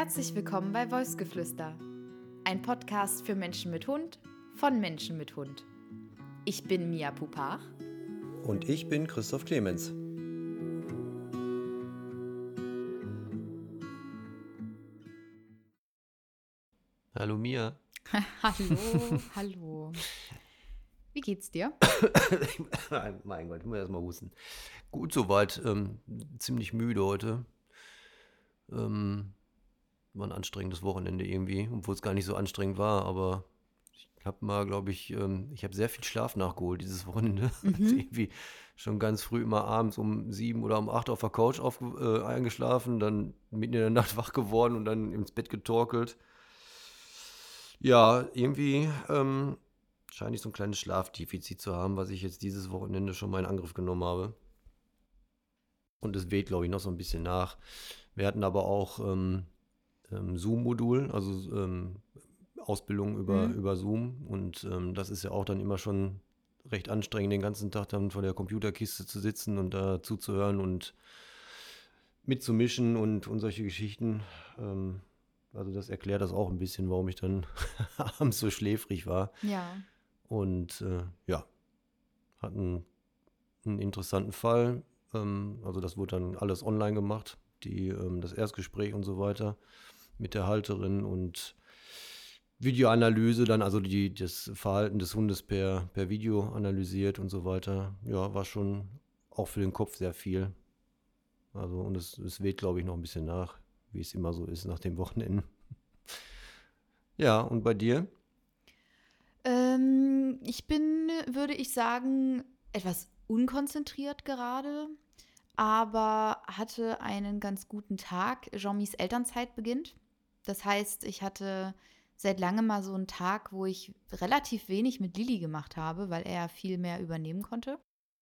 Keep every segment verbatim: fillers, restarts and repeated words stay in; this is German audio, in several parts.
Herzlich willkommen bei Wolfsgeflüster, ein Podcast für Menschen mit Hund, von Menschen mit Hund. Ich bin Mia Pupach. Und ich bin Christoph Clemens. Hallo Mia. Hallo, hallo. Wie geht's dir? Mein Gott, ich muss erst mal husten. Gut soweit, ähm, ziemlich müde heute. Ähm, war ein anstrengendes Wochenende irgendwie, obwohl es gar nicht so anstrengend war, aber ich habe mal, glaube ich, ähm, ich habe sehr viel Schlaf nachgeholt dieses Wochenende. Mhm. Also irgendwie schon ganz früh immer abends um sieben oder um acht auf der Couch auf, äh, eingeschlafen, dann mitten in der Nacht wach geworden und dann ins Bett getorkelt. Ja, irgendwie ähm, scheine ich so ein kleines Schlafdefizit zu haben, was ich jetzt dieses Wochenende schon mal in Angriff genommen habe. Und es weht, glaube ich, noch so ein bisschen nach. Wir hatten aber auch ähm, ähm, Zoom-Modul, also ähm, Ausbildung über, Mhm. über Zoom. Und ähm, das ist ja auch dann immer schon recht anstrengend, den ganzen Tag dann vor der Computerkiste zu sitzen und da zuzuhören und mitzumischen und, und solche Geschichten. Ähm, also das erklärt das auch ein bisschen, warum ich dann abends so schläfrig war. Ja. Und äh, ja, hatten einen interessanten Fall. Ähm, also das wurde dann alles online gemacht, die, ähm, das Erstgespräch und so weiter mit der Halterin und Videoanalyse dann, also die, das Verhalten des Hundes per, per Video analysiert und so weiter. Ja, war schon auch für den Kopf sehr viel. Also und es, es weht, glaube ich, noch ein bisschen nach, wie es immer so ist nach dem Wochenende. Ja, und bei dir? Ähm, ich bin, würde ich sagen, etwas unkonzentriert gerade, aber hatte einen ganz guten Tag. Jean-Mis Elternzeit beginnt. Das heißt, ich hatte seit langem mal so einen Tag, wo ich relativ wenig mit Lilly gemacht habe, weil er viel mehr übernehmen konnte.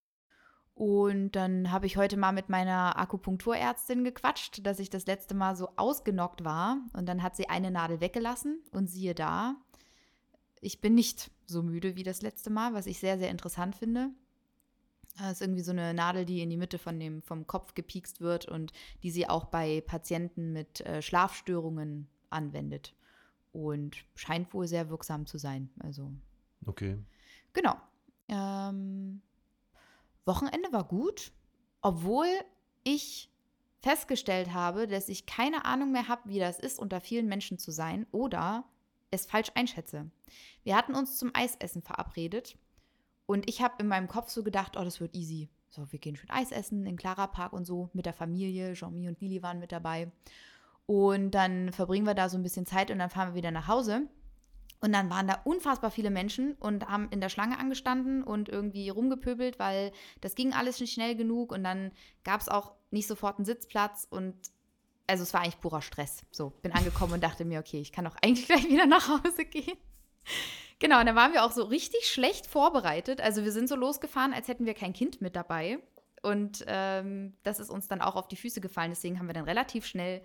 Und dann habe ich heute mal mit meiner Akupunkturärztin gequatscht, dass ich das letzte Mal so ausgenockt war. Und dann hat sie eine Nadel weggelassen und siehe da, ich bin nicht so müde wie das letzte Mal, was ich sehr, sehr interessant finde. Das ist irgendwie so eine Nadel, die in die Mitte von dem, vom Kopf gepiekst wird und die sie auch bei Patienten mit äh, Schlafstörungen anwendet. Und scheint wohl sehr wirksam zu sein. Also, Okay. genau. Ähm, Wochenende war gut, obwohl ich festgestellt habe, dass ich keine Ahnung mehr habe, wie das ist, unter vielen Menschen zu sein oder es falsch einschätze. Wir hatten uns zum Eisessen verabredet und ich habe in meinem Kopf so gedacht, oh, das wird easy. So, wir gehen schön Eis essen in Clara Park und so mit der Familie. Jean-Mi und Lili waren mit dabei. Und dann verbringen wir da so ein bisschen Zeit und dann fahren wir wieder nach Hause. Und dann waren da unfassbar viele Menschen und haben in der Schlange angestanden und irgendwie rumgepöbelt, weil das ging alles nicht schnell genug. Und dann gab es auch nicht sofort einen Sitzplatz. Und also es war eigentlich purer Stress. So, bin angekommen und dachte mir, okay, ich kann doch eigentlich gleich wieder nach Hause gehen. Genau, und dann waren wir auch so richtig schlecht vorbereitet. Also wir sind so losgefahren, als hätten wir kein Kind mit dabei. Und ähm, das ist uns dann auch auf die Füße gefallen. Deswegen haben wir dann relativ schnell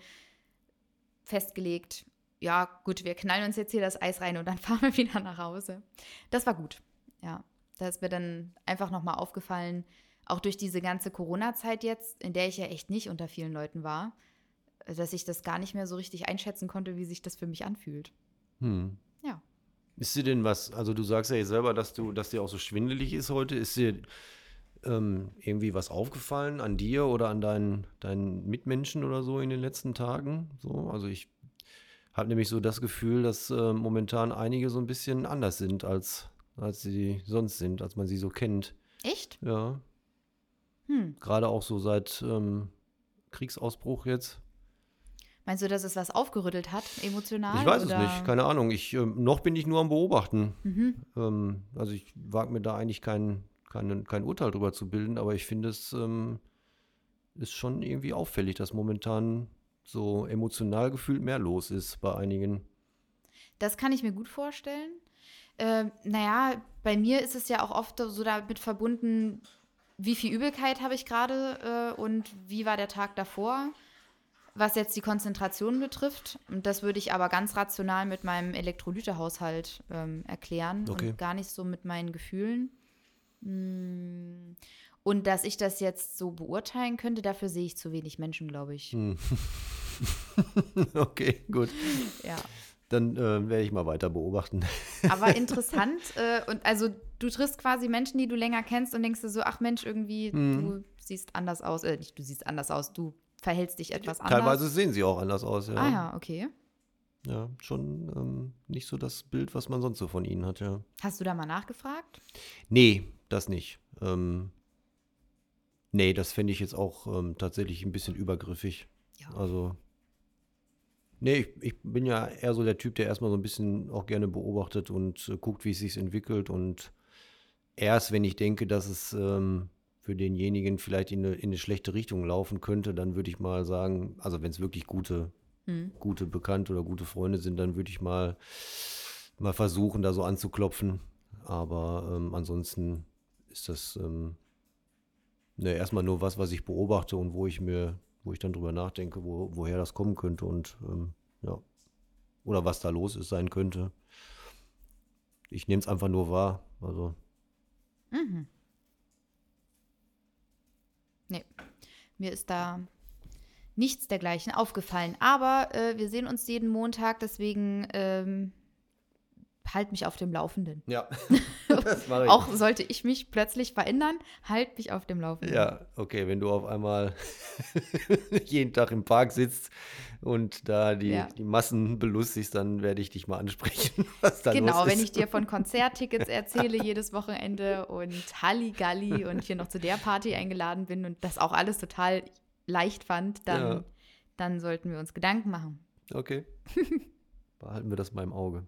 festgelegt, ja gut, wir knallen uns jetzt hier das Eis rein und dann fahren wir wieder nach Hause. Das war gut, ja. Da ist mir dann einfach nochmal aufgefallen, auch durch diese ganze Corona-Zeit jetzt, in der ich ja echt nicht unter vielen Leuten war, dass ich das gar nicht mehr so richtig einschätzen konnte, wie sich das für mich anfühlt. Hm. Ja. Ist dir denn was, also du sagst ja jetzt selber, dass du, dass dir auch so schwindelig ist heute. Ist dir ähm, irgendwie was aufgefallen an dir oder an deinen, deinen Mitmenschen oder so in den letzten Tagen? So, also ich habe nämlich so das Gefühl, dass äh, momentan einige so ein bisschen anders sind, als, als sie sonst sind, als man sie so kennt. Echt? Ja, Hm. gerade auch so seit ähm, Kriegsausbruch jetzt. Meinst du, dass es was aufgerüttelt hat, emotional? Ich weiß es oder? nicht, keine Ahnung. Ich, ähm, noch bin ich nur am Beobachten. Mhm. Ähm, also ich wage mir da eigentlich kein, kein, kein Urteil drüber zu bilden, aber ich finde es ähm, ist schon irgendwie auffällig, dass momentan so emotional gefühlt mehr los ist bei einigen. Das kann ich mir gut vorstellen. Ähm, naja, bei mir ist es ja auch oft so damit verbunden, wie viel Übelkeit habe ich gerade äh, und wie war der Tag davor, was jetzt die Konzentration betrifft. Und das würde ich aber ganz rational mit meinem Elektrolytehaushalt ähm, erklären Okay. und gar nicht so mit meinen Gefühlen. Mm. Und dass ich das jetzt so beurteilen könnte, dafür sehe ich zu wenig Menschen, glaube ich. Hm. Okay, gut. Ja. Dann äh, werde ich mal weiter beobachten. Aber interessant. Äh, und also du triffst quasi Menschen, die du länger kennst und denkst dir so, ach Mensch, irgendwie, Hm. du siehst anders aus. Äh, nicht, du siehst anders aus, du verhältst dich etwas Teilweise anders. sehen sie auch anders aus, ja. Ah ja, okay. Ja, schon ähm, nicht so das Bild, was man sonst so von ihnen hat, ja. Hast du da mal nachgefragt? Nee, das nicht. Ähm, nee, das fände ich jetzt auch ähm, tatsächlich ein bisschen übergriffig. Ja. Also, nee, ich, ich bin ja eher so der Typ, der erstmal so ein bisschen auch gerne beobachtet und äh, guckt, wie es sich entwickelt. Und erst wenn ich denke, dass es ähm, für denjenigen vielleicht in eine, in eine schlechte Richtung laufen könnte, dann würde ich mal sagen, also wenn es wirklich gute, Hm. gute Bekannte oder gute Freunde sind, dann würde ich mal, mal versuchen, da so anzuklopfen. Aber ähm, ansonsten ist das ähm, ne, erstmal nur was, was ich beobachte und wo ich mir, wo ich dann drüber nachdenke, wo, woher das kommen könnte und ähm, ja, oder was da los ist sein könnte. Ich nehme es einfach nur wahr. Also, Mhm. Nee, mir ist da nichts dergleichen aufgefallen. Aber äh, wir sehen uns jeden Montag, deswegen ähm, halt mich auf dem Laufenden. ja, das mache ich. Auch sollte ich mich plötzlich verändern, halt mich auf dem Laufenden. Ja, okay, wenn du auf einmal jeden Tag im Park sitzt und da die, Ja. die Massen belustigst, dann werde ich dich mal ansprechen, was da Genau, los ist. wenn ich dir von Konzerttickets erzähle jedes Wochenende und Halligalli und hier noch zu der Party eingeladen bin und das auch alles total leicht fand, dann, Ja. dann sollten wir uns Gedanken machen. Okay. Behalten wir das mal im Auge.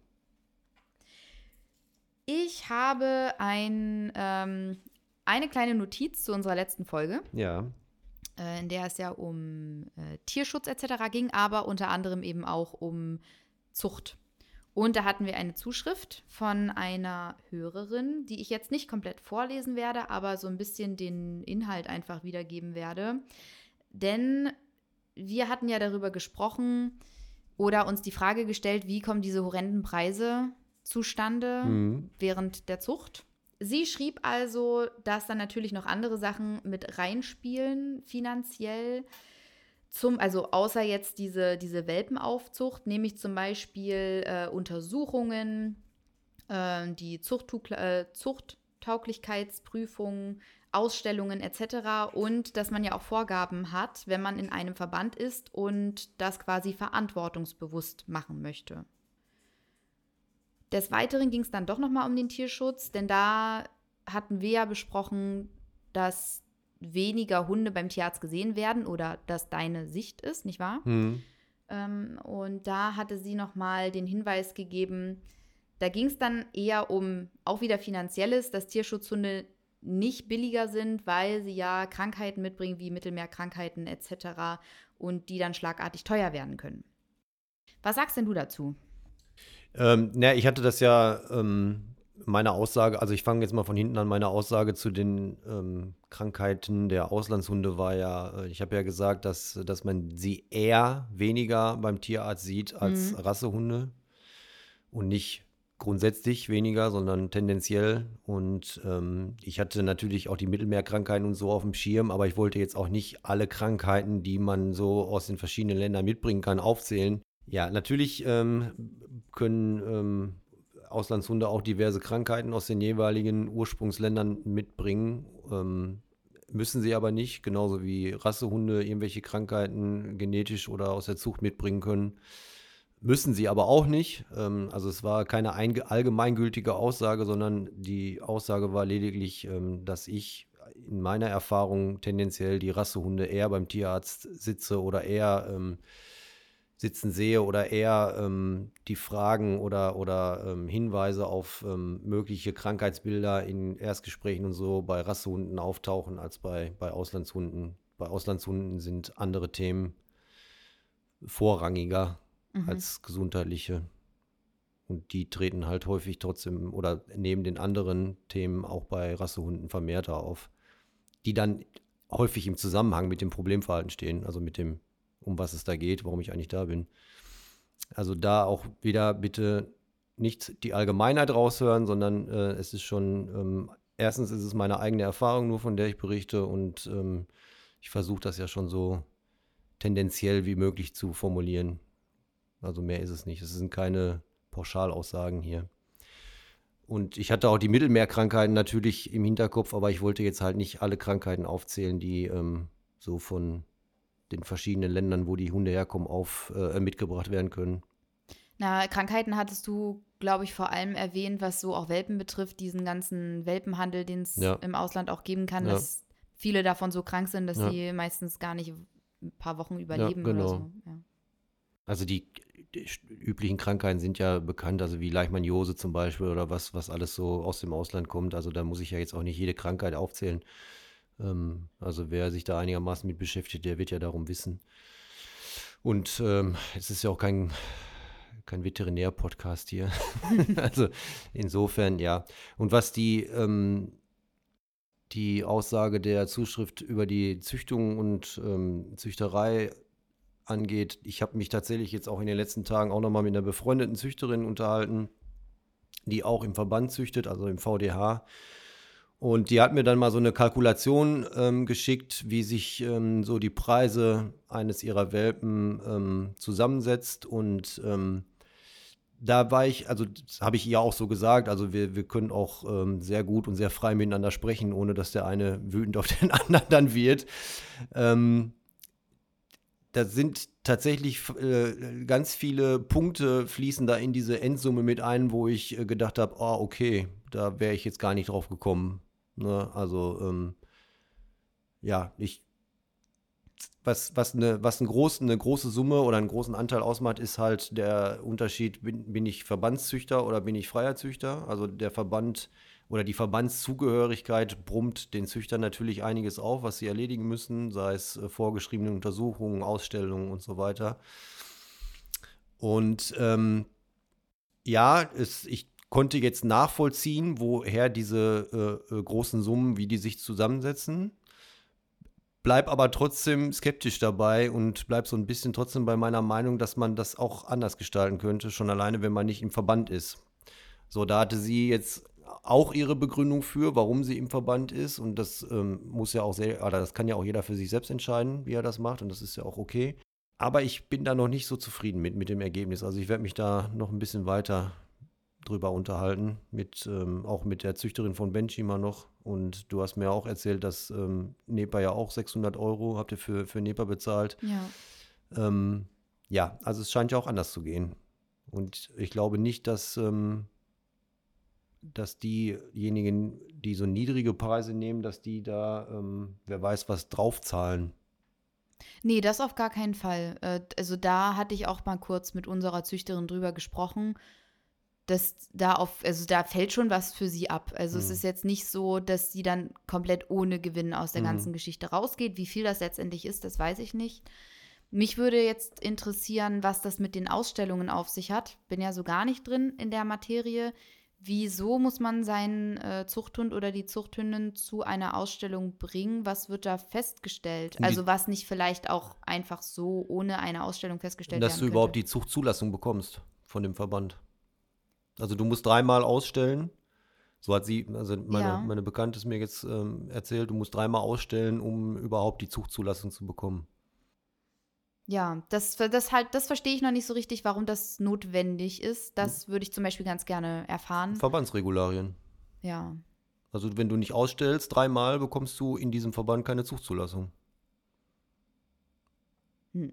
Ich habe ein, ähm, eine kleine Notiz zu unserer letzten Folge, Ja. äh, in der es ja um äh, Tierschutz et cetera ging, aber unter anderem eben auch um Zucht. Und da hatten wir eine Zuschrift von einer Hörerin, die ich jetzt nicht komplett vorlesen werde, aber so ein bisschen den Inhalt einfach wiedergeben werde. Denn wir hatten ja darüber gesprochen oder uns die Frage gestellt, wie kommen diese horrenden Preise zustande Mhm. während der Zucht. Sie schrieb also, dass dann natürlich noch andere Sachen mit reinspielen, finanziell. Zum, also außer jetzt diese, diese Welpenaufzucht, nämlich zum Beispiel äh, Untersuchungen, äh, die Zuchttu- äh, Zuchttauglichkeitsprüfungen, Ausstellungen et cetera. Und dass man ja auch Vorgaben hat, wenn man in einem Verband ist und das quasi verantwortungsbewusst machen möchte. Des Weiteren ging es dann doch nochmal um den Tierschutz, denn da hatten wir ja besprochen, dass weniger Hunde beim Tierarzt gesehen werden oder dass deine Sicht ist, nicht wahr? Mhm. Ähm, und da hatte sie nochmal den Hinweis gegeben, da ging es dann eher um auch wieder Finanzielles, dass Tierschutzhunde nicht billiger sind, weil sie ja Krankheiten mitbringen, wie Mittelmeerkrankheiten et cetera und die dann schlagartig teuer werden können. Was sagst denn du dazu? Ähm, na, ich hatte das ja, ähm, meine Aussage, also ich fange jetzt mal von hinten an, meine Aussage zu den ähm, Krankheiten der Auslandshunde war ja, äh, ich habe ja gesagt, dass, dass man sie eher weniger beim Tierarzt sieht als Mhm. Rassehunde und nicht grundsätzlich weniger, sondern tendenziell. Und ähm, ich hatte natürlich auch die Mittelmeerkrankheiten und so auf dem Schirm, aber ich wollte jetzt auch nicht alle Krankheiten, die man so aus den verschiedenen Ländern mitbringen kann, aufzählen. Ja, natürlich ähm, können ähm, Auslandshunde auch diverse Krankheiten aus den jeweiligen Ursprungsländern mitbringen. Ähm, müssen sie aber nicht, genauso wie Rassehunde irgendwelche Krankheiten genetisch oder aus der Zucht mitbringen können. Müssen sie aber auch nicht. Ähm, also es war keine einge- allgemeingültige Aussage, sondern die Aussage war lediglich, ähm, dass ich in meiner Erfahrung tendenziell die Rassehunde eher beim Tierarzt sitze oder eher ähm, sitzen sehe oder eher ähm, die Fragen oder, oder ähm, Hinweise auf ähm, mögliche Krankheitsbilder in Erstgesprächen und so bei Rassehunden auftauchen als bei, bei Auslandshunden. Bei Auslandshunden sind andere Themen vorrangiger Mhm. als gesundheitliche. Und die treten halt häufig trotzdem oder neben den anderen Themen auch bei Rassehunden vermehrter auf, die dann häufig im Zusammenhang mit dem Problemverhalten stehen, also mit dem, um was es da geht, warum ich eigentlich da bin. Also da auch wieder bitte nicht die Allgemeinheit raushören, sondern äh, es ist schon, ähm, erstens ist es meine eigene Erfahrung nur, von der ich berichte und ähm, ich versuche das ja schon so tendenziell wie möglich zu formulieren. Also mehr ist es nicht. Es sind keine Pauschalaussagen hier. Und ich hatte auch die Mittelmeerkrankheiten natürlich im Hinterkopf, aber ich wollte jetzt halt nicht alle Krankheiten aufzählen, die ähm, so von den verschiedenen Ländern, wo die Hunde herkommen, auf, äh, mitgebracht werden können. Na, Krankheiten hattest du, glaube ich, vor allem erwähnt, was so auch Welpen betrifft, diesen ganzen Welpenhandel, den es Ja. im Ausland auch geben kann, Ja. dass viele davon so krank sind, dass Ja. sie meistens gar nicht ein paar Wochen Ja, überleben oder genau. so. Ja. Also die, die üblichen Krankheiten sind ja bekannt, also wie Leishmaniose zum Beispiel oder was, was alles so aus dem Ausland kommt. Also da muss ich ja jetzt auch nicht jede Krankheit aufzählen. Ähm, also wer sich da einigermaßen mit beschäftigt, der wird ja darum wissen. Und ähm, es ist ja auch kein, kein Veterinär-Podcast hier. Also insofern, ja. Und was die, ähm, die Aussage der Zuschrift über die Züchtung und ähm, Züchterei angeht, ich habe mich tatsächlich jetzt auch in den letzten Tagen auch nochmal mit einer befreundeten Züchterin unterhalten, die auch im Verband züchtet, also im V D H. Und die hat mir dann mal so eine Kalkulation ähm, geschickt, wie sich ähm, so die Preise eines ihrer Welpen ähm, zusammensetzt. Und ähm, da war ich, also das habe ich ihr auch so gesagt, also wir, wir können auch ähm, sehr gut und sehr frei miteinander sprechen, ohne dass der eine wütend auf den anderen dann wird. Ähm, Da sind tatsächlich äh, ganz viele Punkte fließen da in diese Endsumme mit ein, wo ich äh, gedacht habe, oh, okay, da wäre ich jetzt gar nicht drauf gekommen. Ne? Also, ähm, ja, ich, was, was, eine, was einen großen, eine große Summe oder einen großen Anteil ausmacht, ist halt der Unterschied, bin, bin ich Verbandszüchter oder bin ich freier Züchter? Also der Verband oder die Verbandszugehörigkeit brummt den Züchtern natürlich einiges auf, was sie erledigen müssen, sei es äh, vorgeschriebene Untersuchungen, Ausstellungen und so weiter. Und ähm, ja, es, ich konnte jetzt nachvollziehen, woher diese äh, äh, großen Summen, wie die sich zusammensetzen. Bleib aber trotzdem skeptisch dabei und bleib so ein bisschen trotzdem bei meiner Meinung, dass man das auch anders gestalten könnte, schon alleine, wenn man nicht im Verband ist. So, da hatte sie jetzt auch ihre Begründung für, warum sie im Verband ist. Und das ähm, muss ja auch sehr, oder das kann ja auch jeder für sich selbst entscheiden, wie er das macht. Und das ist ja auch okay. Aber ich bin da noch nicht so zufrieden mit, mit dem Ergebnis. Also ich werde mich da noch ein bisschen weiter drüber unterhalten, mit, ähm, auch mit der Züchterin von Benchima noch. Und du hast mir auch erzählt, dass ähm, Nepa ja auch sechshundert Euro habt ihr für, für Nepa bezahlt. Ja. Ähm, ja, also es scheint ja auch anders zu gehen. Und ich glaube nicht, dass, ähm, dass diejenigen, die so niedrige Preise nehmen, dass die da, ähm, wer weiß, was draufzahlen. Nee, das auf gar keinen Fall. Äh, Also da hatte ich auch mal kurz mit unserer Züchterin drüber gesprochen, dass da auf, also da fällt schon was für sie ab. Also es Mhm. ist jetzt nicht so, dass sie dann komplett ohne Gewinn aus der Mhm. ganzen Geschichte rausgeht. Wie viel das letztendlich ist, das weiß ich nicht. Mich würde jetzt interessieren, was das mit den Ausstellungen auf sich hat. Bin ja so gar nicht drin in der Materie. Wieso muss man seinen äh, Zuchthund oder die Zuchthündin zu einer Ausstellung bringen? Was wird da festgestellt? Die- Also was nicht vielleicht auch einfach so ohne eine Ausstellung festgestellt Dass werden du könnte? überhaupt die Zuchtzulassung bekommst von dem Verband. Also du musst dreimal ausstellen. So hat sie, also meine, Ja. meine Bekannte es mir jetzt ähm, erzählt, du musst dreimal ausstellen, um überhaupt die Zuchtzulassung zu bekommen. Ja, das, das halt, das verstehe ich noch nicht so richtig, warum das notwendig ist. Das würde ich zum Beispiel ganz gerne erfahren. Verbandsregularien. Ja. Also wenn du nicht ausstellst, dreimal bekommst du in diesem Verband keine Zuchtzulassung. Hm.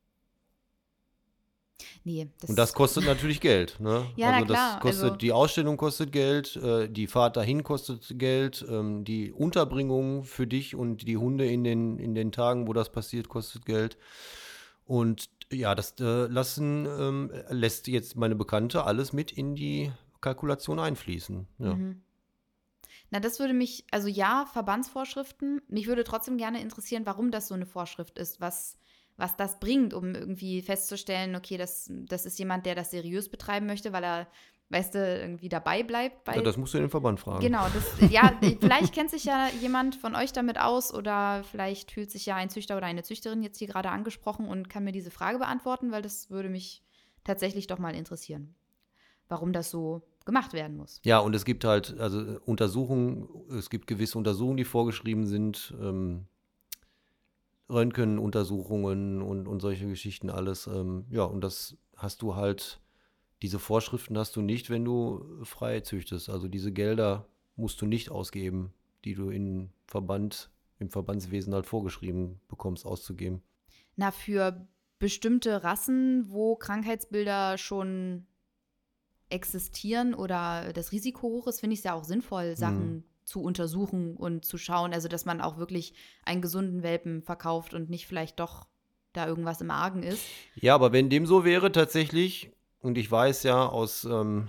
Nee, das, Und das kostet natürlich Geld. Ne? Ja, na also das klar, kostet, also- die Ausstellung kostet Geld, äh, die Fahrt dahin kostet Geld, ähm, die Unterbringung für dich und die Hunde in den, in den Tagen, wo das passiert, kostet Geld. Und ja, das äh, lassen ähm, lässt jetzt meine Bekannte alles mit in die Kalkulation einfließen. Ja. Mhm. Na, das würde mich, also ja, Verbandsvorschriften. Mich würde trotzdem gerne interessieren, warum das so eine Vorschrift ist, was, was das bringt, um irgendwie festzustellen, okay, das, das ist jemand, der das seriös betreiben möchte, weil er, weißt du, irgendwie dabei bleibt. Bei, Ja, das musst du den Verband fragen. Genau, das, ja, vielleicht kennt sich ja jemand von euch damit aus oder vielleicht fühlt sich ja ein Züchter oder eine Züchterin jetzt hier gerade angesprochen und kann mir diese Frage beantworten, weil das würde mich tatsächlich doch mal interessieren, warum das so gemacht werden muss. Ja, und es gibt halt, also äh, Untersuchungen, es gibt gewisse Untersuchungen, die vorgeschrieben sind. Ähm, Röntgenuntersuchungen und, und solche Geschichten alles. Ähm, ja, und das hast du halt, diese Vorschriften hast du nicht, wenn du frei züchtest. Also diese Gelder musst du nicht ausgeben, die du in Verband, im Verbandswesen halt vorgeschrieben bekommst, auszugeben. Na, für bestimmte Rassen, wo Krankheitsbilder schon existieren oder das Risiko hoch ist, finde ich es ja auch sinnvoll, Sachen Mhm. zu untersuchen und zu schauen. Also, dass man auch wirklich einen gesunden Welpen verkauft und nicht vielleicht doch da irgendwas im Argen ist. Ja, aber wenn dem so wäre tatsächlich, und ich weiß ja aus, ähm,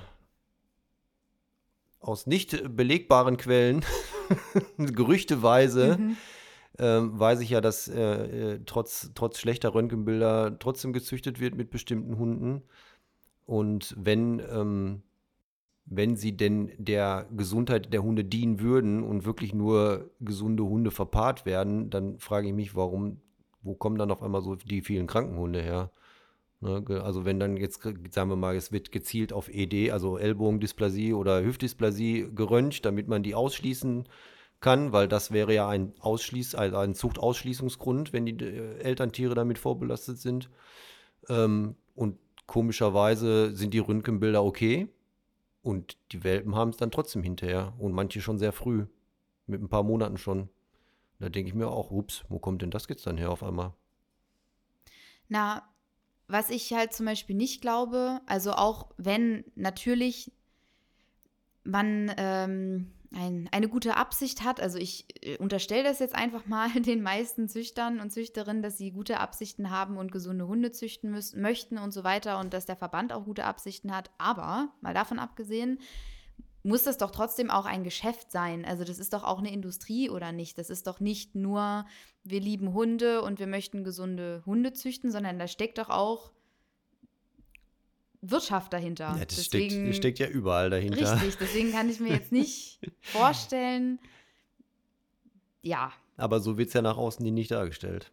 aus nicht belegbaren Quellen, gerüchteweise, Mhm. ähm, weiß ich ja, dass äh, äh, trotz, trotz schlechter Röntgenbilder trotzdem gezüchtet wird mit bestimmten Hunden. Und wenn, ähm, wenn sie denn der Gesundheit der Hunde dienen würden und wirklich nur gesunde Hunde verpaart werden, dann frage ich mich, warum, wo kommen dann auf einmal so die vielen kranken Hunde her? Ne, ge- also wenn dann jetzt, ge- sagen wir mal, es wird gezielt auf E D, also Ellbogendysplasie oder Hüftdysplasie geröntgt, damit man die ausschließen kann, weil das wäre ja ein Ausschließ, also ein Zuchtausschließungsgrund, wenn die äh, Elterntiere damit vorbelastet sind. Ähm, und komischerweise sind die Röntgenbilder okay und die Welpen haben es dann trotzdem hinterher und manche schon sehr früh, mit ein paar Monaten schon. Da denke ich mir auch, ups, wo kommt denn das jetzt dann her auf einmal? Na, was ich halt zum Beispiel nicht glaube, also auch wenn natürlich man ähm, ein, eine gute Absicht hat, also ich äh, unterstelle das jetzt einfach mal den meisten Züchtern und Züchterinnen, dass sie gute Absichten haben und gesunde Hunde züchten müssen, möchten und so weiter und dass der Verband auch gute Absichten hat. Aber mal davon abgesehen, muss das doch trotzdem auch ein Geschäft sein. Also das ist doch auch eine Industrie oder nicht? Das ist doch nicht nur, wir lieben Hunde und wir möchten gesunde Hunde züchten, sondern da steckt doch auch Wirtschaft dahinter. Ja, das steckt, das Deswegen, steckt ja überall dahinter. richtig, deswegen kann ich mir jetzt nicht vorstellen, ja, Aber so wird es ja nach außen hin nicht dargestellt.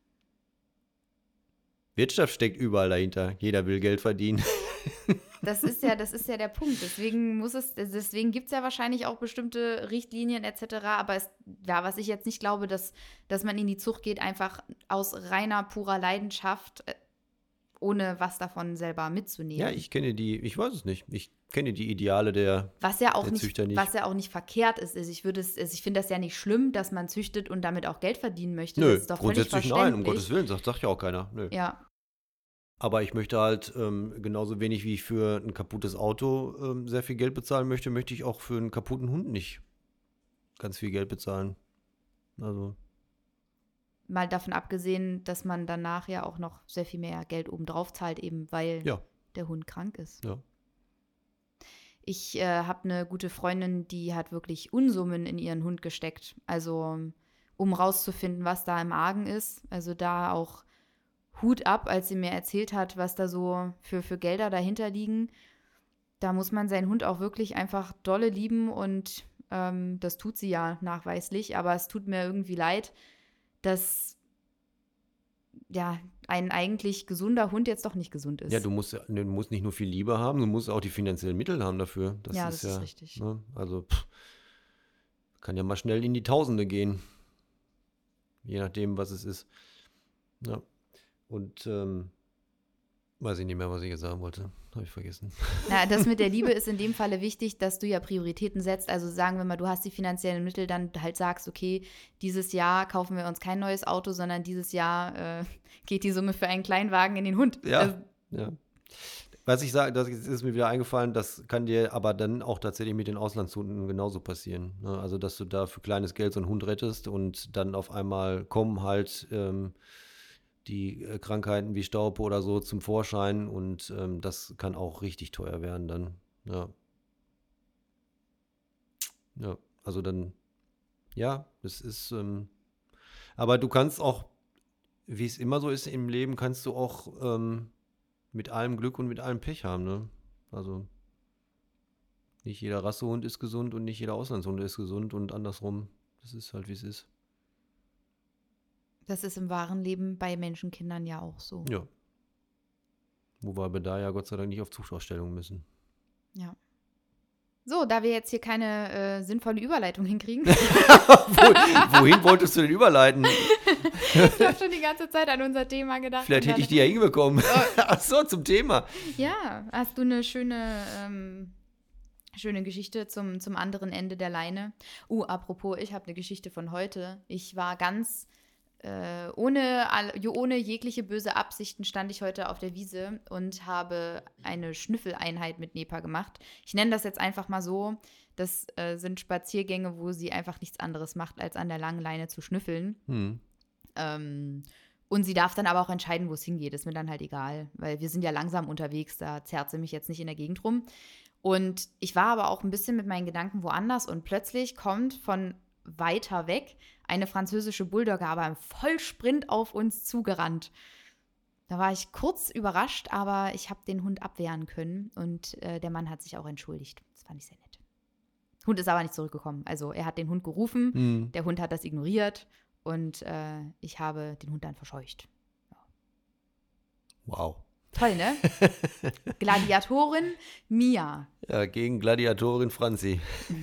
Wirtschaft steckt überall dahinter. Jeder will Geld verdienen. das ist ja, das ist ja der Punkt. Deswegen muss es, deswegen gibt es ja wahrscheinlich auch bestimmte Richtlinien et cetera. Aber es, ja, was ich jetzt nicht glaube, dass, dass man in die Zucht geht, einfach aus reiner, purer Leidenschaft, äh, ohne was davon selber mitzunehmen. Ja, ich kenne die, ich weiß es nicht. Ich kenne die Ideale der, Was ja auch der nicht, Züchter nicht. was ja auch nicht verkehrt ist. Also ich würde es, also ich finde das ja nicht schlimm, dass man züchtet und damit auch Geld verdienen möchte. Nö, Das ist doch völlig grundsätzlich nein, um verständlich. Gottes Willen, sagt, sagt ja auch keiner. Nö. Ja, Aber ich möchte halt ähm, genauso wenig wie ich für ein kaputtes Auto ähm, sehr viel Geld bezahlen möchte, möchte ich auch für einen kaputten Hund nicht ganz viel Geld bezahlen. Also, mal davon abgesehen, dass man danach ja auch noch sehr viel mehr Geld obendrauf zahlt, eben weil ja, der Hund krank ist. ja. Ich äh, habe eine gute Freundin, die hat wirklich Unsummen in ihren Hund gesteckt. Also um rauszufinden, was da im Argen ist. Also da auch Hut ab, als sie mir erzählt hat, was da so für, für Gelder dahinter liegen. Da muss man seinen Hund auch wirklich einfach dolle lieben und ähm, das tut sie ja nachweislich. Aber es tut mir irgendwie leid, dass ja ein eigentlich gesunder Hund jetzt doch nicht gesund ist. Ja, du musst, ja- ne, du musst nicht nur viel Liebe haben, du musst auch die finanziellen Mittel haben dafür. Das Ja, ist das ist ja, richtig. ne, also pff, kann ja mal schnell in die Tausende gehen. Je nachdem, was es ist. Ja. Und ähm, weiß ich nicht mehr, was ich jetzt sagen wollte. Habe ich vergessen. Na, das mit der Liebe ist in dem Falle wichtig, dass du ja Prioritäten setzt. Also sagen wir mal, du hast die finanziellen Mittel, dann halt sagst, okay, dieses Jahr kaufen wir uns kein neues Auto, sondern dieses Jahr äh, geht die Summe für einen Kleinwagen in den Hund. Ja, Also, ja. Was ich sage, das ist mir wieder eingefallen, das kann dir aber dann auch tatsächlich mit den Auslandshunden genauso passieren. Ne? Also, dass du da für kleines Geld so einen Hund rettest und dann auf einmal kommen halt ähm, die äh, Krankheiten wie Staupe oder so zum Vorschein und ähm, das kann auch richtig teuer werden dann. Ja. Ja, also dann, ja, es ist, ähm, aber du kannst auch, wie es immer so ist im Leben, kannst du auch ähm, mit allem Glück und mit allem Pech haben, ne? Also nicht jeder Rassehund ist gesund und nicht jeder Auslandshund ist gesund und andersrum. Das ist halt, wie es ist. das ist im wahren Leben bei Menschenkindern ja auch so. Ja. Wobei wir da ja Gott sei Dank nicht auf Zuchtausstellungen müssen. Ja. So, da wir jetzt hier keine äh, sinnvolle Überleitung hinkriegen. Wo, wohin wolltest du denn überleiten? Ich habe schon die ganze Zeit an unser Thema gedacht. Vielleicht hätte ich die ja hinbekommen. Ach so, zum Thema. Ja, hast du eine schöne, ähm, schöne Geschichte zum, zum anderen Ende der Leine? Uh, apropos, ich habe eine Geschichte von heute. Ich war ganz, äh, ohne, all- ohne jegliche böse Absichten stand ich heute auf der Wiese und habe eine Schnüffeleinheit mit Nepa gemacht. Ich nenne das jetzt einfach mal so. Das äh, sind Spaziergänge, wo sie einfach nichts anderes macht, als an der langen Leine zu schnüffeln. Hm. Ähm, und sie darf dann aber auch entscheiden, wo es hingeht. Ist mir dann halt egal, weil wir sind ja langsam unterwegs, da zerrt sie mich jetzt nicht in der Gegend rum. Und ich war aber auch ein bisschen mit meinen Gedanken woanders und plötzlich kommt von weiter weg eine französische Bulldogge, aber im Vollsprint auf uns zugerannt. Da war ich kurz überrascht, aber ich habe den Hund abwehren können und äh, der Mann hat sich auch entschuldigt. Das fand ich sehr nett. Hund ist aber nicht zurückgekommen. Also er hat den Hund gerufen, Hm. der Hund hat das ignoriert und äh, ich habe den Hund dann verscheucht. Wow. Toll, ne? Gladiatorin Mia. Ja, gegen Gladiatorin Franzi.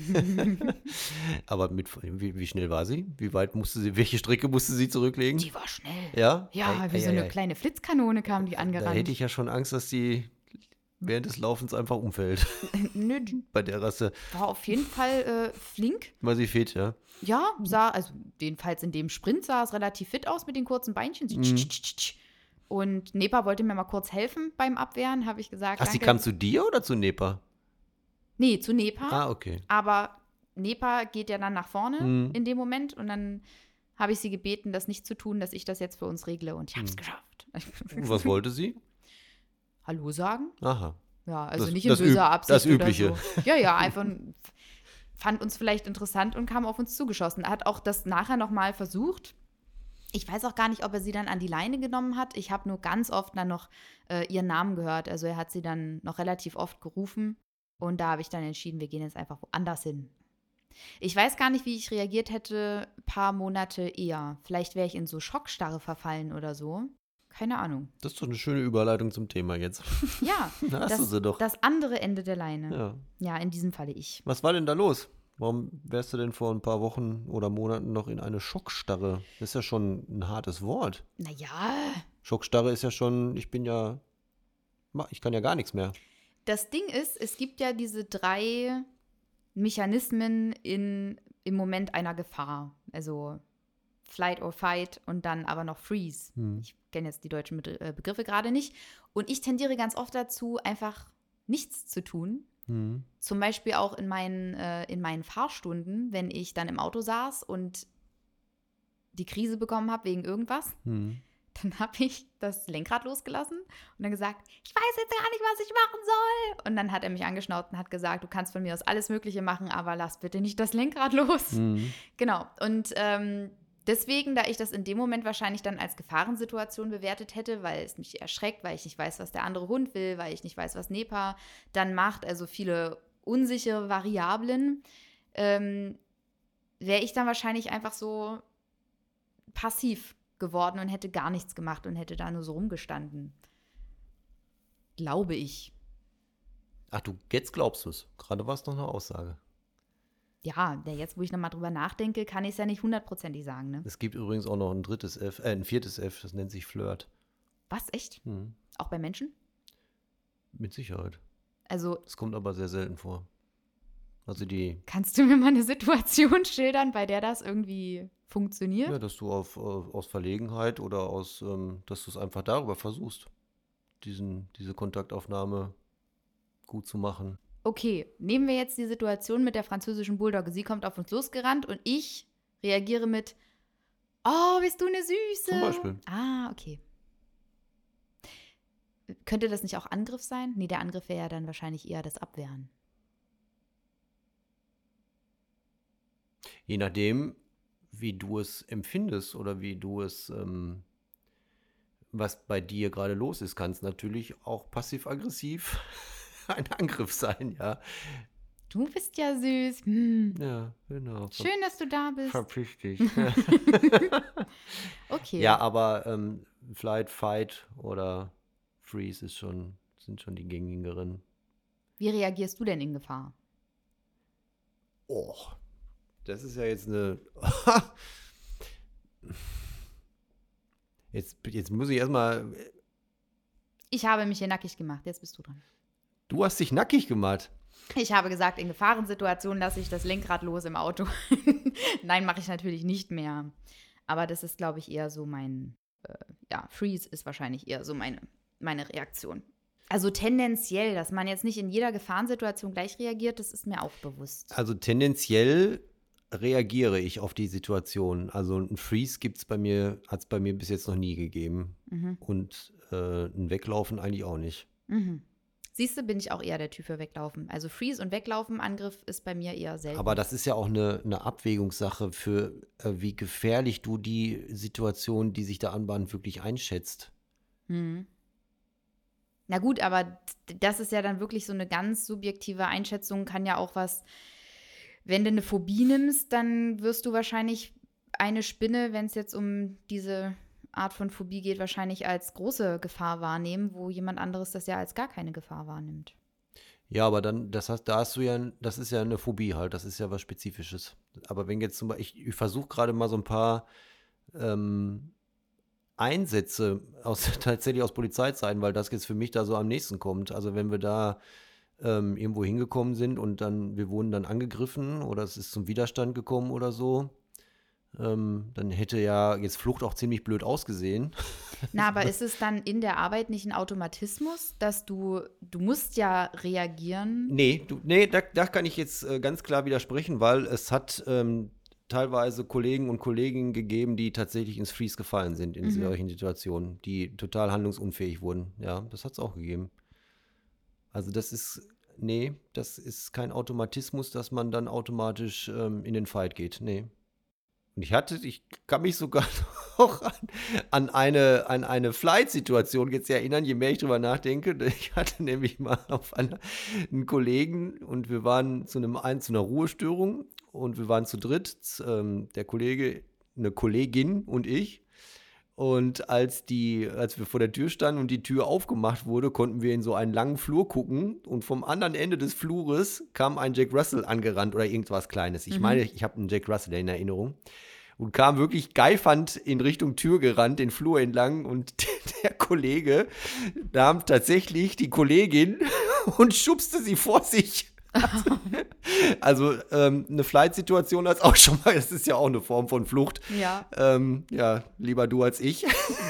Aber mit, wie, wie schnell war sie? Wie weit musste sie, welche Strecke musste sie zurücklegen? Die war schnell. Ja? Ja, Ei, wie ei, so ei, eine ei. kleine Flitzkanone kam die Da angerannt. hätte ich ja schon Angst, dass die während des Laufens einfach umfällt. Nö, die Bei der Rasse. war auf jeden Fall äh, flink. Weil sie fit, ja. Ja, sah, also jedenfalls in dem Sprint sah es relativ fit aus mit den kurzen Beinchen. Sie Mhm. tsch, tsch, tsch, tsch. Und Nepa wollte mir mal kurz helfen beim Abwehren, habe ich gesagt. Ach, sie danke. kam zu dir oder zu Nepa? Nee, zu Nepa. Ah, okay. Aber Nepa geht ja dann nach vorne Mhm. in dem Moment und dann habe ich sie gebeten, das nicht zu tun, dass ich das jetzt für uns regle und ich habe es Mhm. geschafft. Und was wollte sie? Hallo sagen? Aha. Ja, also Das- nicht in das böser Üb- Absicht das Übliche. oder so. Ja, ja, einfach n- fand uns vielleicht interessant und kam auf uns zugeschossen. Er hat auch das nachher nochmal versucht. Ich weiß auch gar nicht, ob er sie dann an die Leine genommen hat. Ich habe nur ganz oft dann noch äh, ihren Namen gehört. Also er hat sie dann noch relativ oft gerufen. Und da habe ich dann entschieden, wir gehen jetzt einfach woanders hin. Ich weiß gar nicht, wie ich reagiert hätte, ein paar Monate eher. Vielleicht wäre ich in so Schockstarre verfallen oder so. Keine Ahnung. Das ist doch eine schöne Überleitung zum Thema jetzt. Ja, Da hast du das, sie doch. das andere Ende der Leine. Ja. Ja, in diesem Falle ich. Was war denn da los? Warum wärst du denn vor ein paar Wochen oder Monaten noch in eine Schockstarre? Das ist ja schon ein hartes Wort. Naja, Schockstarre ist ja schon, ich bin ja, ma- ich kann ja gar nichts mehr. das Ding ist, es gibt ja diese drei Mechanismen in, im Moment einer Gefahr. Also Flight or Fight und dann aber noch Freeze. Hm. Ich kenne jetzt die deutschen Be- äh, Begriffe gerade nicht. Und ich tendiere ganz oft dazu, einfach nichts zu tun. Hm. Zum Beispiel auch in meinen, äh, in meinen Fahrstunden, wenn ich dann im Auto saß und die Krise bekommen habe wegen irgendwas, Hm. dann habe ich das Lenkrad losgelassen und dann gesagt, ich weiß jetzt gar nicht, was ich machen soll. Und dann hat er mich angeschnauzt und hat gesagt, du kannst von mir aus alles Mögliche machen, aber lass bitte nicht das Lenkrad los. Hm. Genau. Und ähm, deswegen, da ich das in dem Moment wahrscheinlich dann als Gefahrensituation bewertet hätte, weil es mich erschreckt, weil ich nicht weiß, was der andere Hund will, weil ich nicht weiß, was Nepa dann macht, also viele unsichere Variablen, ähm, wäre ich dann wahrscheinlich einfach so passiv geworden und hätte gar nichts gemacht und hätte da nur so rumgestanden. Glaube ich. Ach du, jetzt glaubst du es. Gerade war es noch eine Aussage. Ja, der jetzt, wo ich nochmal drüber nachdenke, kann ich es ja nicht hundertprozentig sagen, ne? Es gibt übrigens auch noch ein drittes F, äh, ein viertes F, das nennt sich Flirt. Was, echt? Hm. Auch bei Menschen? Mit Sicherheit. Also, Das kommt aber sehr selten vor. Also die, kannst du mir mal eine Situation schildern, bei der das irgendwie funktioniert? ja, dass du auf, auf, aus Verlegenheit oder aus, ähm, dass du es einfach darüber versuchst, diesen, diese Kontaktaufnahme gut zu machen. Okay, nehmen wir jetzt die Situation mit der französischen Bulldogge. Sie kommt auf uns losgerannt und ich reagiere mit, oh, bist du eine Süße. Zum Beispiel. Ah, okay. Könnte das nicht auch Angriff sein? Nee, der Angriff wäre ja dann wahrscheinlich eher das Abwehren. Je nachdem, wie du es empfindest oder wie du es, ähm, was bei dir gerade los ist, kann es natürlich auch passiv-aggressiv ein Angriff sein, ja. Du bist ja süß. Hm. Ja, genau. Schön, dass du da bist. Verpiss dich. Okay. Ja, aber ähm, Flight, Fight oder Freeze ist schon, sind schon die gängigeren. Wie reagierst du denn in Gefahr? Oh, das ist ja jetzt eine. jetzt, jetzt muss ich erstmal. Ich habe mich hier nackig gemacht, jetzt bist du dran. Du hast dich nackig gemacht. Ich habe gesagt, in Gefahrensituationen lasse ich das Lenkrad los im Auto. Nein, mache ich natürlich nicht mehr. Aber das ist, glaube ich, eher so mein, äh, ja, Freeze ist wahrscheinlich eher so meine, meine Reaktion. Also tendenziell, dass man jetzt nicht in jeder Gefahrensituation gleich reagiert, das ist mir auch bewusst. Also tendenziell reagiere ich auf die Situation. Also ein Freeze gibt's bei mir, hat es bei mir bis jetzt noch nie gegeben. Mhm. Und äh, ein Weglaufen eigentlich auch nicht. Mhm. Siehst du, bin ich auch eher der Typ für Weglaufen. Also Freeze und Weglaufen, Angriff ist bei mir eher selten. Aber das ist ja auch eine, eine Abwägungssache für, äh, wie gefährlich du die Situation, die sich da anbahnt, wirklich einschätzt. Mhm. Na gut, aber das ist ja dann wirklich so eine ganz subjektive Einschätzung, kann ja auch was, wenn du eine Phobie nimmst, dann wirst du wahrscheinlich eine Spinne, wenn es jetzt um diese Art von Phobie geht, wahrscheinlich als große Gefahr wahrnehmen, wo jemand anderes das ja als gar keine Gefahr wahrnimmt. Ja, aber dann, das hast, da hast du ja, das ist ja eine Phobie halt, das ist ja was Spezifisches. Aber wenn jetzt zum Beispiel, ich, ich versuche gerade mal so ein paar ähm, Einsätze aus, tatsächlich aus Polizeizeiten, weil das jetzt für mich da so am nächsten kommt. Also wenn wir da ähm, irgendwo hingekommen sind und dann, wir wurden dann angegriffen oder es ist zum Widerstand gekommen oder so, ähm, dann hätte ja jetzt Flucht auch ziemlich blöd ausgesehen. Na, aber ist es dann in der Arbeit nicht ein Automatismus, dass du, du musst ja reagieren? Nee, du, nee, da, da kann ich jetzt äh, ganz klar widersprechen, weil es hat ähm, teilweise Kollegen und Kolleginnen gegeben, die tatsächlich ins Freeze gefallen sind in Mhm. solchen Situationen, die total handlungsunfähig wurden. Ja, das hat es auch gegeben. Also das ist, nee, das ist kein Automatismus, dass man dann automatisch ähm, in den Fight geht. Nee. Und ich hatte, ich kann mich sogar noch an, an eine, an eine Flight-Situation jetzt erinnern, je mehr ich drüber nachdenke. Ich hatte nämlich mal auf einer, einen Kollegen und wir waren zu, einem, ein, zu einer Ruhestörung und wir waren zu dritt, ähm, der Kollege, eine Kollegin und ich. Und als, die, als wir vor der Tür standen und die Tür aufgemacht wurde, konnten wir in so einen langen Flur gucken. Und vom anderen Ende des Flures kam ein Jack Russell angerannt oder irgendwas Kleines. Ich Mhm. meine, ich habe einen Jack Russell in Erinnerung. Und kam wirklich geifernd in Richtung Tür gerannt, den Flur entlang. Und der Kollege nahm tatsächlich die Kollegin und schubste sie vor sich. Also, also ähm, eine Flight-Situation als auch schon mal, das ist ja auch eine Form von Flucht. Ja. Ähm, ja, lieber du als ich.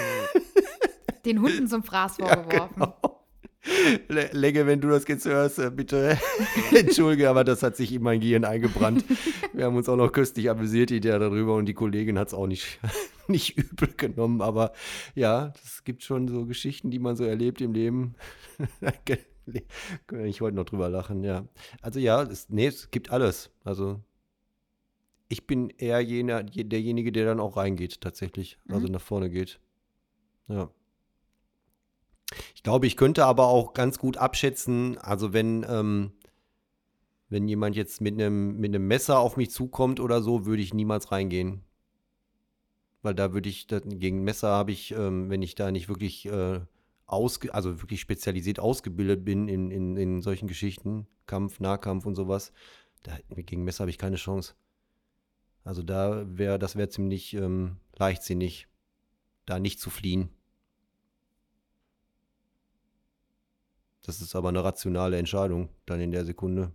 Den Hunden zum Fraß vorgeworfen. Ja, genau. Legge, wenn du das jetzt hörst, bitte entschuldige, aber das hat sich in mein Gehirn eingebrannt. Wir haben uns auch noch köstlich amüsiert, die Idee darüber, und die Kollegin hat es auch nicht, nicht übel genommen. Aber ja, es gibt schon so Geschichten, die man so erlebt im Leben. Können wir nicht heute noch drüber lachen, ja. Also ja, es, nee, es gibt alles. Also ich bin eher jener, derjenige, der dann auch reingeht, tatsächlich. Also Mhm. nach vorne geht. Ja. Ich glaube, ich könnte aber auch ganz gut abschätzen, also wenn, ähm, wenn jemand jetzt mit einem mit einem Messer auf mich zukommt oder so, würde ich niemals reingehen. Weil da würde ich, gegen ein Messer habe ich, ähm, wenn ich da nicht wirklich äh, ausge, also wirklich spezialisiert ausgebildet bin in, in, in solchen Geschichten, Kampf, Nahkampf und sowas, da, gegen Messer habe ich keine Chance. Also da wäre, das wäre ziemlich ähm, leichtsinnig, da nicht zu fliehen. Das ist aber eine rationale Entscheidung dann in der Sekunde.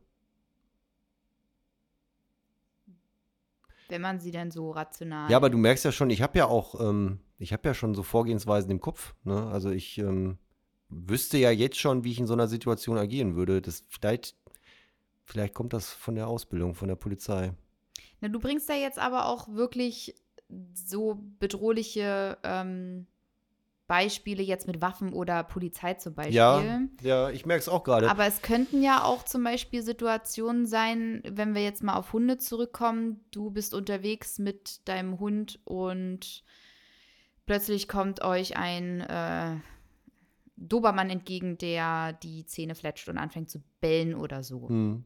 Wenn man sie denn so rational. Ja, aber du merkst ja schon, ich habe ja auch, ähm, ich habe ja schon so Vorgehensweisen im Kopf. Ne? Also ich ähm, wüsste ja jetzt schon, wie ich in so einer Situation agieren würde. Das vielleicht, vielleicht kommt das von der Ausbildung, von der Polizei. Na, du bringst da jetzt aber auch wirklich so bedrohliche ähm, Beispiele jetzt mit Waffen oder Polizei zum Beispiel. Ja, ja, ich merke es auch gerade. Aber es könnten ja auch zum Beispiel Situationen sein, wenn wir jetzt mal auf Hunde zurückkommen, du bist unterwegs mit deinem Hund und plötzlich kommt euch ein äh, Dobermann entgegen, der die Zähne fletscht und anfängt zu bellen oder so. Hm.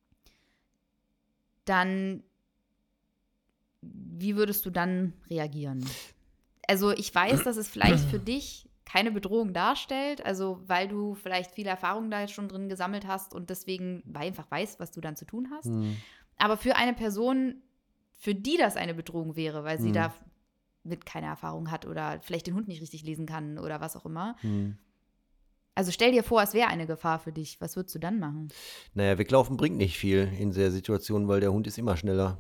Dann, wie würdest du dann reagieren? Also ich weiß, dass es vielleicht für dich keine Bedrohung darstellt, also weil du vielleicht viel Erfahrung da jetzt schon drin gesammelt hast und deswegen einfach weißt, was du dann zu tun hast. Hm. Aber für eine Person, für die das eine Bedrohung wäre, weil sie Mhm. da mit keine Erfahrung hat oder vielleicht den Hund nicht richtig lesen kann oder was auch immer. Mhm. Also stell dir vor, es wäre eine Gefahr für dich. Was würdest du dann machen? Naja, weglaufen bringt nicht viel in der Situation, weil der Hund ist immer schneller.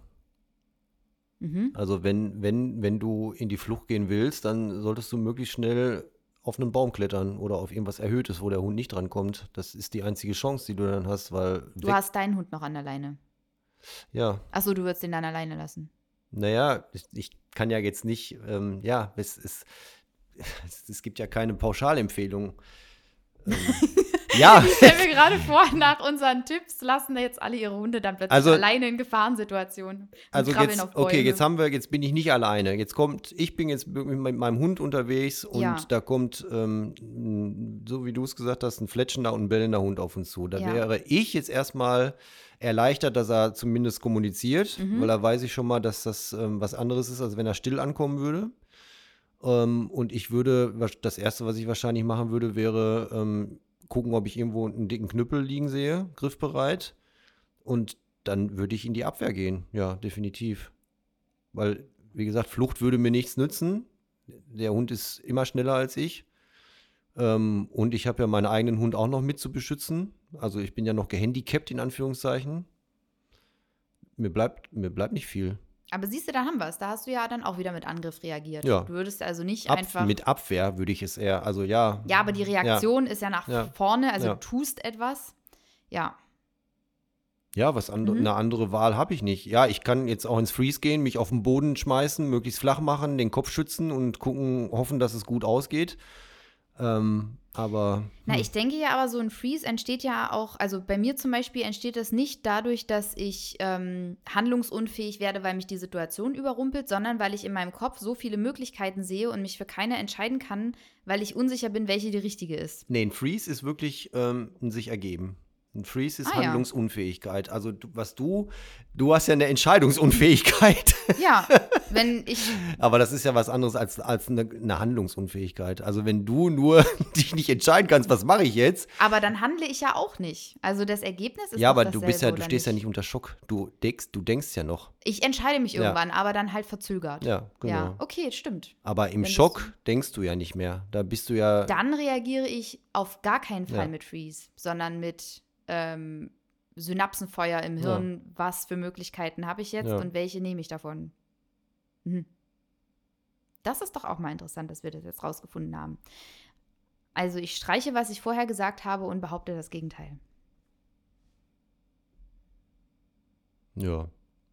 Mhm. Also wenn, wenn, wenn du in die Flucht gehen willst, dann solltest du möglichst schnell auf einen Baum klettern oder auf irgendwas Erhöhtes, wo der Hund nicht drankommt. Das ist die einzige Chance, die du dann hast, weil Du weg, hast deinen Hund noch an der Leine. ja, Achso, du würdest den dann alleine lassen. naja, ich, ich kann ja jetzt nicht, ähm, ja, es, es, es, es gibt ja keine Pauschalempfehlung. Ähm, ja, Ich stelle mir gerade vor, nach unseren Tipps lassen jetzt alle ihre Hunde dann plötzlich Also- alleine in Gefahrensituationen und also krabbeln jetzt, auf Bäume. okay, jetzt haben wir, jetzt bin ich nicht alleine. Jetzt kommt, ich bin jetzt mit meinem Hund unterwegs und Ja. da kommt, ähm, so wie du es gesagt hast, ein fletschender und ein bellender Hund auf uns zu. Da Ja. wäre ich jetzt erstmal erleichtert, dass er zumindest kommuniziert, Mhm. weil da weiß ich schon mal, dass das ähm, was anderes ist, als wenn er still ankommen würde. Ähm, und ich würde, was- das Erste, was ich wahrscheinlich machen würde, wäre ähm, gucken, ob ich irgendwo einen dicken Knüppel liegen sehe, griffbereit. Und dann würde ich in die Abwehr gehen. Ja, definitiv. Weil, wie gesagt, Flucht würde mir nichts nützen. Der Hund ist immer schneller als ich. Ähm, und ich habe ja meinen eigenen Hund auch noch mit zu beschützen. Also ich bin ja noch gehandicapt, in Anführungszeichen. Mir bleibt, mir bleibt nicht viel. Aber siehst du, da haben wir es. Da hast du ja dann auch wieder mit Angriff reagiert. Ja. Du würdest also nicht Ab, einfach. mit Abwehr würde ich es eher, also ja. Ja, aber die Reaktion ist ja nach Ja. vorne, also Ja. du tust etwas. Ja. Ja, was and Mhm. eine andere Wahl habe ich nicht. Ja, ich kann jetzt auch ins Freeze gehen, mich auf den Boden schmeißen, möglichst flach machen, den Kopf schützen und gucken, hoffen, dass es gut ausgeht. Ähm, aber Na, hm, ich denke ja aber, so ein Freeze entsteht ja auch, also bei mir zum Beispiel entsteht das nicht dadurch, dass ich ähm, handlungsunfähig werde, weil mich die Situation überrumpelt, sondern weil ich in meinem Kopf so viele Möglichkeiten sehe und mich für keine entscheiden kann, weil ich unsicher bin, welche die richtige ist. nee, ein Freeze ist wirklich ähm, ein sich ergeben. Ein Freeze ist Ah, ja. Handlungsunfähigkeit. Also du, was du, du hast ja eine Entscheidungsunfähigkeit. Ja, wenn ich, Aber das ist ja was anderes als, als eine, eine Handlungsunfähigkeit. Also wenn du nur dich nicht entscheiden kannst, was mache ich jetzt? aber dann handle ich ja auch nicht. Also das Ergebnis ist Ja, doch aber du bist ja, dasselbe, du oder stehst ja nicht unter Schock. Du denkst, du denkst ja noch. Ich entscheide mich Ja. irgendwann, aber dann halt verzögert. Ja, genau. Ja, okay, stimmt. Aber im Wenn Schock denkst du ja nicht mehr. Da bist du ja. Dann reagiere ich auf gar keinen Fall Ja. mit Freeze, sondern mit ähm, Synapsenfeuer im Hirn. Was für Möglichkeiten habe ich jetzt Ja. und welche nehme ich davon? Mhm. Das ist doch auch mal interessant, dass wir das jetzt rausgefunden haben. Also ich streiche, was ich vorher gesagt habe und behaupte das Gegenteil. Ja.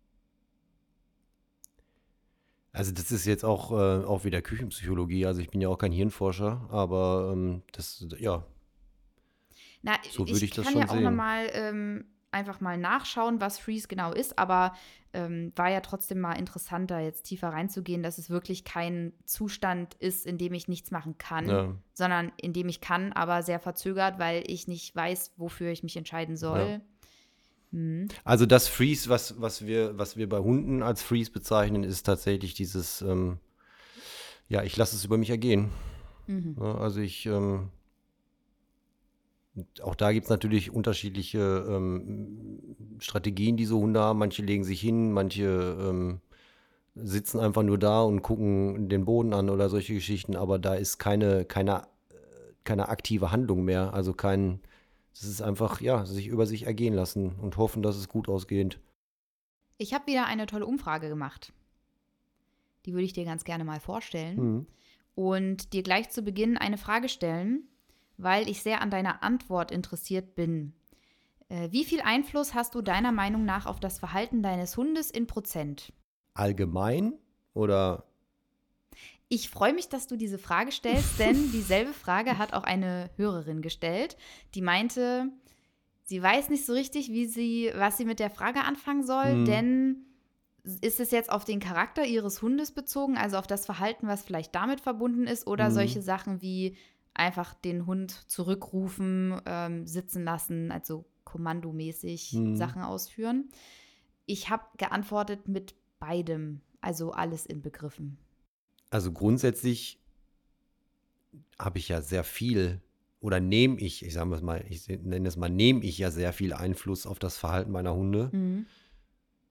Also das ist jetzt auch, äh, auch wieder Küchenpsychologie. Also ich bin ja auch kein Hirnforscher, aber ähm, das, ja. Na, So würde ich das kann schon ja auch sehen. nochmal ähm, einfach mal nachschauen, was Freeze genau ist, aber ähm, war ja trotzdem mal interessanter, jetzt tiefer reinzugehen, dass es wirklich kein Zustand ist, in dem ich nichts machen kann, Ja. sondern in dem ich kann, aber sehr verzögert, weil ich nicht weiß, wofür ich mich entscheiden soll. Hm. Also das Freeze, was, was, wir, was wir bei Hunden als Freeze bezeichnen, ist tatsächlich dieses, ähm, ja, ich lasse es über mich ergehen. Mhm. Ja, also ich, ähm, auch da gibt es natürlich unterschiedliche ähm, Strategien, die so Hunde haben. Manche legen sich hin, manche ähm, sitzen einfach nur da und gucken den Boden an oder solche Geschichten, aber da ist keine, keine, keine aktive Handlung mehr. Also kein, es ist einfach, ja, sich über sich ergehen lassen und hoffen, dass es gut ausgeht. Ich habe wieder eine tolle Umfrage gemacht. Die würde ich dir ganz gerne mal vorstellen. Mhm. Und dir gleich zu Beginn eine Frage stellen, weil ich sehr an deiner Antwort interessiert bin. Äh, wie viel Einfluss hast du deiner Meinung nach auf das Verhalten deines Hundes in Prozent? Allgemein oder? Ich freue mich, dass du diese Frage stellst, denn dieselbe Frage hat auch eine Hörerin gestellt, die meinte, sie weiß nicht so richtig, wie sie, was sie mit der Frage anfangen soll, Hm. denn ist es jetzt auf den Charakter ihres Hundes bezogen, also auf das Verhalten, was vielleicht damit verbunden ist, oder Hm. solche Sachen wie einfach den Hund zurückrufen, ähm, sitzen lassen, also kommandomäßig Hm. Sachen ausführen. Ich habe geantwortet mit beidem, also alles inbegriffen. Also grundsätzlich habe ich ja sehr viel oder nehme ich, ich sage es mal, ich nenne es mal, nehme ich ja sehr viel Einfluss auf das Verhalten meiner Hunde. Mhm.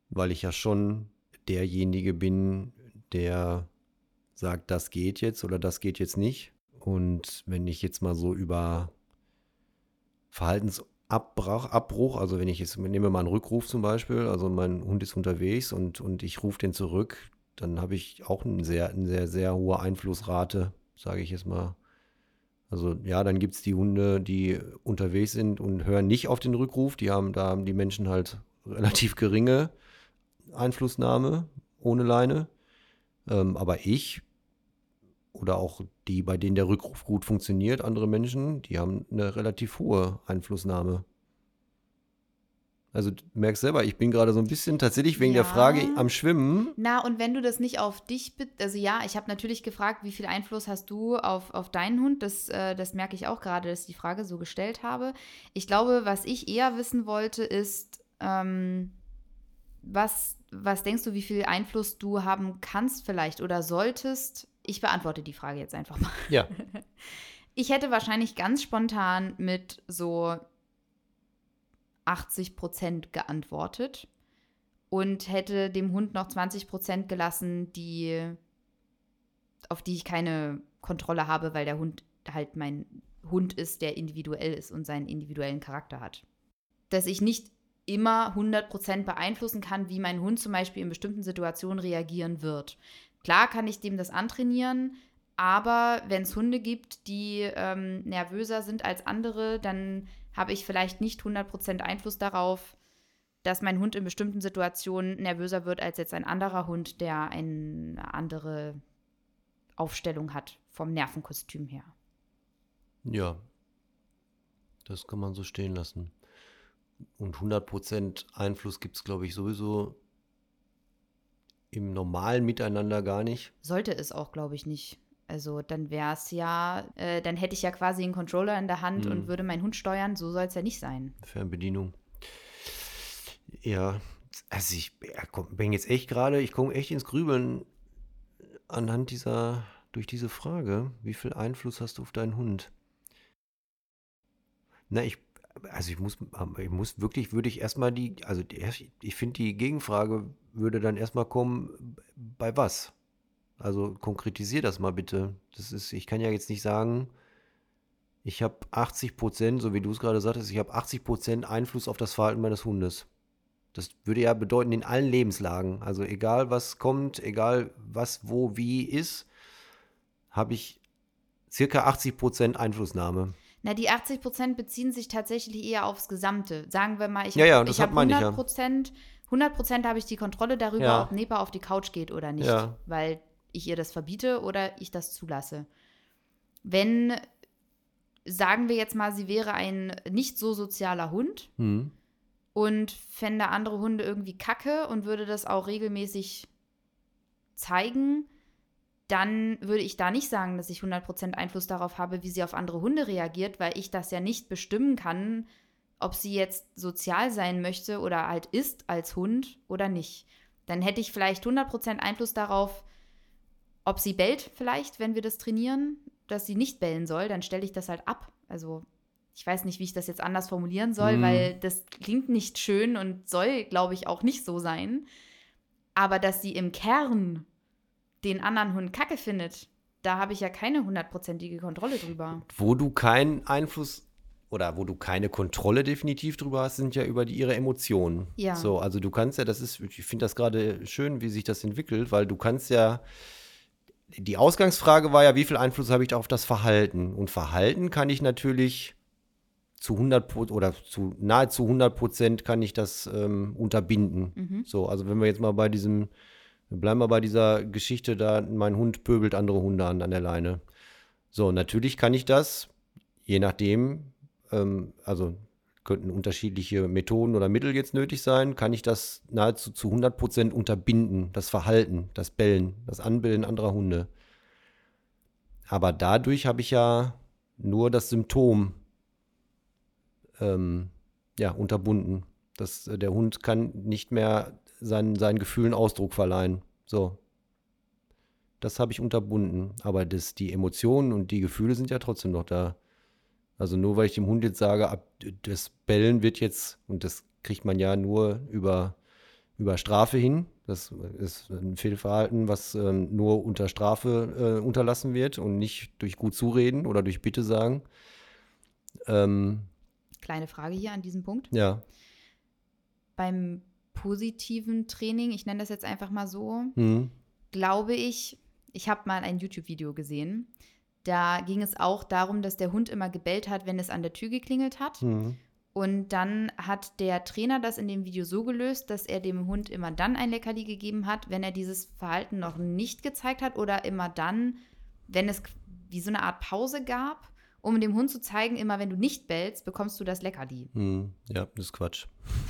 weil ich ja schon derjenige bin, der sagt, das geht jetzt oder das geht jetzt nicht. Und wenn ich jetzt mal so über Verhaltensabbruch, Abbruch, also wenn ich jetzt, nehme mal einen Rückruf zum Beispiel, also mein Hund ist unterwegs und, und ich rufe den zurück, dann habe ich auch eine sehr, eine sehr, sehr hohe Einflussrate, sage ich jetzt mal. Also ja, dann gibt es die Hunde, die unterwegs sind und hören nicht auf den Rückruf. Die haben, da haben die Menschen halt relativ geringe Einflussnahme ohne Leine. Ähm, aber ich oder auch die, bei denen der Rückruf gut funktioniert, andere Menschen, die haben eine relativ hohe Einflussnahme. Also du merkst selber, ich bin gerade so ein bisschen tatsächlich wegen der Frage Ja. am Schwimmen. Na, und wenn du das nicht auf dich, be- also ja, ich habe natürlich gefragt, wie viel Einfluss hast du auf, auf deinen Hund? Das, äh, das merke ich auch gerade, dass ich die Frage so gestellt habe. Ich glaube, was ich eher wissen wollte, ist, ähm, was, was denkst du, wie viel Einfluss du haben kannst vielleicht oder solltest? Ich beantworte die Frage jetzt einfach mal. Ja. Ich hätte wahrscheinlich ganz spontan mit so achtzig Prozent geantwortet und hätte dem Hund noch zwanzig Prozent gelassen, die, auf die ich keine Kontrolle habe, weil der Hund halt mein Hund ist, der individuell ist und seinen individuellen Charakter hat. Dass ich nicht immer hundert Prozent beeinflussen kann, wie mein Hund zum Beispiel in bestimmten Situationen reagieren wird. Klar kann ich dem das antrainieren, aber wenn es Hunde gibt, die ähm, nervöser sind als andere, dann habe ich vielleicht nicht hundert Prozent Einfluss darauf, dass mein Hund in bestimmten Situationen nervöser wird als jetzt ein anderer Hund, der eine andere Aufstellung hat vom Nervenkostüm her. Ja, das kann man so stehen lassen. Und hundert Prozent Einfluss gibt es, glaube ich, sowieso im normalen Miteinander gar nicht. Sollte es auch, glaube ich, nicht. Also dann wäre es ja, äh, dann hätte ich ja quasi einen Controller in der Hand Hm. und würde meinen Hund steuern. So soll es ja nicht sein. Fernbedienung. Ja, also ich ja, komm, bin jetzt echt gerade, ich komme echt ins Grübeln anhand dieser, durch diese Frage, wie viel Einfluss hast du auf deinen Hund? Na, ich, also ich muss, ich muss wirklich, würde ich erstmal die, also die, ich finde die Gegenfrage würde dann erstmal kommen, bei was? Also konkretisier das mal bitte. Das ist, ich kann ja jetzt nicht sagen, ich habe achtzig Prozent, so wie du es gerade sagtest, ich habe achtzig Prozent Einfluss auf das Verhalten meines Hundes. Das würde ja bedeuten, in allen Lebenslagen, also egal was kommt, egal was wo wie ist, habe ich circa achtzig Prozent Einflussnahme. Na, die achtzig Prozent beziehen sich tatsächlich eher aufs Gesamte. Sagen wir mal, ich Ja, habe ja, das ich hab hab- meine ich ja. hundert Prozent, hundert Prozent habe ich die Kontrolle darüber, Ja. ob Nepa auf die Couch geht oder nicht, Ja. weil ich ihr das verbiete oder ich das zulasse. Wenn, sagen wir jetzt mal, sie wäre ein nicht so sozialer Hund Hm. und fände andere Hunde irgendwie kacke und würde das auch regelmäßig zeigen, dann würde ich da nicht sagen, dass ich hundert Prozent Einfluss darauf habe, wie sie auf andere Hunde reagiert, weil ich das ja nicht bestimmen kann, ob sie jetzt sozial sein möchte oder halt ist als Hund oder nicht. Dann hätte ich vielleicht hundert Prozent Einfluss darauf, ob sie bellt vielleicht, wenn wir das trainieren, dass sie nicht bellen soll, dann stelle ich das halt ab. Also ich weiß nicht, wie ich das jetzt anders formulieren soll, Hm. weil das klingt nicht schön und soll, glaube ich, auch nicht so sein. Aber dass sie im Kern den anderen Hund kacke findet, da habe ich ja keine hundertprozentige Kontrolle drüber. Wo du keinen Einfluss oder wo du keine Kontrolle definitiv drüber hast, sind ja über die, ihre Emotionen. Ja. So, also du kannst ja, das ist, ich finde das gerade schön, wie sich das entwickelt, weil du kannst ja, die Ausgangsfrage war ja, wie viel Einfluss habe ich auf das Verhalten? Und Verhalten kann ich natürlich zu hundert Prozent oder zu nahezu hundert Prozent kann ich das ähm, unterbinden. Mhm. So, also wenn wir jetzt mal bei diesem, wir bleiben mal bei dieser Geschichte da, mein Hund pöbelt andere Hunde an an der Leine. So, natürlich kann ich das, je nachdem, ähm, also könnten unterschiedliche Methoden oder Mittel jetzt nötig sein, kann ich das nahezu zu hundert Prozent unterbinden, das Verhalten, das Bellen, das Anbellen anderer Hunde. Aber dadurch habe ich ja nur das Symptom ähm, ja, unterbunden. Das, äh, der Hund kann nicht mehr seinen, seinen Gefühlen Ausdruck verleihen. So. Das habe ich unterbunden. Aber das, die Emotionen und die Gefühle sind ja trotzdem noch da. Also nur weil ich dem Hund jetzt sage, ab, das Bellen wird jetzt, und das kriegt man ja nur über über Strafe hin. Das ist ein Fehlverhalten, was ähm, nur unter Strafe äh, unterlassen wird und nicht durch gut zureden oder durch Bitte sagen. Ähm, Kleine Frage hier an diesem Punkt. ja. Beim positiven Training, ich nenne das jetzt einfach mal so, Mhm. glaube ich, ich habe mal ein YouTube-Video gesehen, da ging es auch darum, dass der Hund immer gebellt hat, wenn es an der Tür geklingelt hat. Mhm. Und dann hat der Trainer das in dem Video so gelöst, dass er dem Hund immer dann ein Leckerli gegeben hat, wenn er dieses Verhalten noch nicht gezeigt hat oder immer dann, wenn es wie so eine Art Pause gab, um dem Hund zu zeigen, immer wenn du nicht bellst, bekommst du das Leckerli. Mhm. Ja, das ist Quatsch.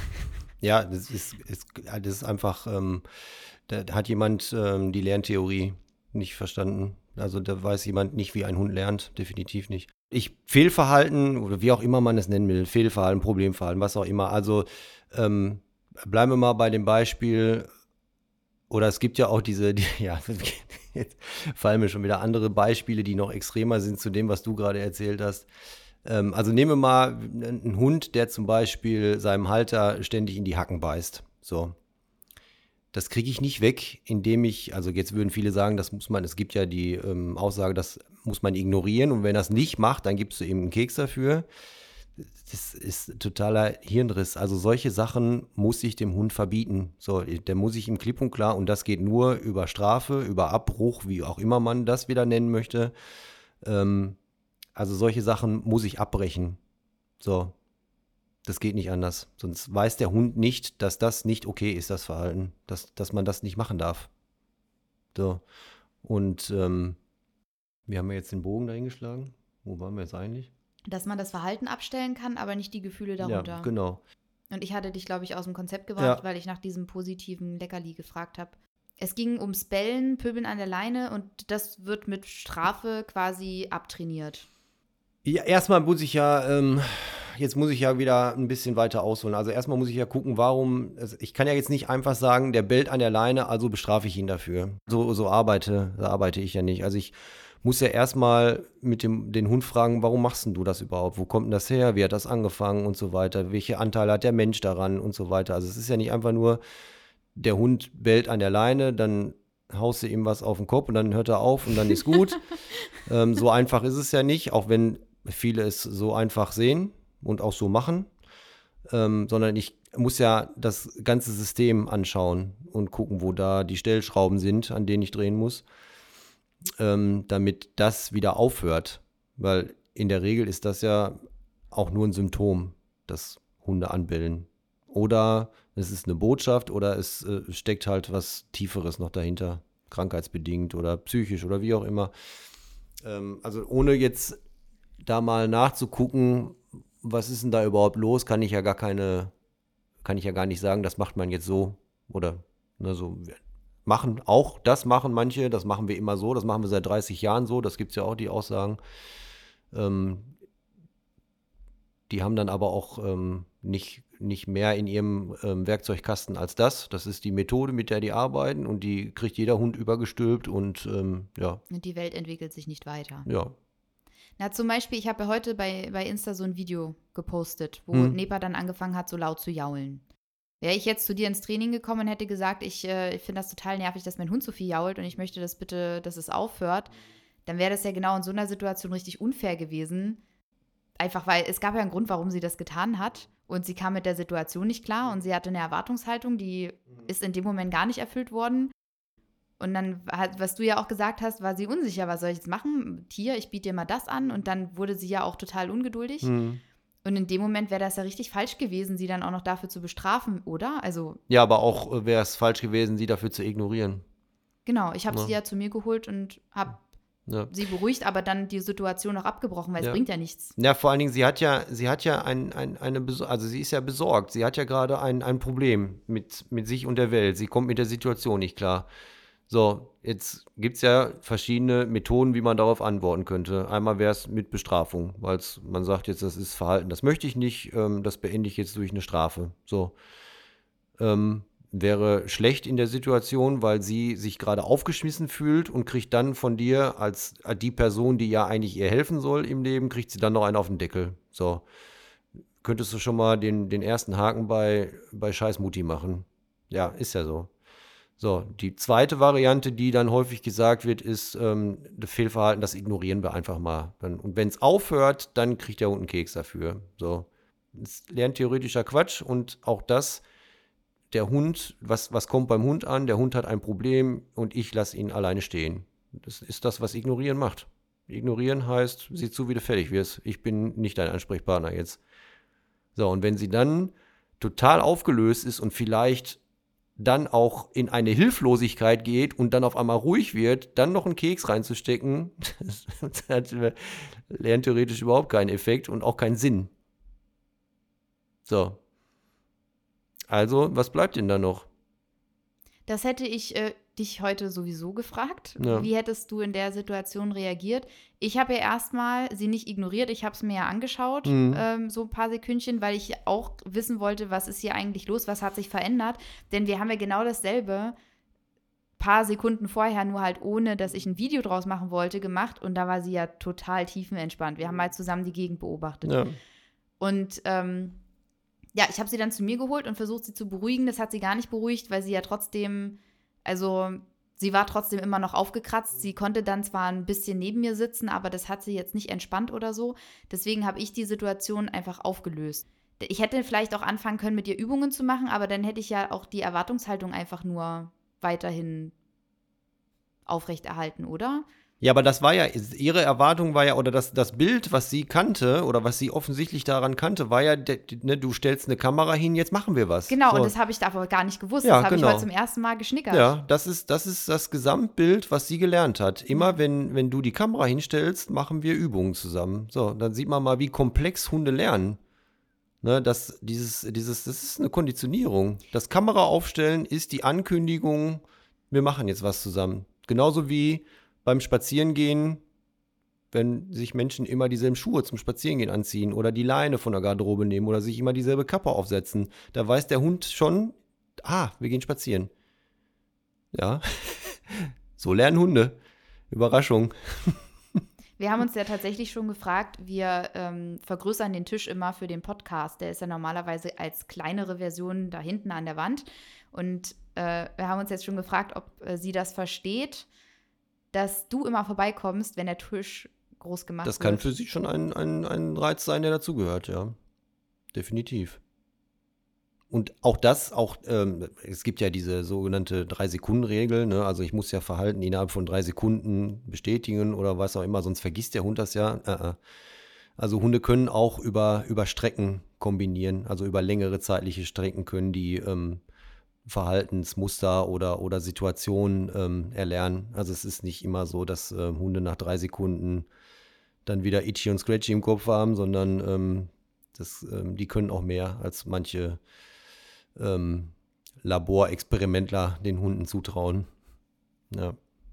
Ja, das ist, ist, das ist einfach, ähm, da hat jemand ähm, die Lerntheorie nicht verstanden. Also da weiß jemand nicht, wie ein Hund lernt, definitiv nicht. Ich, Fehlverhalten oder wie auch immer man es nennen will, Fehlverhalten, Problemverhalten, was auch immer. Also ähm, bleiben wir mal bei dem Beispiel, oder es gibt ja auch diese, die, ja, jetzt fallen mir schon wieder andere Beispiele, die noch extremer sind zu dem, was du gerade erzählt hast. Ähm, also nehmen wir mal einen Hund, der zum Beispiel seinem Halter ständig in die Hacken beißt. So. Das kriege ich nicht weg, indem ich, also jetzt würden viele sagen, das muss man, es gibt ja die ähm, Aussage, das muss man ignorieren und wenn er es nicht macht, dann gibst du ihm einen Keks dafür. Das ist totaler Hirnriss. Also solche Sachen muss ich dem Hund verbieten. So, der muss ich ihm klipp und klar, und das geht nur über Strafe, über Abbruch, wie auch immer man das wieder nennen möchte. Ähm, also solche Sachen muss ich abbrechen. So, das geht nicht anders. Sonst weiß der Hund nicht, dass das nicht okay ist, das Verhalten. Dass, dass man das nicht machen darf. So, und ähm, wir haben ja jetzt den Bogen dahin geschlagen. Wo waren wir jetzt eigentlich? Dass man das Verhalten abstellen kann, aber nicht die Gefühle darunter. Ja, genau. Und ich hatte dich, glaube ich, aus dem Konzept gebracht, Ja. weil ich nach diesem positiven Leckerli gefragt habe. Es ging ums Bellen, Pöbeln an der Leine und das wird mit Strafe quasi abtrainiert. Ja, erstmal muss ich ja, ähm, jetzt muss ich ja wieder ein bisschen weiter ausholen. Also erstmal muss ich ja gucken, warum, also ich kann ja jetzt nicht einfach sagen, der bellt an der Leine, also bestrafe ich ihn dafür. So, so arbeite, so arbeite ich ja nicht. Also ich muss ja erstmal mit dem den Hund fragen, warum machst denn du das überhaupt? Wo kommt denn das her? Wie hat das angefangen und so weiter? Welche Anteile hat der Mensch daran und so weiter? Also es ist ja nicht einfach nur, der Hund bellt an der Leine, dann haust du ihm was auf den Kopf und dann hört er auf und dann ist gut. ähm, so einfach ist es ja nicht, auch wenn viele es so einfach sehen und auch so machen, ähm, sondern ich muss ja das ganze System anschauen und gucken, wo da die Stellschrauben sind, an denen ich drehen muss, ähm, damit das wieder aufhört. Weil in der Regel ist das ja auch nur ein Symptom, das Hunde anbellen. Oder es ist eine Botschaft oder es äh, steckt halt was Tieferes noch dahinter, krankheitsbedingt oder psychisch oder wie auch immer. Ähm, also ohne jetzt da mal nachzugucken, was ist denn da überhaupt los, kann ich ja gar keine, kann ich ja gar nicht sagen, das macht man jetzt so oder ne, so. Machen auch, das machen manche, das machen wir immer so, das machen wir seit dreißig Jahren so, das gibt es ja auch, die Aussagen. Ähm, die haben dann aber auch ähm, nicht, nicht mehr in ihrem ähm, Werkzeugkasten als das. Das ist die Methode, mit der die arbeiten und die kriegt jeder Hund übergestülpt und ähm, ja. Und die Welt entwickelt sich nicht weiter. Ja. Na, zum Beispiel, ich habe ja heute bei, bei Insta so ein Video gepostet, wo Hm. Nepa dann angefangen hat, so laut zu jaulen. Wäre ich jetzt zu dir ins Training gekommen und hätte gesagt, ich, äh, ich finde das total nervig, dass mein Hund so viel jault und ich möchte das bitte, dass es aufhört, dann wäre das ja genau in so einer Situation richtig unfair gewesen. Einfach weil es gab ja einen Grund, warum sie das getan hat und sie kam mit der Situation nicht klar und sie hatte eine Erwartungshaltung, die ist in dem Moment gar nicht erfüllt worden. Und dann, was du ja auch gesagt hast, war sie unsicher, was soll ich jetzt machen? Tier, ich biete dir mal das an. Und dann wurde sie ja auch total ungeduldig. Hm. Und in dem Moment wäre das ja richtig falsch gewesen, sie dann auch noch dafür zu bestrafen, oder? Also Ja, aber auch äh, wäre es falsch gewesen, sie dafür zu ignorieren. genau, ich habe Ja. sie ja zu mir geholt und habe Ja. sie beruhigt, aber dann die Situation auch abgebrochen, weil Ja. es bringt ja nichts. Ja, vor allen Dingen, sie hat ja, sie hat ja ein, ein, eine, Beso- also sie ist ja besorgt. Sie hat ja gerade ein, ein Problem mit, mit sich und der Welt. Sie kommt mit der Situation nicht klar. So, jetzt gibt es ja verschiedene Methoden, wie man darauf antworten könnte. Einmal wäre es mit Bestrafung, weil man sagt jetzt, das ist Verhalten, das möchte ich nicht, ähm, das beende ich jetzt durch eine Strafe. So, ähm, wäre schlecht in der Situation, weil sie sich gerade aufgeschmissen fühlt und kriegt dann von dir als äh, die Person, die ja eigentlich ihr helfen soll im Leben, kriegt sie dann noch einen auf den Deckel. So, könntest du schon mal den, den ersten Haken bei, bei Scheiß Mutti machen. Ja, ist ja so. So, die zweite Variante, die dann häufig gesagt wird, ist ähm, das Fehlverhalten, das ignorieren wir einfach mal. Dann, und wenn es aufhört, dann kriegt der Hund einen Keks dafür. So, das ist lerntheoretischer Quatsch und auch das, der Hund, was, was kommt beim Hund an? Der Hund hat ein Problem und ich lasse ihn alleine stehen. Das ist das, was Ignorieren macht. Ignorieren heißt, sieh zu, wie du fertig wirst. Ich bin nicht dein Ansprechpartner jetzt. So, und wenn sie dann total aufgelöst ist und vielleicht dann auch in eine Hilflosigkeit geht und dann auf einmal ruhig wird, dann noch einen Keks reinzustecken, das hat lerntheoretisch überhaupt keinen Effekt und auch keinen Sinn. So. Also, was bleibt denn da noch? Das hätte ich äh, dich heute sowieso gefragt. Ja. Wie hättest du in der Situation reagiert? Ich habe ja erstmal sie nicht ignoriert, ich habe es mir ja angeschaut, Mhm. ähm, so ein paar Sekündchen, weil ich auch wissen wollte, was ist hier eigentlich los, was hat sich verändert. Denn wir haben ja genau dasselbe paar Sekunden vorher, nur halt ohne, dass ich ein Video draus machen wollte, gemacht. Und da war sie ja total tiefenentspannt. Wir haben halt zusammen die Gegend beobachtet. Ja. Und ähm, ja, ich habe sie dann zu mir geholt und versucht, sie zu beruhigen. Das hat sie gar nicht beruhigt, weil sie ja trotzdem, also sie war trotzdem immer noch aufgekratzt. Sie konnte dann zwar ein bisschen neben mir sitzen, aber das hat sie jetzt nicht entspannt oder so. Deswegen habe ich die Situation einfach aufgelöst. Ich hätte vielleicht auch anfangen können, mit ihr Übungen zu machen, aber dann hätte ich ja auch die Erwartungshaltung einfach nur weiterhin aufrechterhalten, oder? Ja, aber das war ja, ihre Erwartung war ja, oder das, das Bild, was sie kannte, oder was sie offensichtlich daran kannte, war ja, de, de, ne, du stellst eine Kamera hin, jetzt machen wir was. Genau, so. Und das habe ich davor gar nicht gewusst. Ja, das habe genau. ich heute zum ersten Mal geschnickert. Ja, das ist, das ist das Gesamtbild, was sie gelernt hat. Immer Mhm. wenn, wenn du die Kamera hinstellst, machen wir Übungen zusammen. So, dann sieht man mal, wie komplex Hunde lernen. Ne, das, dieses, dieses, das ist eine Konditionierung. Das Kamera aufstellen ist die Ankündigung, wir machen jetzt was zusammen. Genauso wie beim Spazierengehen, wenn sich Menschen immer dieselben Schuhe zum Spazierengehen anziehen oder die Leine von der Garderobe nehmen oder sich immer dieselbe Kappe aufsetzen. Da weiß der Hund schon, ah, wir gehen spazieren. Ja, so lernen Hunde. Überraschung. Wir haben uns ja tatsächlich schon gefragt, wir ähm, vergrößern den Tisch immer für den Podcast. Der ist ja normalerweise als kleinere Version da hinten an der Wand. Und äh, wir haben uns jetzt schon gefragt, ob äh, sie das versteht, dass du immer vorbeikommst, wenn der Tisch groß gemacht Das wird. kann für sie schon ein, ein, ein Reiz sein, der dazugehört, ja. Definitiv. Und auch das, auch, ähm, es gibt ja diese sogenannte Drei-Sekunden-Regel, ne? Also ich muss ja Verhalten innerhalb von drei Sekunden bestätigen oder was auch immer, sonst vergisst der Hund das ja. Äh, äh. Also Hunde können auch über, über Strecken kombinieren, also über längere zeitliche Strecken können die ähm, Verhaltensmuster oder, oder Situationen ähm, erlernen. Also es ist nicht immer so, dass äh, Hunde nach drei Sekunden dann wieder Itchy und Scratchy im Kopf haben, sondern ähm, das, ähm, die können auch mehr als manche ähm, Laborexperimentler den Hunden zutrauen. Ja.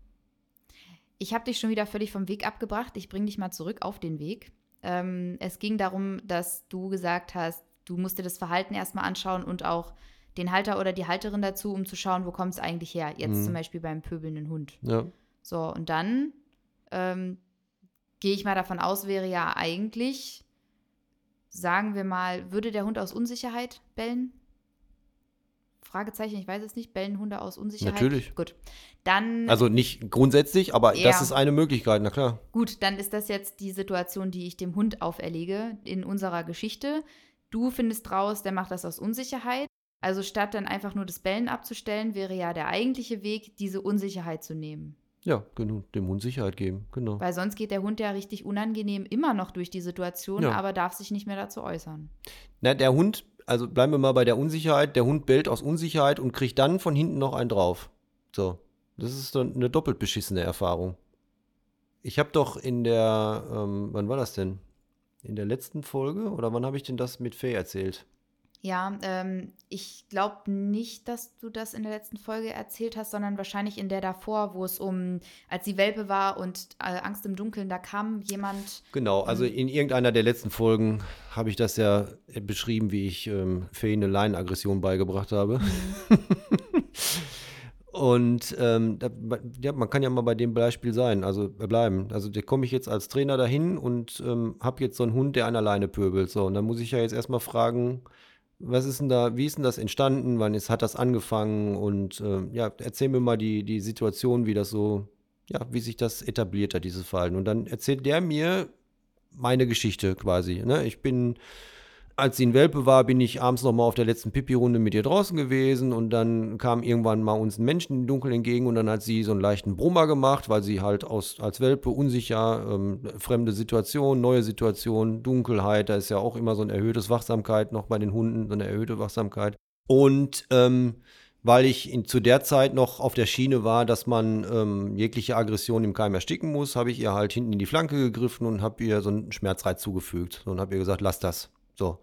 Ich habe dich schon wieder völlig vom Weg abgebracht. Ich bringe dich mal zurück auf den Weg. Ähm, es ging darum, dass du gesagt hast, du musst dir das Verhalten erstmal anschauen und auch den Halter oder die Halterin dazu, um zu schauen, wo kommt es eigentlich her. Jetzt Mhm. zum Beispiel beim pöbelnden Hund. Ja. So, und dann ähm, gehe ich mal davon aus, wäre ja eigentlich, sagen wir mal, würde der Hund aus Unsicherheit bellen? Fragezeichen, ich weiß es nicht. Bellen Hunde aus Unsicherheit? Natürlich. Gut. Dann, Also nicht grundsätzlich, aber Ja. das ist eine Möglichkeit, na klar. gut, dann ist das jetzt die Situation, die ich dem Hund auferlege in unserer Geschichte. Du findest raus, der macht das aus Unsicherheit. Also statt dann einfach nur das Bellen abzustellen, wäre ja der eigentliche Weg, diese Unsicherheit zu nehmen. Ja, genau, dem Hund Sicherheit geben, genau. Weil sonst geht der Hund ja richtig unangenehm immer noch durch die Situation, Ja. aber darf sich nicht mehr dazu äußern. Na, der Hund, also bleiben wir mal bei der Unsicherheit, der Hund bellt aus Unsicherheit und kriegt dann von hinten noch einen drauf. So, das ist dann eine doppelt beschissene Erfahrung. Ich habe doch in der, ähm, wann war das denn? In der letzten Folge oder wann habe ich denn das mit Faye erzählt? Ja, ähm, ich glaube nicht, dass du das in der letzten Folge erzählt hast, sondern wahrscheinlich in der davor, wo es um, als sie Welpe war und äh, Angst im Dunkeln, da kam jemand. Genau, also in irgendeiner der letzten Folgen habe ich das ja beschrieben, wie ich ähm, Faye eine Leinenaggression beigebracht habe. Und ähm, da, ja, man kann ja mal bei dem Beispiel sein, also äh, bleiben. Also da komme ich jetzt als Trainer dahin und ähm, habe jetzt so einen Hund, der an der Leine pöbelt. So, und dann muss ich ja jetzt erstmal fragen, was ist denn da, wie ist denn das entstanden? Wann ist, hat das angefangen? Und ähm, ja, erzähl mir mal die, die Situation, wie das so, ja, wie sich das etabliert hat, dieses Verhalten. Und dann erzählt der mir meine Geschichte quasi. Ne? Ich bin, als sie ein Welpe war, bin ich abends noch mal auf der letzten Pipi-Runde mit ihr draußen gewesen und dann kam irgendwann mal uns ein Menschen im Dunkeln entgegen und dann hat sie so einen leichten Brummer gemacht, weil sie halt aus, als Welpe unsicher, ähm, fremde Situation, neue Situation, Dunkelheit, da ist ja auch immer so eine erhöhte Wachsamkeit noch bei den Hunden, so eine erhöhte Wachsamkeit. Und ähm, weil ich in, zu der Zeit noch auf der Schiene war, dass man ähm, jegliche Aggression im Keim ersticken muss, habe ich ihr halt hinten in die Flanke gegriffen und habe ihr so einen Schmerzreiz zugefügt und habe ihr gesagt, lass das. So,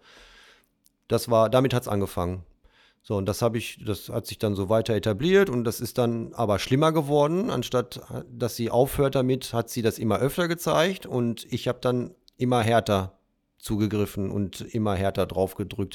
das war, damit hat es angefangen. So, und das habe ich, das hat sich dann so weiter etabliert und das ist dann aber schlimmer geworden. Anstatt dass sie aufhört damit, hat sie das immer öfter gezeigt und ich habe dann immer härter zugegriffen und immer härter drauf gedrückt.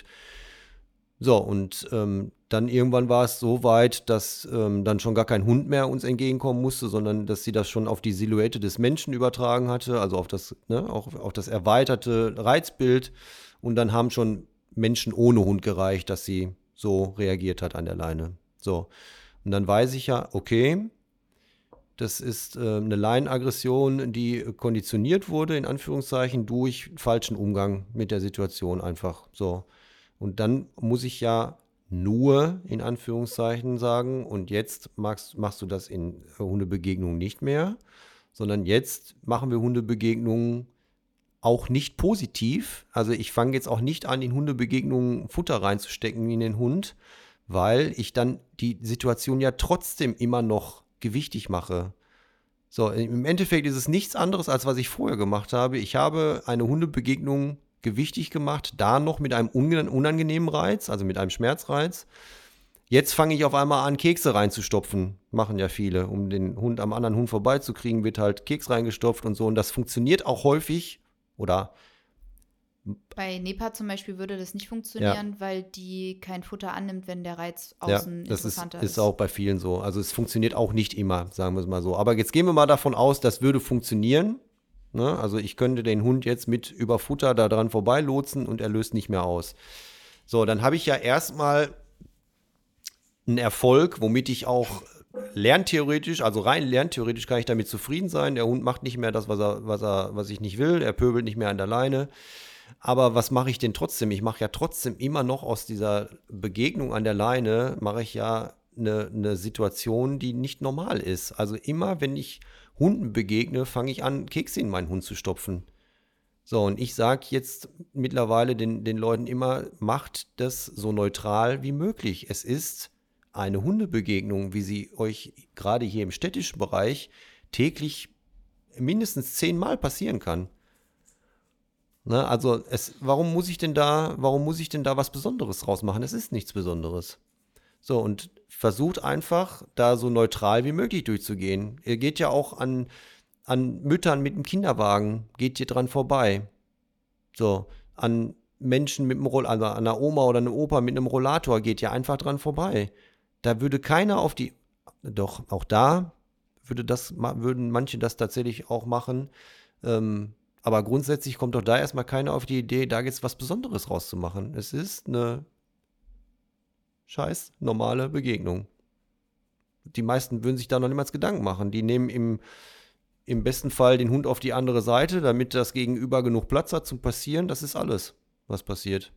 So, und ähm, dann irgendwann war es so weit, dass ähm, dann schon gar kein Hund mehr uns entgegenkommen musste, sondern dass sie das schon auf die Silhouette des Menschen übertragen hatte, also auf das, ne, auch auf das erweiterte Reizbild. Und dann haben schon Menschen ohne Hund gereicht, dass sie so reagiert hat an der Leine. So, und dann weiß ich ja, okay, das ist äh, eine Leinenaggression, die konditioniert wurde, in Anführungszeichen, durch falschen Umgang mit der Situation einfach so. Und dann muss ich ja nur in Anführungszeichen sagen, und jetzt machst, machst du das in Hundebegegnungen nicht mehr, sondern jetzt machen wir Hundebegegnungen auch nicht positiv. Also ich fange jetzt auch nicht an, in Hundebegegnungen Futter reinzustecken in den Hund, weil ich dann die Situation ja trotzdem immer noch gewichtig mache. So, im Endeffekt ist es nichts anderes, als was ich vorher gemacht habe. Ich habe eine Hundebegegnung gewichtig gemacht, da noch mit einem unangenehmen Reiz, also mit einem Schmerzreiz. Jetzt fange ich auf einmal an, Kekse reinzustopfen. Machen ja viele. Um den Hund am anderen Hund vorbeizukriegen, wird halt Keks reingestopft und so. Und das funktioniert auch häufig. Oder Bei Nepa zum Beispiel würde das nicht ja, funktionieren, weil die kein Futter annimmt, wenn der Reiz ja, außen das ist, interessanter ist ist. auch bei vielen so. Also es funktioniert auch nicht immer, sagen wir es mal so. Aber jetzt gehen wir mal davon aus, das würde funktionieren. Ne? Also ich könnte den Hund jetzt mit über Futter da dran vorbeilotsen und er löst nicht mehr aus. So, dann habe ich ja erstmal einen Erfolg, womit ich auch lerntheoretisch, also rein lerntheoretisch kann ich damit zufrieden sein. Der Hund macht nicht mehr das, was er, was er, was ich nicht will. Er pöbelt nicht mehr an der Leine. Aber was mache ich denn trotzdem? Ich mache ja trotzdem immer noch aus dieser Begegnung an der Leine, mache ich ja eine, eine Situation, die nicht normal ist. Also immer, wenn ich Hunden begegne, fange ich an, Kekse in meinen Hund zu stopfen. So, und ich sage jetzt mittlerweile den, den Leuten immer, macht das so neutral wie möglich. Es ist eine Hundebegegnung, wie sie euch gerade hier im städtischen Bereich täglich mindestens zehnmal passieren kann. Ne, also es, warum muss ich denn da, warum muss ich denn da was Besonderes draus machen? Es ist nichts Besonderes. So, und versucht einfach, da so neutral wie möglich durchzugehen. Ihr geht ja auch an, an Müttern mit dem Kinderwagen, geht ihr dran vorbei. So, an Menschen mit dem Rollator, also an einer Oma oder einem Opa mit einem Rollator geht ja einfach dran vorbei. Da würde keiner auf die, doch, auch da würde das, würden manche das tatsächlich auch machen. Ähm, aber grundsätzlich kommt doch da erstmal keiner auf die Idee, da jetzt was Besonderes rauszumachen. Es ist eine scheiß normale Begegnung. Die meisten würden sich da noch niemals Gedanken machen. Die nehmen im, im besten Fall den Hund auf die andere Seite, damit das Gegenüber genug Platz hat zum Passieren. Das ist alles, was passiert.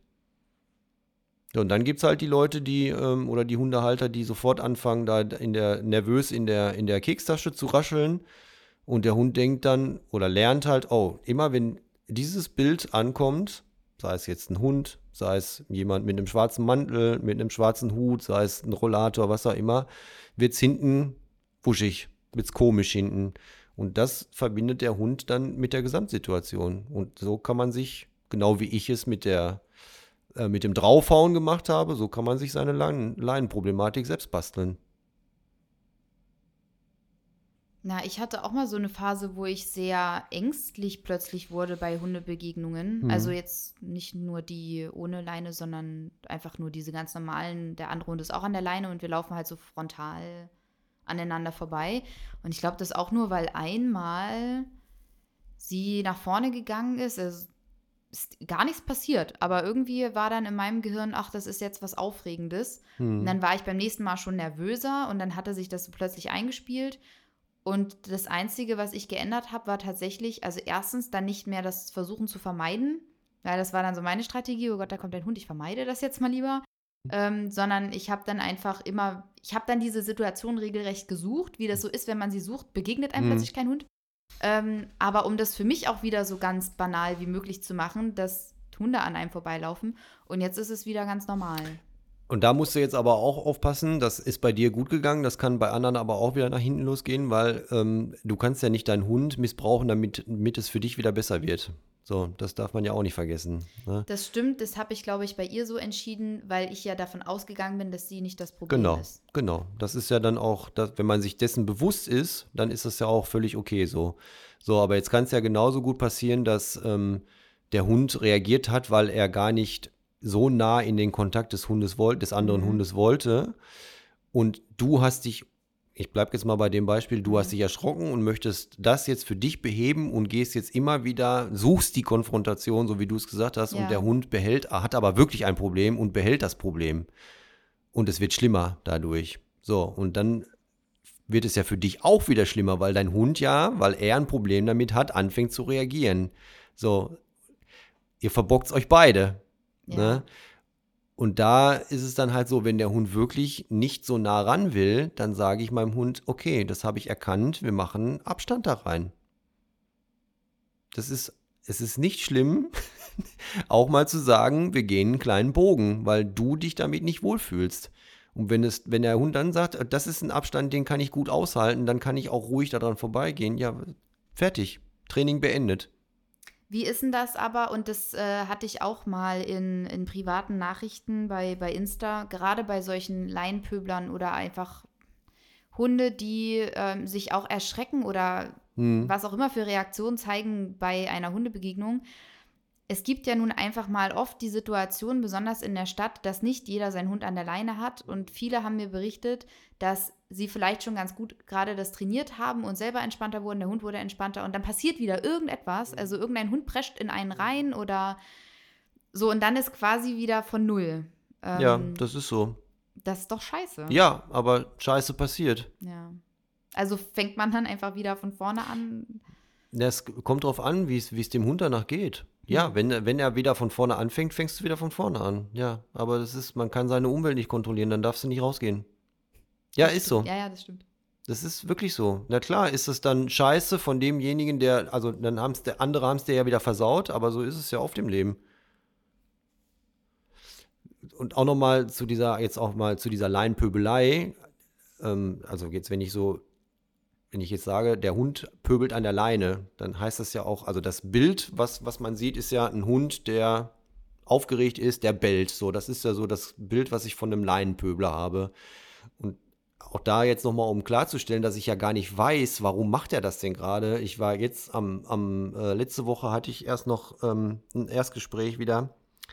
Ja, und dann gibt es halt die Leute, die, ähm, oder die Hundehalter, die sofort anfangen, da in der, nervös in der, in der Kekstasche zu rascheln. Und der Hund denkt dann oder lernt halt, oh, immer wenn dieses Bild ankommt, sei es jetzt ein Hund, sei es jemand mit einem schwarzen Mantel, mit einem schwarzen Hut, sei es ein Rollator, was auch immer, wird es hinten wuschig, wird es komisch hinten. Und das verbindet der Hund dann mit der Gesamtsituation. Und so kann man sich, genau wie ich es mit der äh, mit dem Draufhauen gemacht habe, so kann man sich seine Leinen- Leinenproblematik selbst basteln. Na, ich hatte auch mal so eine Phase, wo ich sehr ängstlich plötzlich wurde bei Hundebegegnungen. Also Hm. jetzt nicht nur die ohne Leine, sondern einfach nur diese ganz normalen. Der andere Hund ist auch an der Leine und wir laufen halt so frontal aneinander vorbei. Und ich glaube, das auch nur, weil einmal sie nach vorne gegangen ist. Also ist gar nichts passiert. Aber irgendwie war dann in meinem Gehirn, ach, das ist jetzt was Aufregendes. Und dann war ich beim nächsten Mal schon nervöser und dann hatte sich das so plötzlich eingespielt. Und das Einzige, was ich geändert habe, war tatsächlich, also erstens dann nicht mehr das Versuchen zu vermeiden, weil das war dann so meine Strategie, oh Gott, da kommt ein Hund, ich vermeide das jetzt mal lieber. Ähm, sondern ich habe dann einfach immer, ich habe dann diese Situation regelrecht gesucht, wie das so ist, wenn man sie sucht, begegnet einem Mhm. plötzlich kein Hund. Ähm, aber um das für mich auch wieder so ganz banal wie möglich zu machen, dass Hunde an einem vorbeilaufen. Und jetzt ist es wieder ganz normal. Und da musst du jetzt aber auch aufpassen, das ist bei dir gut gegangen, das kann bei anderen aber auch wieder nach hinten losgehen, weil ähm, du kannst ja nicht deinen Hund missbrauchen, damit, damit es für dich wieder besser wird. So, das darf man ja auch nicht vergessen. Ne? Das stimmt, das habe ich, glaube ich, bei ihr so entschieden, weil ich ja davon ausgegangen bin, dass sie nicht das Problem Genau, ist. genau. Das ist ja dann auch, das, wenn man sich dessen bewusst ist, dann ist das ja auch völlig okay so. So, aber jetzt kann es ja genauso gut passieren, dass ähm, der Hund reagiert hat, weil er gar nicht so nah in den Kontakt des Hundes wollte, des anderen Mhm. Hundes wollte. Und du hast dich, ich bleibe jetzt mal bei dem Beispiel, du Mhm. hast dich erschrocken und möchtest das jetzt für dich beheben und gehst jetzt immer wieder, suchst die Konfrontation, so wie du es gesagt hast, Ja. und der Hund behält, hat aber wirklich ein Problem und behält das Problem. Und es wird schlimmer dadurch. So, und dann wird es ja für dich auch wieder schlimmer, weil dein Hund ja, weil er ein Problem damit hat, anfängt zu reagieren. So, ihr verbockt euch beide. Ja. Ne? Und da ist es dann halt so, wenn der Hund wirklich nicht so nah ran will, dann sage ich meinem Hund, okay, das habe ich erkannt, wir machen Abstand da rein. Das ist, es ist nicht schlimm, auch mal zu sagen, wir gehen einen kleinen Bogen, weil du dich damit nicht wohlfühlst. Und wenn, es, wenn der Hund dann sagt, das ist ein Abstand, den kann ich gut aushalten, dann kann ich auch ruhig daran vorbeigehen. Ja, fertig. Training beendet. Wie ist denn das aber, und das äh, hatte ich auch mal in, in privaten Nachrichten bei, bei Insta, gerade bei solchen Laienpöblern oder einfach Hunde, die ähm, sich auch erschrecken oder Hm. was auch immer für Reaktionen zeigen bei einer Hundebegegnung. Es gibt ja nun einfach mal oft die Situation, besonders in der Stadt, dass nicht jeder seinen Hund an der Leine hat. Und viele haben mir berichtet, dass sie vielleicht schon ganz gut gerade das trainiert haben und selber entspannter wurden, der Hund wurde entspannter und dann passiert wieder irgendetwas. Also irgendein Hund prescht in einen rein oder so und dann ist quasi wieder von Null. Ähm, Ja, das ist so. Das ist doch scheiße. Ja, aber Scheiße passiert. Ja. Also fängt man dann einfach wieder von vorne an. Es kommt drauf an, wie es wie es dem Hund danach geht. Ja, wenn, er- wenn er wieder von vorne anfängt, fängst du wieder von vorne an. Ja, aber das ist, man kann seine Umwelt nicht kontrollieren, dann darfst du nicht rausgehen. Ja, Das ist so. stimmt. Ja, ja, das stimmt. Das ist wirklich so. Na klar, ist es dann scheiße von demjenigen, der, also dann haben es der andere haben es dir ja wieder versaut, aber so ist es ja auf dem Leben. Und auch nochmal zu dieser, jetzt auch mal zu dieser Laienpöbelei. Ähm, also jetzt, wenn ich so, wenn ich jetzt sage, der Hund pöbelt an der Leine, dann heißt das ja auch, also das Bild, was, was man sieht, ist ja ein Hund, der aufgeregt ist, der bellt. So, das ist ja so das Bild, was ich von einem Laienpöbler habe. Und auch da jetzt nochmal, um klarzustellen, dass ich ja gar nicht weiß, warum macht er das denn gerade. Ich war jetzt am, am äh, letzte Woche hatte ich erst noch ähm, ein Erstgespräch wieder,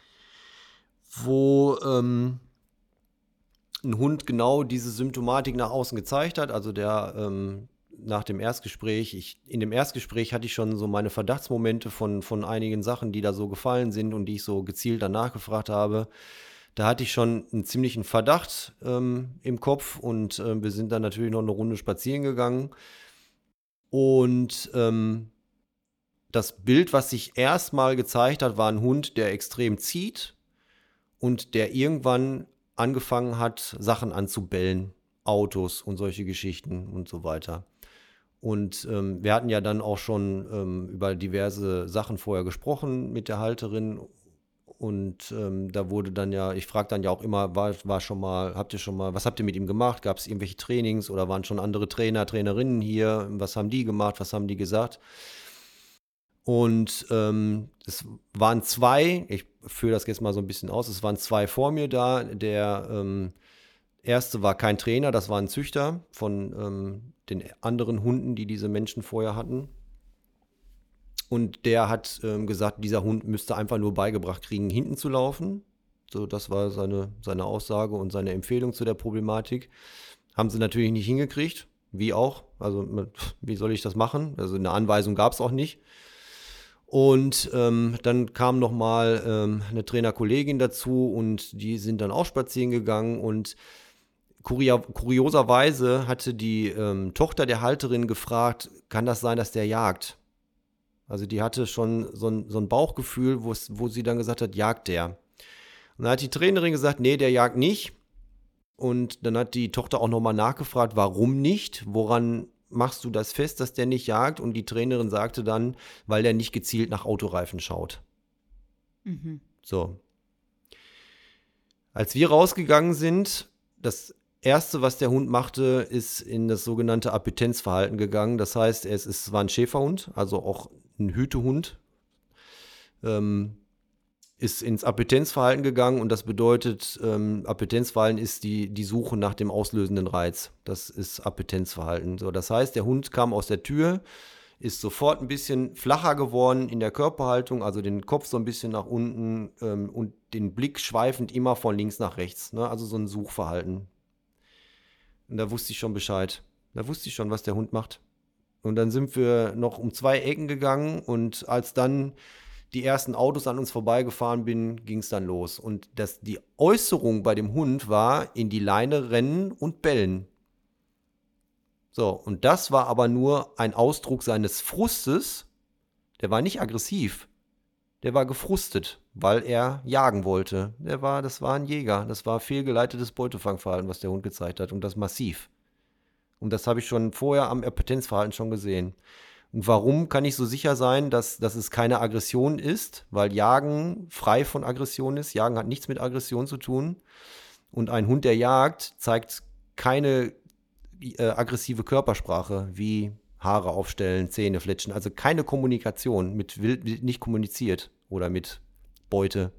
wo ähm, ein Hund genau diese Symptomatik nach außen gezeigt hat. Also der ähm, nach dem Erstgespräch, ich, in dem Erstgespräch hatte ich schon so meine Verdachtsmomente von, von einigen Sachen, die da so gefallen sind und die ich so gezielt danach gefragt habe. Da hatte ich schon einen ziemlichen Verdacht ähm, im Kopf und äh, wir sind dann natürlich noch eine Runde spazieren gegangen. Und ähm, das Bild, was sich erstmal gezeigt hat, war ein Hund, der extrem zieht und der irgendwann angefangen hat, Sachen anzubellen, Autos und solche Geschichten und so weiter. Und ähm, wir hatten ja dann auch schon ähm, über diverse Sachen vorher gesprochen mit der Halterin. Und ähm, da wurde dann ja, ich frage dann ja auch immer, war, war schon mal, habt ihr schon mal, was habt ihr mit ihm gemacht? Gab es irgendwelche Trainings oder waren schon andere Trainer, Trainerinnen hier? Was haben die gemacht? Was haben die gesagt? Und ähm, es waren zwei, ich führe das jetzt mal so ein bisschen aus, es waren zwei vor mir da. Der ähm, erste war kein Trainer, das war ein Züchter von ähm, den anderen Hunden, die diese Menschen vorher hatten. Und der hat ähm, gesagt, dieser Hund müsste einfach nur beigebracht kriegen, hinten zu laufen. So, das war seine, seine Aussage und seine Empfehlung zu der Problematik. Haben sie natürlich nicht hingekriegt, wie auch. Also, wie soll ich das machen? Also, eine Anweisung gab es auch nicht. Und ähm, dann kam nochmal ähm, eine Trainerkollegin dazu und die sind dann auch spazieren gegangen und kuria- kurioserweise hatte die ähm, Tochter der Halterin gefragt, kann das sein, dass der jagt? Also die hatte schon so ein, so ein Bauchgefühl, wo es- wo sie dann gesagt hat, jagt der? Und dann hat die Trainerin gesagt, nee, der jagt nicht. Und dann hat die Tochter auch nochmal nachgefragt, warum nicht? Woran machst du das fest, dass der nicht jagt? Und die Trainerin sagte dann, weil der nicht gezielt nach Autoreifen schaut. Mhm. So. Als wir rausgegangen sind, das Erste, was der Hund machte, ist in das sogenannte Appetenzverhalten gegangen. Das heißt, es, ist, es war ein Schäferhund, also auch ein Hütehund. Ähm, ist ins Appetenzverhalten gegangen und das bedeutet, ähm, Appetenzverhalten ist die, die Suche nach dem auslösenden Reiz. Das ist Appetenzverhalten. So, das heißt, der Hund kam aus der Tür, ist sofort ein bisschen flacher geworden in der Körperhaltung, also den Kopf so ein bisschen nach unten ähm, und den Blick schweifend immer von links nach rechts. Ne? Also so ein Suchverhalten. Und da wusste ich schon Bescheid. Da wusste ich schon, was der Hund macht. Und dann sind wir noch um zwei Ecken gegangen und als dann die ersten Autos an uns vorbeigefahren bin, ging es dann los. Und das, die Äußerung bei dem Hund war, in die Leine rennen und bellen. So, und das war aber nur ein Ausdruck seines Frustes. Der war nicht aggressiv. Der war gefrustet, weil er jagen wollte. Der war, das war ein Jäger. Das war fehlgeleitetes Beutefangverhalten, was der Hund gezeigt hat. Und das massiv. Und das habe ich schon vorher am Appetenzverhalten schon gesehen. Und warum kann ich so sicher sein, dass, dass es keine Aggression ist? Weil Jagen frei von Aggression ist. Jagen hat nichts mit Aggression zu tun. Und ein Hund, der jagt, zeigt keine äh, aggressive Körpersprache, wie Haare aufstellen, Zähne fletschen. Also keine Kommunikation. Mit Wild wird nicht kommuniziert oder mit Beute.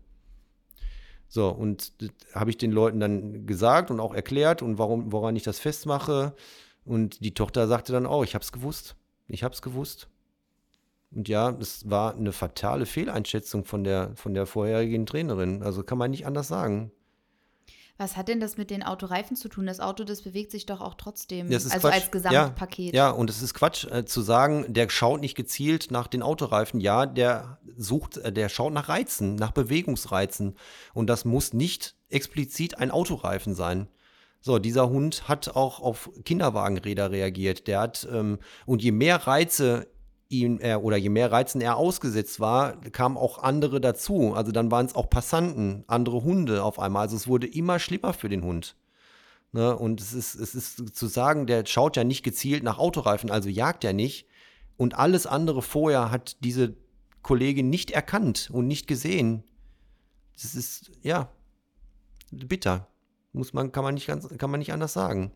So, und das habe ich den Leuten dann gesagt und auch erklärt und warum, woran ich das festmache. Und die Tochter sagte dann auch, ich habe es gewusst. Ich habe es gewusst. Und ja, es war eine fatale Fehleinschätzung von der, von der vorherigen Trainerin. Also kann man nicht anders sagen. Was hat denn das mit den Autoreifen zu tun? Das Auto, das bewegt sich doch auch trotzdem. Das ist Also Quatsch. als Gesamtpaket. Ja, ja, und es ist Quatsch äh, zu sagen, der schaut nicht gezielt nach den Autoreifen. Ja, der sucht, äh, der schaut nach Reizen, nach Bewegungsreizen. Und das muss nicht explizit ein Autoreifen sein. So, dieser Hund hat auch auf Kinderwagenräder reagiert. Der hat, ähm, und je mehr Reize ihm er oder je mehr Reizen er ausgesetzt war, kamen auch andere dazu. Also dann waren es auch Passanten, andere Hunde auf einmal. Also es wurde immer schlimmer für den Hund. Ne? Und es ist, es ist zu sagen, der schaut ja nicht gezielt nach Autoreifen, also jagt er nicht. Und alles andere vorher hat diese Kollegin nicht erkannt und nicht gesehen. Das ist, ja, bitter. Muss man, kann man nicht ganz, kann man nicht anders sagen.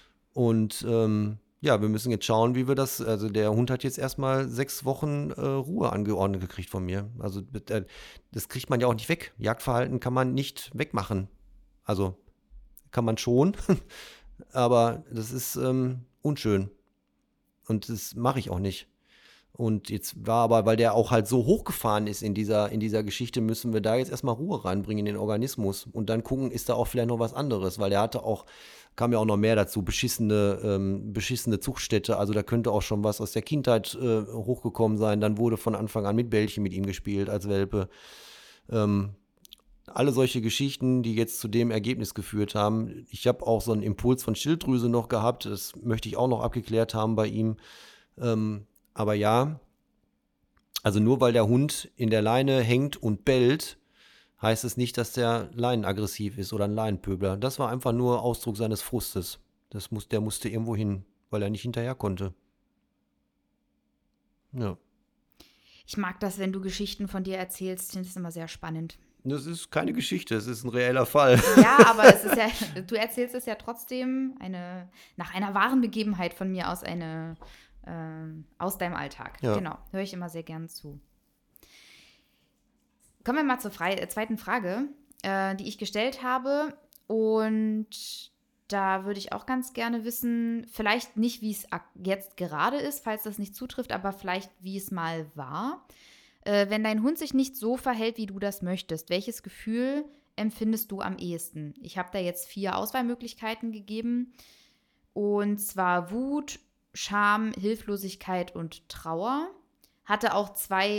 Und ähm, ja, wir müssen jetzt schauen, wie wir das, also der Hund hat jetzt erstmal sechs Wochen äh, Ruhe angeordnet gekriegt von mir. Also äh, das kriegt man ja auch nicht weg. Jagdverhalten kann man nicht wegmachen. Also kann man schon, aber das ist ähm, unschön. Und das mache ich auch nicht. Und jetzt war aber, weil der auch halt so hochgefahren ist in dieser, in dieser Geschichte, müssen wir da jetzt erstmal Ruhe reinbringen in den Organismus und dann gucken, ist da auch vielleicht noch was anderes, weil der hatte auch, kam ja auch noch mehr dazu, beschissene, ähm, beschissene Zuchtstätte, also da könnte auch schon was aus der Kindheit äh, hochgekommen sein, dann wurde von Anfang an mit Bällchen mit ihm gespielt als Welpe. Ähm, alle solche Geschichten, die jetzt zu dem Ergebnis geführt haben. Ich habe auch so einen Impuls von Schilddrüse noch gehabt, das möchte ich auch noch abgeklärt haben bei ihm. Ähm, Aber ja, also nur weil der Hund in der Leine hängt und bellt, heißt es nicht, dass der leinenaggressiv ist oder ein Leinenpöbler. Das war einfach nur Ausdruck seines Frustes. Das muss, der musste irgendwo hin, weil er nicht hinterher konnte. Ja. Ich mag das, wenn du Geschichten von dir erzählst. Ich finde das immer sehr spannend. Das ist keine Geschichte, es ist ein reeller Fall. Ja, aber es ist ja, du erzählst es ja trotzdem eine, nach einer wahren Begebenheit von mir aus, eine, ähm, aus deinem Alltag. Ja. Genau, höre ich immer sehr gern zu. Kommen wir mal zur Fre- äh, zweiten Frage, äh, die ich gestellt habe. Und da würde ich auch ganz gerne wissen, vielleicht nicht, wie es ak- jetzt gerade ist, falls das nicht zutrifft, aber vielleicht, wie es mal war. Äh, wenn dein Hund sich nicht so verhält, wie du das möchtest, welches Gefühl empfindest du am ehesten? Ich habe da jetzt vier Auswahlmöglichkeiten gegeben. Und zwar Wut, Scham, Hilflosigkeit und Trauer. Hatte auch zwei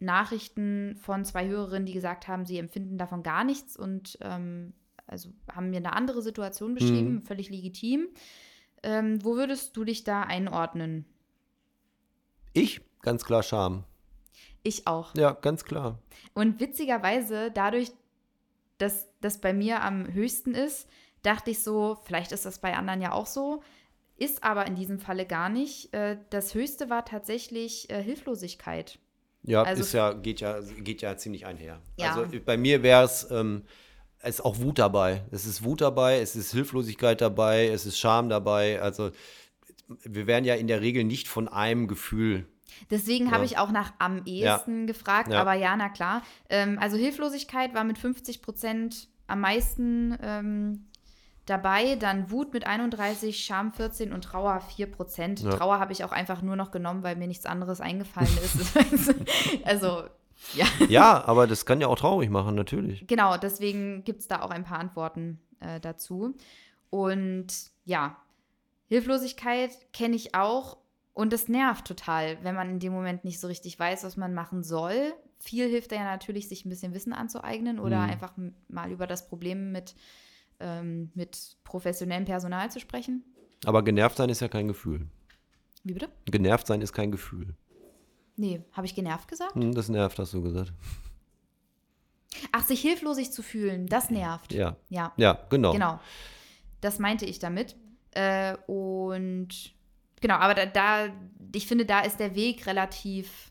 Nachrichten von zwei Hörerinnen, die gesagt haben, sie empfinden davon gar nichts und ähm, also haben mir eine andere Situation beschrieben, Mhm. völlig legitim. Ähm, wo würdest du dich da einordnen? Ich, ganz klar Scham. Ich auch. Ja, ganz klar. Und witzigerweise, dadurch, dass das bei mir am höchsten ist, dachte ich so, vielleicht ist das bei anderen ja auch so, ist aber in diesem Falle gar nicht. Äh, das höchste war tatsächlich äh, Hilflosigkeit. Ja, Also ist ja, geht ja, geht ja ziemlich einher. Ja. Also bei mir wäre es, ähm, es ist auch Wut dabei. Es ist Wut dabei, es ist Hilflosigkeit dabei, es ist Scham dabei. Also wir werden ja in der Regel nicht von einem Gefühl. Deswegen habe Ja. ich auch nach am ehesten gefragt, Ja. aber ja, na klar. Ähm, also Hilflosigkeit war mit fünfzig Prozent am meisten ähm, dabei, dann Wut mit einunddreißig, Scham vierzehn und Trauer vier Prozent. Ja. Trauer habe ich auch einfach nur noch genommen, weil mir nichts anderes eingefallen ist. Also, ja. Ja, aber das kann ja auch traurig machen, natürlich. Genau, deswegen gibt es da auch ein paar Antworten äh, dazu. Und ja, Hilflosigkeit kenne ich auch. Und das nervt total, wenn man in dem Moment nicht so richtig weiß, was man machen soll. Viel hilft da ja natürlich, sich ein bisschen Wissen anzueignen oder Mhm. einfach m- mal über das Problem mit, ähm, mit professionellem Personal zu sprechen. Aber genervt sein ist ja kein Gefühl. Wie bitte? Genervt sein ist kein Gefühl. Nee, habe ich genervt gesagt? Hm, das nervt, hast du gesagt. Ach, sich hilflosig zu fühlen, das nervt. Ja. Ja, Ja, genau. genau. Das meinte ich damit. Äh, und genau, aber da, da, ich finde, da ist der Weg relativ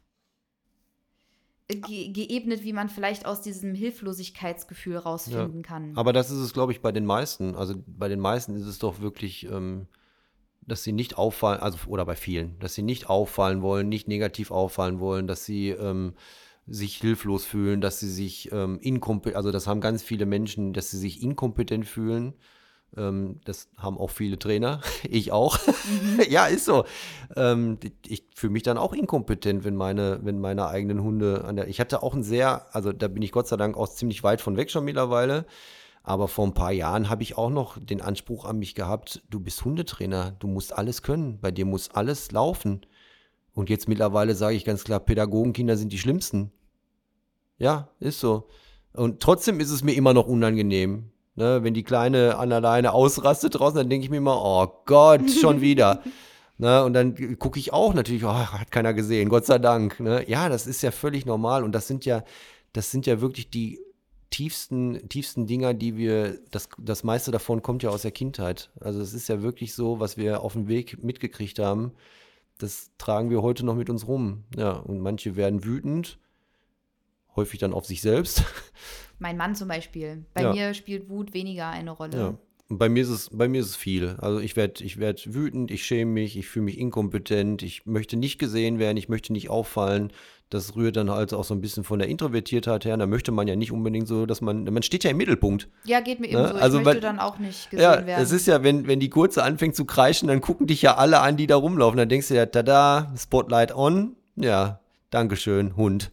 ge geebnet, wie man vielleicht aus diesem Hilflosigkeitsgefühl rausfinden kann. Aber das ist es, glaube ich, bei den meisten. Also bei den meisten ist es doch wirklich, ähm, dass sie nicht auffallen, also oder bei vielen, dass sie nicht auffallen wollen, nicht negativ auffallen wollen, dass sie ähm, sich hilflos fühlen, dass sie sich ähm, inkompetent, also das haben ganz viele Menschen, dass sie sich inkompetent fühlen. Ähm, das haben auch viele Trainer, ich auch. Ja, ist so. Ähm, ich fühle mich dann auch inkompetent, wenn meine, wenn meine eigenen Hunde an der. Ich hatte auch ein sehr, also da bin ich Gott sei Dank auch ziemlich weit von weg schon mittlerweile. Aber vor ein paar Jahren habe ich auch noch den Anspruch an mich gehabt, du bist Hundetrainer, du musst alles können, bei dir muss alles laufen. Und jetzt mittlerweile sage ich ganz klar, Pädagogenkinder sind die schlimmsten. Ja, ist so. Und trotzdem ist es mir immer noch unangenehm. Ne, wenn die Kleine an alleine ausrastet draußen, dann denke ich mir immer, oh Gott, schon wieder. Ne, und dann gucke ich auch natürlich, oh, hat keiner gesehen, Gott sei Dank. Ne? Ja, das ist ja völlig normal. Und das sind ja, das sind ja wirklich die tiefsten, tiefsten Dinger, die wir, das, das meiste davon kommt ja aus der Kindheit. Also es ist ja wirklich so, was wir auf dem Weg mitgekriegt haben, das tragen wir heute noch mit uns rum. Ja, und manche werden wütend, häufig dann auf sich selbst. Mein Mann zum Beispiel. Bei Ja. mir spielt Wut weniger eine Rolle. Ja. Und bei mir ist es, bei mir ist es viel. Also ich werde ich werd wütend, ich schäme mich, ich fühle mich inkompetent, ich möchte nicht gesehen werden, ich möchte nicht auffallen. Das rührt dann halt auch so ein bisschen von der Introvertiertheit her. Da möchte man ja nicht unbedingt so, dass man, man steht ja im Mittelpunkt. Ja, geht mir Ne? ebenso. Ich Also, möchte weil- dann auch nicht gesehen Ja, werden. es ist ja, wenn, wenn die Kurze anfängt zu kreischen, dann gucken dich ja alle an, die da rumlaufen. Dann denkst du ja, tada, Spotlight on. Ja, Dankeschön, Hund.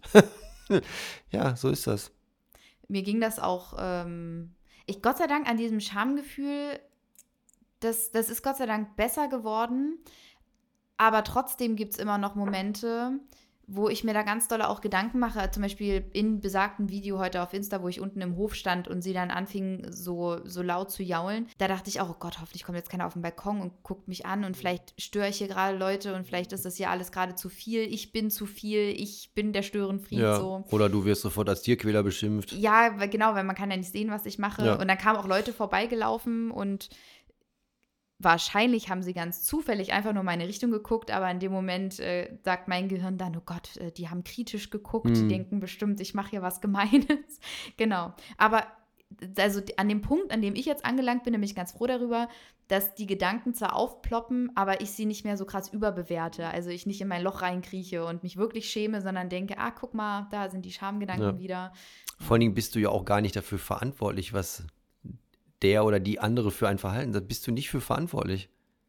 Ja, so ist das. Mir ging das auch, ähm, ich Gott sei Dank an diesem Schamgefühl, das, das ist Gott sei Dank besser geworden, aber trotzdem gibt es immer noch Momente, wo ich mir da ganz doll auch Gedanken mache, zum Beispiel in besagtem Video heute auf Insta, wo ich unten im Hof stand und sie dann anfing, so, so laut zu jaulen. Da dachte ich auch, oh Gott, hoffentlich kommt jetzt keiner auf den Balkon und guckt mich an und vielleicht störe ich hier gerade Leute und vielleicht ist das hier alles gerade zu viel. Ich bin zu viel, ich bin der Störenfried, Ja. so. Oder du wirst sofort als Tierquäler beschimpft. Ja, weil- genau, weil man kann ja nicht sehen, was ich mache. Ja. Und dann kamen auch Leute vorbeigelaufen und wahrscheinlich haben sie ganz zufällig einfach nur meine Richtung geguckt, aber in dem Moment äh, sagt mein Gehirn dann, oh Gott, äh, die haben kritisch geguckt, die Hm. denken bestimmt, ich mache hier was Gemeines. Genau. Aber also an dem Punkt, an dem ich jetzt angelangt bin, bin ich ganz froh darüber, dass die Gedanken zwar aufploppen, aber ich sie nicht mehr so krass überbewerte. Also ich nicht in mein Loch reinkrieche und mich wirklich schäme, sondern denke, ah, guck mal, da sind die Schamgedanken Ja. wieder. Vor allen Dingen bist du ja auch gar nicht dafür verantwortlich, was der oder die andere für ein Verhalten, da bist du nicht für verantwortlich.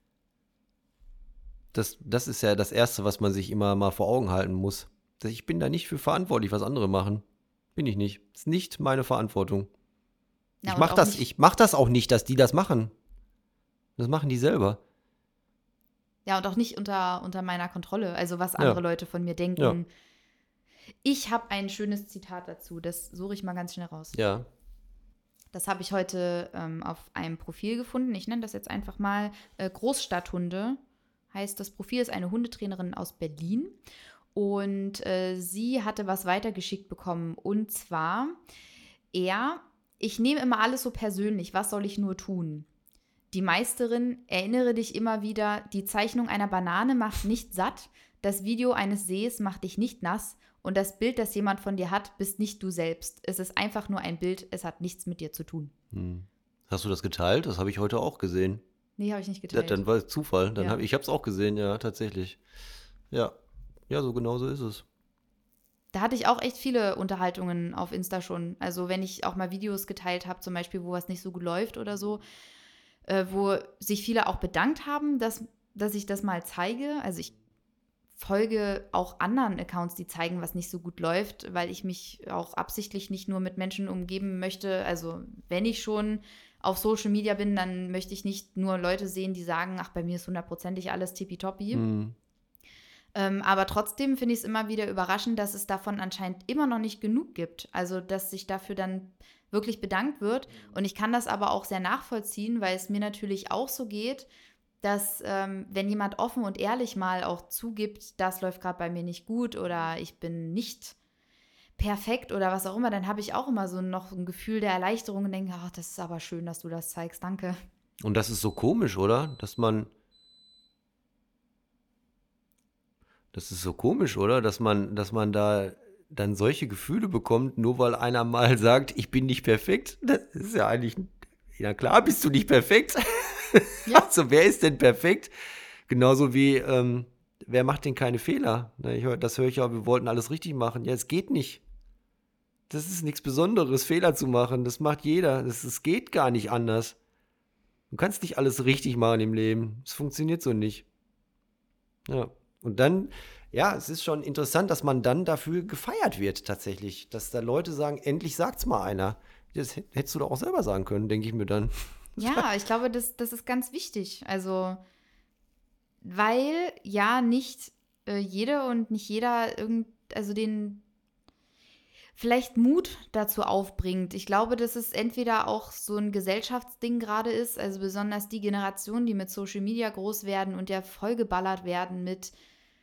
Das, das ist ja das Erste, was man sich immer mal vor Augen halten muss. Ich bin da nicht für verantwortlich, was andere machen. Bin ich nicht. Ist nicht meine Verantwortung. Na, ich und mach auch das, nicht- ich mach das auch nicht, dass die das machen. Das machen die selber. Ja, und auch nicht unter, unter meiner Kontrolle. Also was Ja. andere Leute von mir denken. Ja. Ich habe ein schönes Zitat dazu, das suche ich mal ganz schnell raus. Ja. Das habe ich heute ähm, auf einem Profil gefunden. Ich nenne das jetzt einfach mal äh, Großstadthunde. Heißt, das Profil ist eine Hundetrainerin aus Berlin. Und äh, sie hatte was weitergeschickt bekommen. Und zwar, er, ich nehme immer alles so persönlich. Was soll ich nur tun? Die Meisterin, erinnere dich immer wieder, die Zeichnung einer Banane macht nicht satt. Das Video eines Sees macht dich nicht nass. Und das Bild, das jemand von dir hat, bist nicht du selbst. Es ist einfach nur ein Bild, es hat nichts mit dir zu tun. Hm. Hast du das geteilt? Das habe ich heute auch gesehen. Nee, habe ich nicht Ja, geteilt. dann war es Zufall. Dann Ja. hab, ich habe es auch gesehen, ja, tatsächlich. Ja, ja, so genau so ist es. Da hatte ich auch echt viele Unterhaltungen auf Insta schon. Also wenn ich auch mal Videos geteilt habe, zum Beispiel, wo was nicht so gut läuft oder so, äh, wo sich viele auch bedankt haben, dass, dass ich das mal zeige. Also ich folge auch anderen Accounts, die zeigen, was nicht so gut läuft, weil ich mich auch absichtlich nicht nur mit Menschen umgeben möchte. Also wenn ich schon auf Social Media bin, dann möchte ich nicht nur Leute sehen, die sagen, ach, bei mir ist hundertprozentig alles tippitoppi. Hm. Ähm, aber trotzdem finde ich es immer wieder überraschend, dass es davon anscheinend immer noch nicht genug gibt. Also, dass sich dafür dann wirklich bedankt wird. Und ich kann das aber auch sehr nachvollziehen, weil es mir natürlich auch so geht, dass ähm, wenn jemand offen und ehrlich mal auch zugibt, das läuft gerade bei mir nicht gut oder ich bin nicht perfekt oder was auch immer, dann habe ich auch immer so noch ein Gefühl der Erleichterung und denke, ach, das ist aber schön, dass du das zeigst, danke. Und das ist so komisch, oder? Dass man. Das ist so komisch, oder? Dass man, dass man da dann solche Gefühle bekommt, nur weil einer mal sagt, ich bin nicht perfekt. Das ist ja eigentlich. Ja, klar, bist du nicht perfekt. Ja. Also, wer ist denn perfekt? Genauso wie, ähm, wer macht denn keine Fehler? Ne, ich hör, das höre ich ja, wir wollten alles richtig machen. Ja, es geht nicht. Das ist nichts Besonderes, Fehler zu machen. Das macht jeder. Das, das geht gar nicht anders. Du kannst nicht alles richtig machen im Leben. Es funktioniert so nicht. Ja. Und dann, ja, es ist schon interessant, dass man dann dafür gefeiert wird, tatsächlich. Dass da Leute sagen, endlich sagt's mal einer. Das hättest du doch auch selber sagen können, denke ich mir dann. Ja, ich glaube, das, das ist ganz wichtig. Also, weil ja nicht äh, jede und nicht jeder irgend, also den vielleicht Mut dazu aufbringt. Ich glaube, dass es entweder auch so ein Gesellschaftsding gerade ist, also besonders die Generation, die mit Social Media groß werden und ja vollgeballert werden mit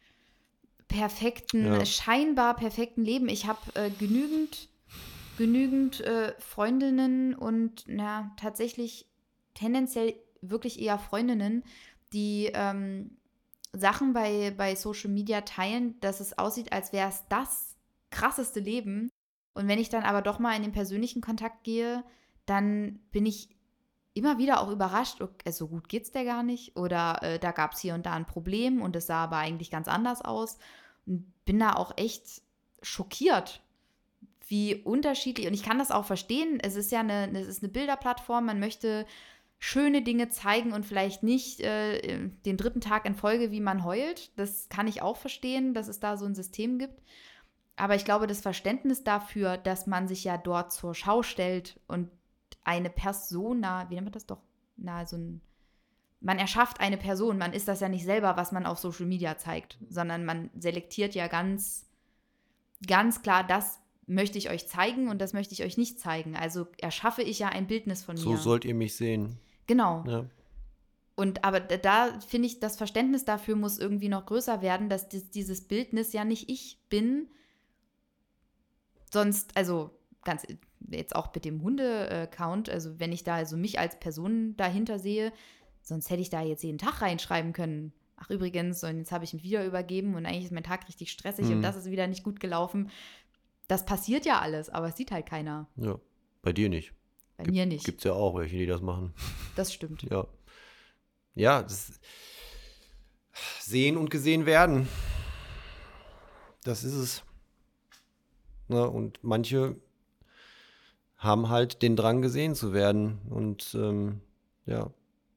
perfekten, Ja. scheinbar perfekten Leben. Ich habe äh, genügend, genügend äh, Freundinnen und na, tatsächlich tendenziell wirklich eher Freundinnen, die ähm, Sachen bei, bei Social Media teilen, dass es aussieht, als wäre es das krasseste Leben. Und wenn ich dann aber doch mal in den persönlichen Kontakt gehe, dann bin ich immer wieder auch überrascht, okay, so gut geht's der gar nicht. Oder äh, da gab es hier und da ein Problem und es sah aber eigentlich ganz anders aus. Und bin da auch echt schockiert, wie unterschiedlich. Und ich kann das auch verstehen. Es ist ja eine, es ist eine Bilderplattform. Man möchte schöne Dinge zeigen und vielleicht nicht äh, den dritten Tag in Folge, wie man heult. Das kann ich auch verstehen, dass es da so ein System gibt. Aber ich glaube, das Verständnis dafür, dass man sich ja dort zur Schau stellt und eine Persona, wie nennt man das doch? Na, so ein, man erschafft eine Person, man ist das ja nicht selber, was man auf Social Media zeigt, sondern man selektiert ja ganz, ganz klar, das möchte ich euch zeigen und das möchte ich euch nicht zeigen. Also erschaffe ich ja ein Bildnis von So mir. sollt ihr mich sehen. Genau. Ja. Und aber da, da finde ich, das Verständnis dafür muss irgendwie noch größer werden, dass dies, dieses Bildnis ja nicht ich bin. Sonst, also ganz jetzt auch mit dem Hunde-Account, also wenn ich da also mich als Person dahinter sehe, sonst hätte ich da jetzt jeden Tag reinschreiben können. Ach übrigens, und jetzt habe ich mich wieder übergeben und eigentlich ist mein Tag richtig stressig Mhm. und das ist wieder nicht gut gelaufen. Das passiert ja alles, aber es sieht halt keiner. Ja, bei dir nicht. Bei Gibt- mir nicht. Gibt's ja auch welche, die das machen. Das stimmt. Ja. Ja, das sehen und gesehen werden. Das ist es. Na, und manche haben halt den Drang, gesehen zu werden und ähm, ja,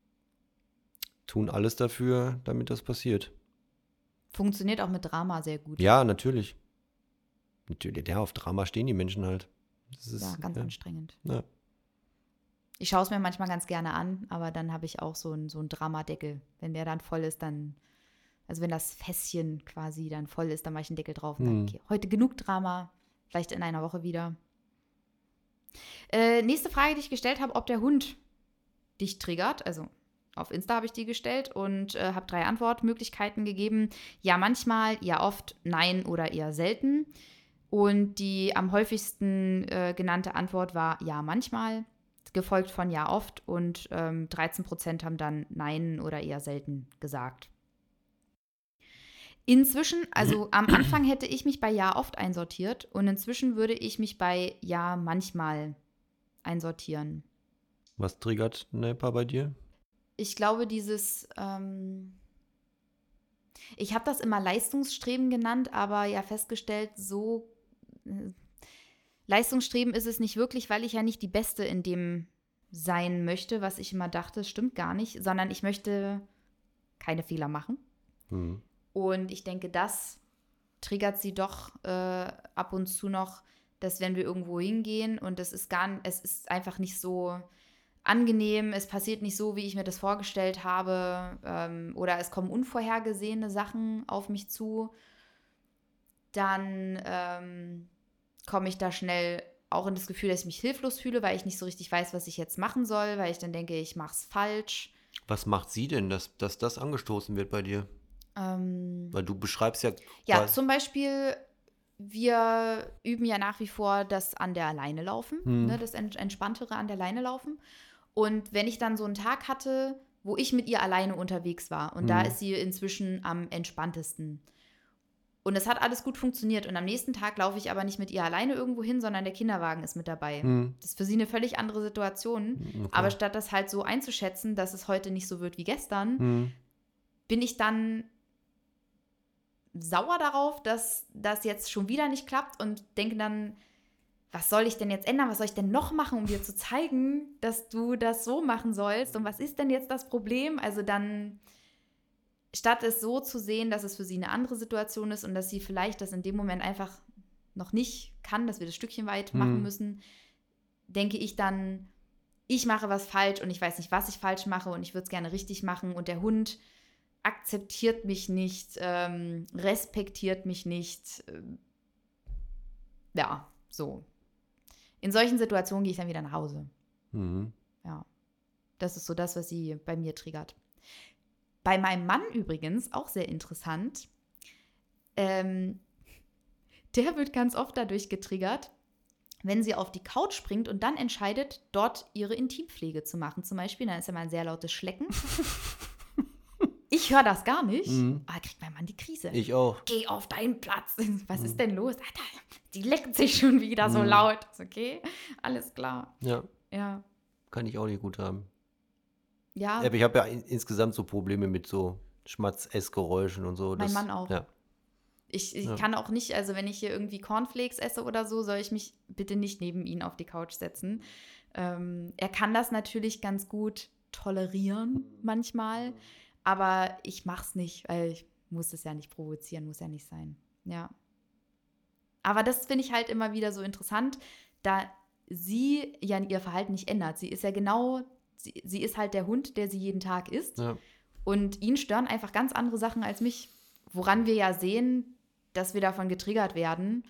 tun alles dafür, damit das passiert. Funktioniert auch mit Drama sehr gut. Ja, natürlich. Natürlich, ja, auf Drama stehen die Menschen halt. Das ist, Ja, ganz ja, anstrengend. ja. Ich schaue es mir manchmal ganz gerne an, aber dann habe ich auch so einen so einen Dramadeckel. Wenn der dann voll ist, dann, Also wenn das Fässchen quasi dann voll ist, dann mache ich einen Deckel drauf und Hm. sage, okay, heute genug Drama, vielleicht in einer Woche wieder. Äh, nächste Frage, die ich gestellt habe, ob der Hund dich triggert. Also auf Insta habe ich die gestellt und äh, habe drei Antwortmöglichkeiten gegeben. Ja, manchmal, ja oft, nein oder eher selten. Und die am häufigsten äh, genannte Antwort war ja, manchmal, gefolgt von ja, oft. Und ähm, dreizehn Prozent haben dann nein oder eher selten gesagt. Inzwischen, also am Anfang hätte ich mich bei ja, oft einsortiert. Und inzwischen würde ich mich bei ja, manchmal einsortieren. Was triggert Naper bei dir? Ich glaube, dieses, ähm, ich habe das immer Leistungsstreben genannt, aber ja festgestellt, so äh, Leistungsstreben ist es nicht wirklich, weil ich ja nicht die Beste in dem sein möchte, was ich immer dachte, stimmt gar nicht, sondern ich möchte keine Fehler machen. Hm. Und ich denke, das triggert sie doch äh, ab und zu noch, dass wenn wir irgendwo hingehen und es ist gar, es ist einfach nicht so angenehm, es passiert nicht so, wie ich mir das vorgestellt habe, ähm, oder es kommen unvorhergesehene Sachen auf mich zu, dann ähm, komme ich da schnell auch in das Gefühl, dass ich mich hilflos fühle, weil ich nicht so richtig weiß, was ich jetzt machen soll, weil ich dann denke, ich mache es falsch. Was macht sie denn, dass, dass das angestoßen wird bei dir? Ähm, Weil du beschreibst ja ja, quasi- zum Beispiel, wir üben ja nach wie vor das an der Leine laufen, Hm. ne, das ent- Entspanntere an der Leine laufen. Und wenn ich dann so einen Tag hatte, wo ich mit ihr alleine unterwegs war, und da Hm. ist sie inzwischen am entspanntesten. Und es hat alles gut funktioniert. Und am nächsten Tag laufe ich aber nicht mit ihr alleine irgendwo hin, sondern der Kinderwagen ist mit dabei. Hm. Das ist für sie eine völlig andere Situation. Okay. Aber statt das halt so einzuschätzen, dass es heute nicht so wird wie gestern, Hm. bin ich dann sauer darauf, dass das jetzt schon wieder nicht klappt und denke dann, was soll ich denn jetzt ändern? Was soll ich denn noch machen, um dir zu zeigen, dass du das so machen sollst? Und was ist denn jetzt das Problem? Also dann, statt es so zu sehen, dass es für sie eine andere Situation ist und dass sie vielleicht das in dem Moment einfach noch nicht kann, dass wir das Stückchen weit machen Hm. müssen, denke ich dann, ich mache was falsch und ich weiß nicht, was ich falsch mache und ich würde es gerne richtig machen und der Hund akzeptiert mich nicht, ähm, respektiert mich nicht. Ähm, ja, so. In solchen Situationen gehe ich dann wieder nach Hause. Hm. Ja, das ist so das, was sie bei mir triggert. Bei meinem Mann übrigens, auch sehr interessant, ähm, der wird ganz oft dadurch getriggert, wenn sie auf die Couch springt und dann entscheidet, dort ihre Intimpflege zu machen. Zum Beispiel, dann ist ja mal ein sehr lautes Schlecken. Ich höre das gar nicht, Mhm. aber kriegt mein Mann die Krise. Ich auch. Geh auf deinen Platz. Was Mhm. ist denn los? Alter, die leckt sich schon wieder so Mhm. laut. Ist okay, alles klar. Ja, Ja, kann ich auch nicht gut haben. ja, Aber ich habe ja in, insgesamt so Probleme mit so Schmatz-Essgeräuschen und so. Mein das, Mann auch. Ja. ich, ich Ja. kann auch nicht, also wenn ich hier irgendwie Cornflakes esse oder so, soll ich mich bitte nicht neben ihn auf die Couch setzen. Ähm, er kann das natürlich ganz gut tolerieren manchmal, aber ich mach's nicht, weil ich muss es ja nicht provozieren, muss ja nicht sein. Ja. Aber das finde ich halt immer wieder so interessant, da sie ja ihr Verhalten nicht ändert. Sie ist ja genau, sie, sie ist halt der Hund, der sie jeden Tag isst. Ja. Und ihn stören einfach ganz andere Sachen als mich. Woran wir ja sehen, dass wir davon getriggert werden.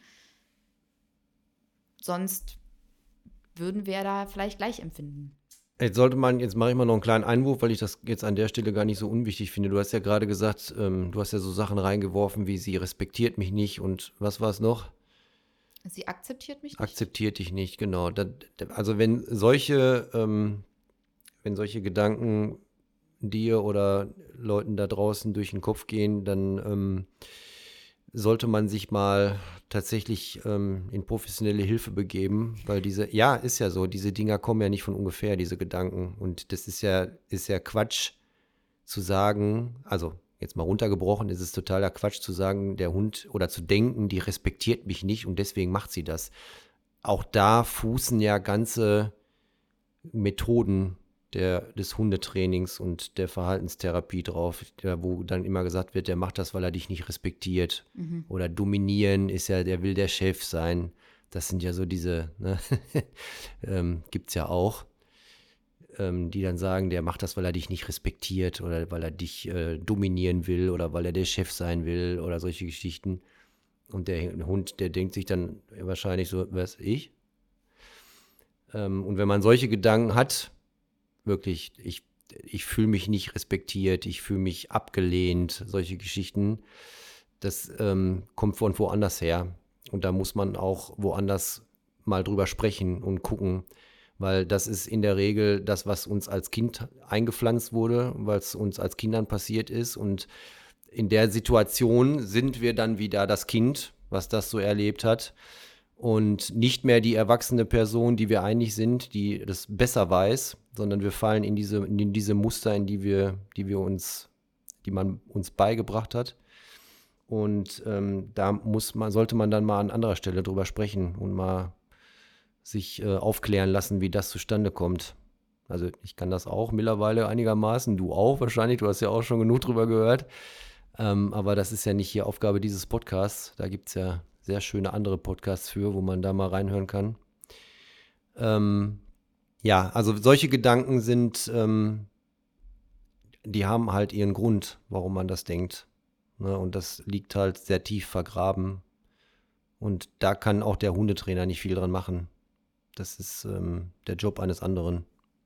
Sonst würden wir da vielleicht gleich empfinden. Jetzt sollte man, jetzt mache ich mal noch einen kleinen Einwurf, weil ich das jetzt an der Stelle gar nicht so unwichtig finde. Du hast ja gerade gesagt, ähm, du hast ja so Sachen reingeworfen, wie sie respektiert mich nicht und was war es noch? Sie akzeptiert mich nicht. Akzeptiert dich nicht, genau. Da, da, also wenn solche, ähm, wenn solche Gedanken dir oder Leuten da draußen durch den Kopf gehen, dann ähm, sollte man sich mal tatsächlich ähm, in professionelle Hilfe begeben, weil diese, ja, ist ja so, diese Dinger kommen ja nicht von ungefähr, diese Gedanken. Und das ist ja, ist ja Quatsch zu sagen, also jetzt mal runtergebrochen, ist es totaler Quatsch zu sagen, der Hund oder zu denken, die respektiert mich nicht und deswegen macht sie das. Auch da fußen ja ganze Methoden der, des Hundetrainings und der Verhaltenstherapie drauf, der, wo dann immer gesagt wird, der macht das, weil er dich nicht respektiert. Mhm. Oder dominieren ist ja, der will der Chef sein. Das sind ja so diese, ne? ähm, gibt's ja auch. ähm, die dann sagen, der macht das, weil er dich nicht respektiert oder weil er dich äh, dominieren will oder weil er der Chef sein will oder solche Geschichten. Und der Hund, der denkt sich dann wahrscheinlich so, was, ich? Ähm, und wenn man solche Gedanken hat, wirklich, ich, ich fühle mich nicht respektiert, ich fühle mich abgelehnt, solche Geschichten, das ähm, kommt von woanders her. Und da muss man auch woanders mal drüber sprechen und gucken, weil das ist in der Regel das, was uns als Kind eingepflanzt wurde, was uns als Kindern passiert ist. Und in der Situation sind wir dann wieder das Kind, was das so erlebt hat. Und nicht mehr die erwachsene Person, die wir eigentlich sind, die das besser weiß, sondern wir fallen in diese, in diese Muster, in die wir, die wir uns, die man uns beigebracht hat. Und ähm, da muss man, sollte man dann mal an anderer Stelle drüber sprechen und mal sich äh, aufklären lassen, wie das zustande kommt. Also ich kann das auch mittlerweile einigermaßen, du auch wahrscheinlich, du hast ja auch schon genug drüber gehört. Ähm, aber das ist ja nicht hier Aufgabe dieses Podcasts. Da gibt es ja sehr schöne andere Podcasts für, wo man da mal reinhören kann. Ähm, ja, also solche Gedanken sind, ähm, die haben halt ihren Grund, warum man das denkt. Ne? Und das liegt halt sehr tief vergraben. Und da kann auch der Hundetrainer nicht viel dran machen. Das ist ähm, der Job eines anderen.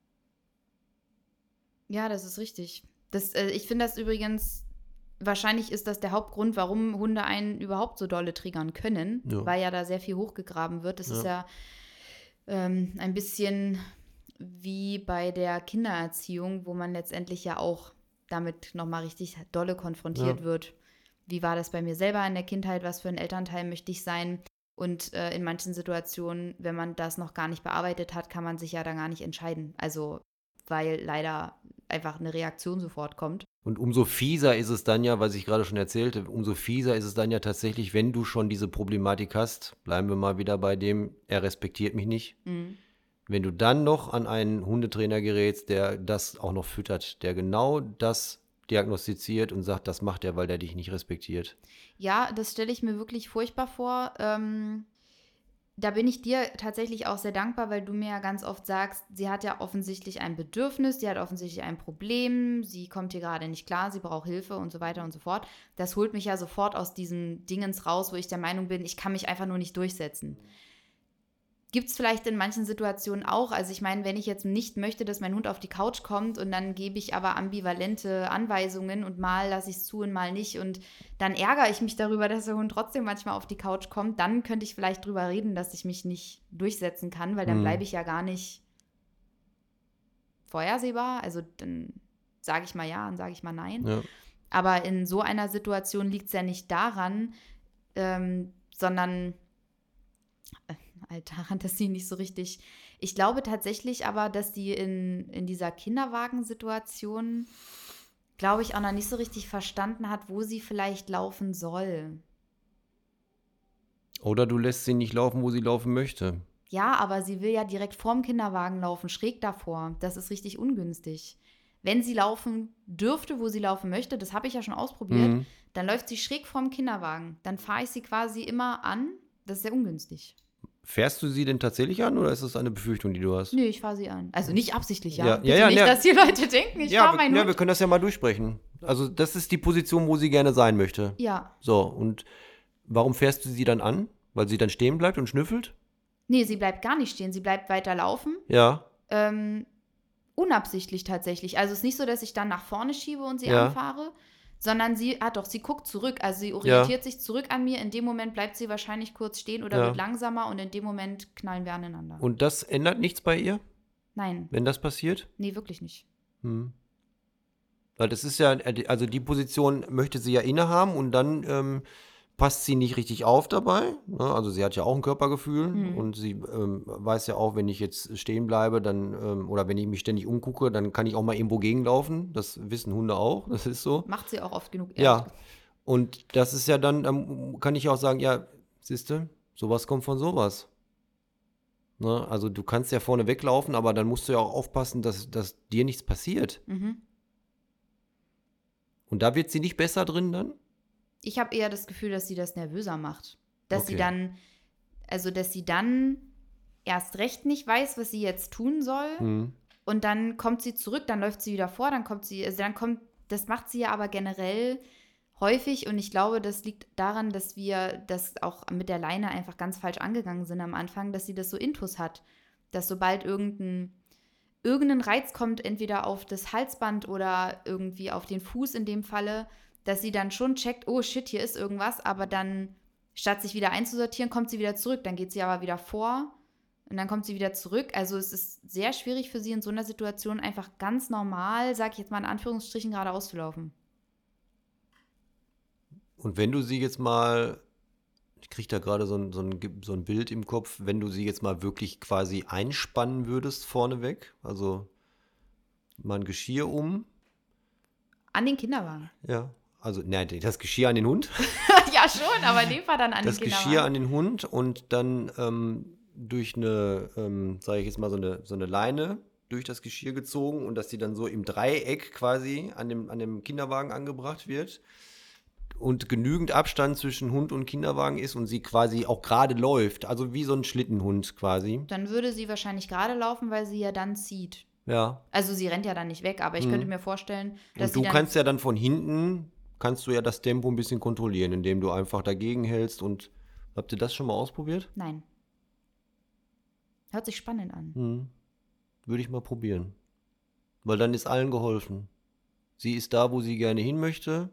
Ja, das ist richtig. Das, äh, ich finde das übrigens, wahrscheinlich ist das der Hauptgrund, warum Hunde einen überhaupt so dolle triggern können, Ja. weil ja da sehr viel hochgegraben wird. Das Ja. ist ja ähm, ein bisschen wie bei der Kindererziehung, wo man letztendlich ja auch damit nochmal richtig dolle konfrontiert Ja. wird. Wie war das bei mir selber in der Kindheit? Was für ein Elternteil möchte ich sein? Und äh, in manchen Situationen, wenn man das noch gar nicht bearbeitet hat, kann man sich ja dann gar nicht entscheiden. Also, weil leider einfach eine Reaktion sofort kommt. Und umso fieser ist es dann ja, was ich gerade schon erzählte, umso fieser ist es dann ja tatsächlich, wenn du schon diese Problematik hast, bleiben wir mal wieder bei dem, er respektiert mich nicht. Mhm. Wenn du dann noch an einen Hundetrainer gerätst, der das auch noch füttert, der genau das diagnostiziert und sagt, das macht er, weil der dich nicht respektiert. Ja, das stelle ich mir wirklich furchtbar vor. Ähm, da bin ich dir tatsächlich auch sehr dankbar, weil du mir ja ganz oft sagst, sie hat ja offensichtlich ein Bedürfnis, sie hat offensichtlich ein Problem, sie kommt hier gerade nicht klar, sie braucht Hilfe und so weiter und so fort. Das holt mich ja sofort aus diesen Dingens raus, wo ich der Meinung bin, ich kann mich einfach nur nicht durchsetzen. Gibt es vielleicht in manchen Situationen auch. Also ich meine, wenn ich jetzt nicht möchte, dass mein Hund auf die Couch kommt und dann gebe ich aber ambivalente Anweisungen und mal lasse ich es zu und mal nicht und dann ärgere ich mich darüber, dass der Hund trotzdem manchmal auf die Couch kommt, dann könnte ich vielleicht drüber reden, dass ich mich nicht durchsetzen kann, weil dann Mhm. bleibe ich ja gar nicht vorhersehbar. Also dann sage ich mal ja und sage ich mal nein. Ja. Aber in so einer Situation liegt es ja nicht daran, ähm, sondern äh, halt daran, dass sie nicht so richtig. Ich glaube tatsächlich aber, dass sie in, in dieser Kinderwagensituation, glaube ich, auch noch nicht so richtig verstanden hat, wo sie vielleicht laufen soll. Oder du lässt sie nicht laufen, wo sie laufen möchte. Ja, aber sie will ja direkt vorm Kinderwagen laufen, schräg davor. Das ist richtig ungünstig. Wenn sie laufen dürfte, wo sie laufen möchte, das habe ich ja schon ausprobiert, Mhm. dann läuft sie schräg vorm Kinderwagen. Dann fahre ich sie quasi immer an. Das ist sehr ungünstig. Fährst du sie denn tatsächlich an oder ist das eine Befürchtung, die du hast? Nee, ich fahre sie an. Also nicht absichtlich, ja. Ja, Bitte ja, ja, nicht, ne. dass die Leute denken, ich ja, fahre wir, meinen ja, Hund. wir können das ja mal durchsprechen. Also das ist die Position, wo sie gerne sein möchte. Ja. So, und warum fährst du sie dann an? Weil sie dann stehen bleibt und schnüffelt? Nee, sie bleibt gar nicht stehen. Sie bleibt weiter laufen. Ja, Ähm, unabsichtlich tatsächlich. Also es ist nicht so, dass ich dann nach vorne schiebe und sie Ja. anfahre, sondern sie, ah doch, sie guckt zurück. Also sie orientiert sich zurück an mir. In dem Moment bleibt sie wahrscheinlich kurz stehen oder Ja. wird langsamer und in dem Moment knallen wir aneinander. und das ändert nichts bei ihr, Nein, wenn das passiert? nee, wirklich nicht. Hm. Weil das ist ja, also die Position möchte sie ja innehaben und dann ähm, passt sie nicht richtig auf dabei. Ne? Also sie hat ja auch ein Körpergefühl Mhm. und sie ähm, weiß ja auch, wenn ich jetzt stehen bleibe, dann ähm, oder wenn ich mich ständig umgucke, dann kann ich auch mal irgendwo gegenlaufen. Das wissen Hunde auch, das ist so. Macht sie auch oft genug. Ja, ehrlich gesagt. und das ist ja dann, dann kann ich auch sagen, ja, siehste, sowas kommt von sowas. Ne? Also du kannst ja vorne weglaufen, aber dann musst du ja auch aufpassen, dass, dass dir nichts passiert. Mhm. Und da wird sie nicht besser drin dann? Ich habe eher das Gefühl, dass sie das nervöser macht. Dass sie Okay. dann, also dass sie dann erst recht nicht weiß, was sie jetzt tun soll. Hm. und dann kommt sie zurück, dann läuft sie wieder vor, dann kommt sie, also dann kommt, das macht sie ja aber generell häufig und ich glaube, das liegt daran, dass wir das auch mit der Leine einfach ganz falsch angegangen sind am Anfang, dass sie das so intus hat, dass sobald irgendein, irgendein Reiz kommt, entweder auf das Halsband oder irgendwie auf den Fuß in dem Falle, dass sie dann schon checkt, oh shit, hier ist irgendwas, aber dann, statt sich wieder einzusortieren, kommt sie wieder zurück, dann geht sie aber wieder vor und dann kommt sie wieder zurück. Also es ist sehr schwierig für sie in so einer Situation einfach ganz normal, sag ich jetzt mal in Anführungsstrichen, geradeaus zu laufen. Und wenn du sie jetzt mal, ich kriege da gerade so ein, so, ein, so ein Bild im Kopf, wenn du sie jetzt mal wirklich quasi einspannen würdest vorneweg, also mal ein Geschirr um. An den Kinderwagen. Ja, also nein, das Geschirr an den Hund. Ja schon, aber in dem Fall dann an Das den Kinderwagen. Geschirr an den Hund und dann ähm, durch eine, ähm, sage ich jetzt mal, so eine, so eine Leine durch das Geschirr gezogen und dass die dann so im Dreieck quasi an dem, an dem Kinderwagen angebracht wird und genügend Abstand zwischen Hund und Kinderwagen ist und sie quasi auch gerade läuft, also wie so ein Schlittenhund quasi. Dann würde sie wahrscheinlich gerade laufen, weil sie ja dann zieht. Ja. Also sie rennt ja dann nicht weg, aber ich Mhm. könnte mir vorstellen, dass Und sie du dann kannst ja dann von hinten, kannst du ja das Tempo ein bisschen kontrollieren, indem du einfach dagegen hältst und, habt ihr das schon mal ausprobiert? Nein. Hört sich spannend an. Hm. Würde ich mal probieren. Weil dann ist allen geholfen. Sie ist da, wo sie gerne hin möchte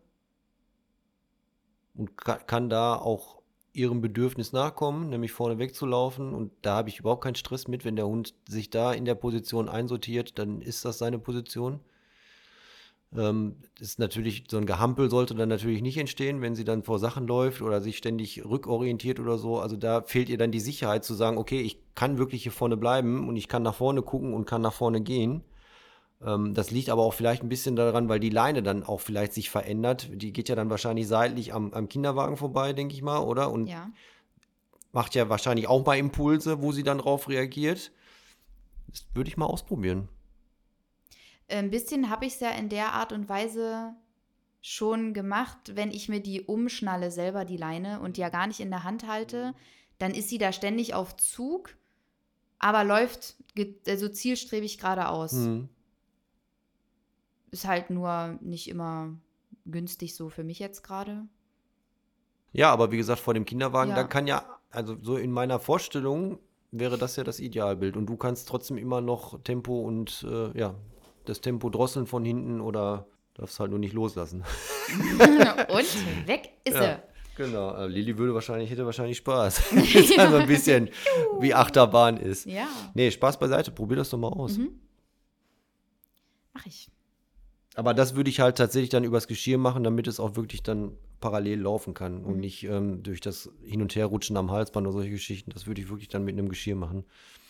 und ka- kann da auch ihrem Bedürfnis nachkommen, nämlich vorne wegzulaufen. Und da habe ich überhaupt keinen Stress mit. Wenn der Hund sich da in der Position einsortiert, dann ist das seine Position. Ähm, ist natürlich, so ein Gehampel sollte dann natürlich nicht entstehen, wenn sie dann vor Sachen läuft oder sich ständig rückorientiert oder so. Also da fehlt ihr dann die Sicherheit zu sagen, okay, ich kann wirklich hier vorne bleiben und ich kann nach vorne gucken und kann nach vorne gehen. Ähm, das liegt aber auch vielleicht ein bisschen daran, weil die Leine dann auch vielleicht sich verändert. Die geht ja dann wahrscheinlich seitlich am, am Kinderwagen vorbei, denke ich mal, oder? Und Ja. macht ja wahrscheinlich auch mal Impulse, wo sie dann drauf reagiert. Das würde ich mal ausprobieren. Ein bisschen habe ich es ja in der Art und Weise schon gemacht, wenn ich mir die umschnalle selber, die Leine, und die ja gar nicht in der Hand halte, dann ist sie da ständig auf Zug, aber läuft ge- also zielstrebig geradeaus. Hm. Ist halt nur nicht immer günstig so für mich jetzt gerade. Ja, aber wie gesagt, vor dem Kinderwagen, Ja. da kann ja, also so in meiner Vorstellung wäre das ja das Idealbild. Und du kannst trotzdem immer noch Tempo und äh, ja, das Tempo drosseln von hinten oder darfst halt nur nicht loslassen. Und weg ist Ja, sie. genau. Äh, Lilly würde wahrscheinlich, hätte wahrscheinlich Spaß. Ist also ein bisschen wie Achterbahn ist. Ja, Nee, Spaß beiseite, probier das doch mal aus. Mhm. mach ich. Aber das würde ich halt tatsächlich dann übers Geschirr machen, damit es auch wirklich dann parallel laufen kann und Mhm. nicht ähm, durch das Hin- und Herrutschen am Halsband oder solche Geschichten. Das würde ich wirklich dann mit einem Geschirr machen.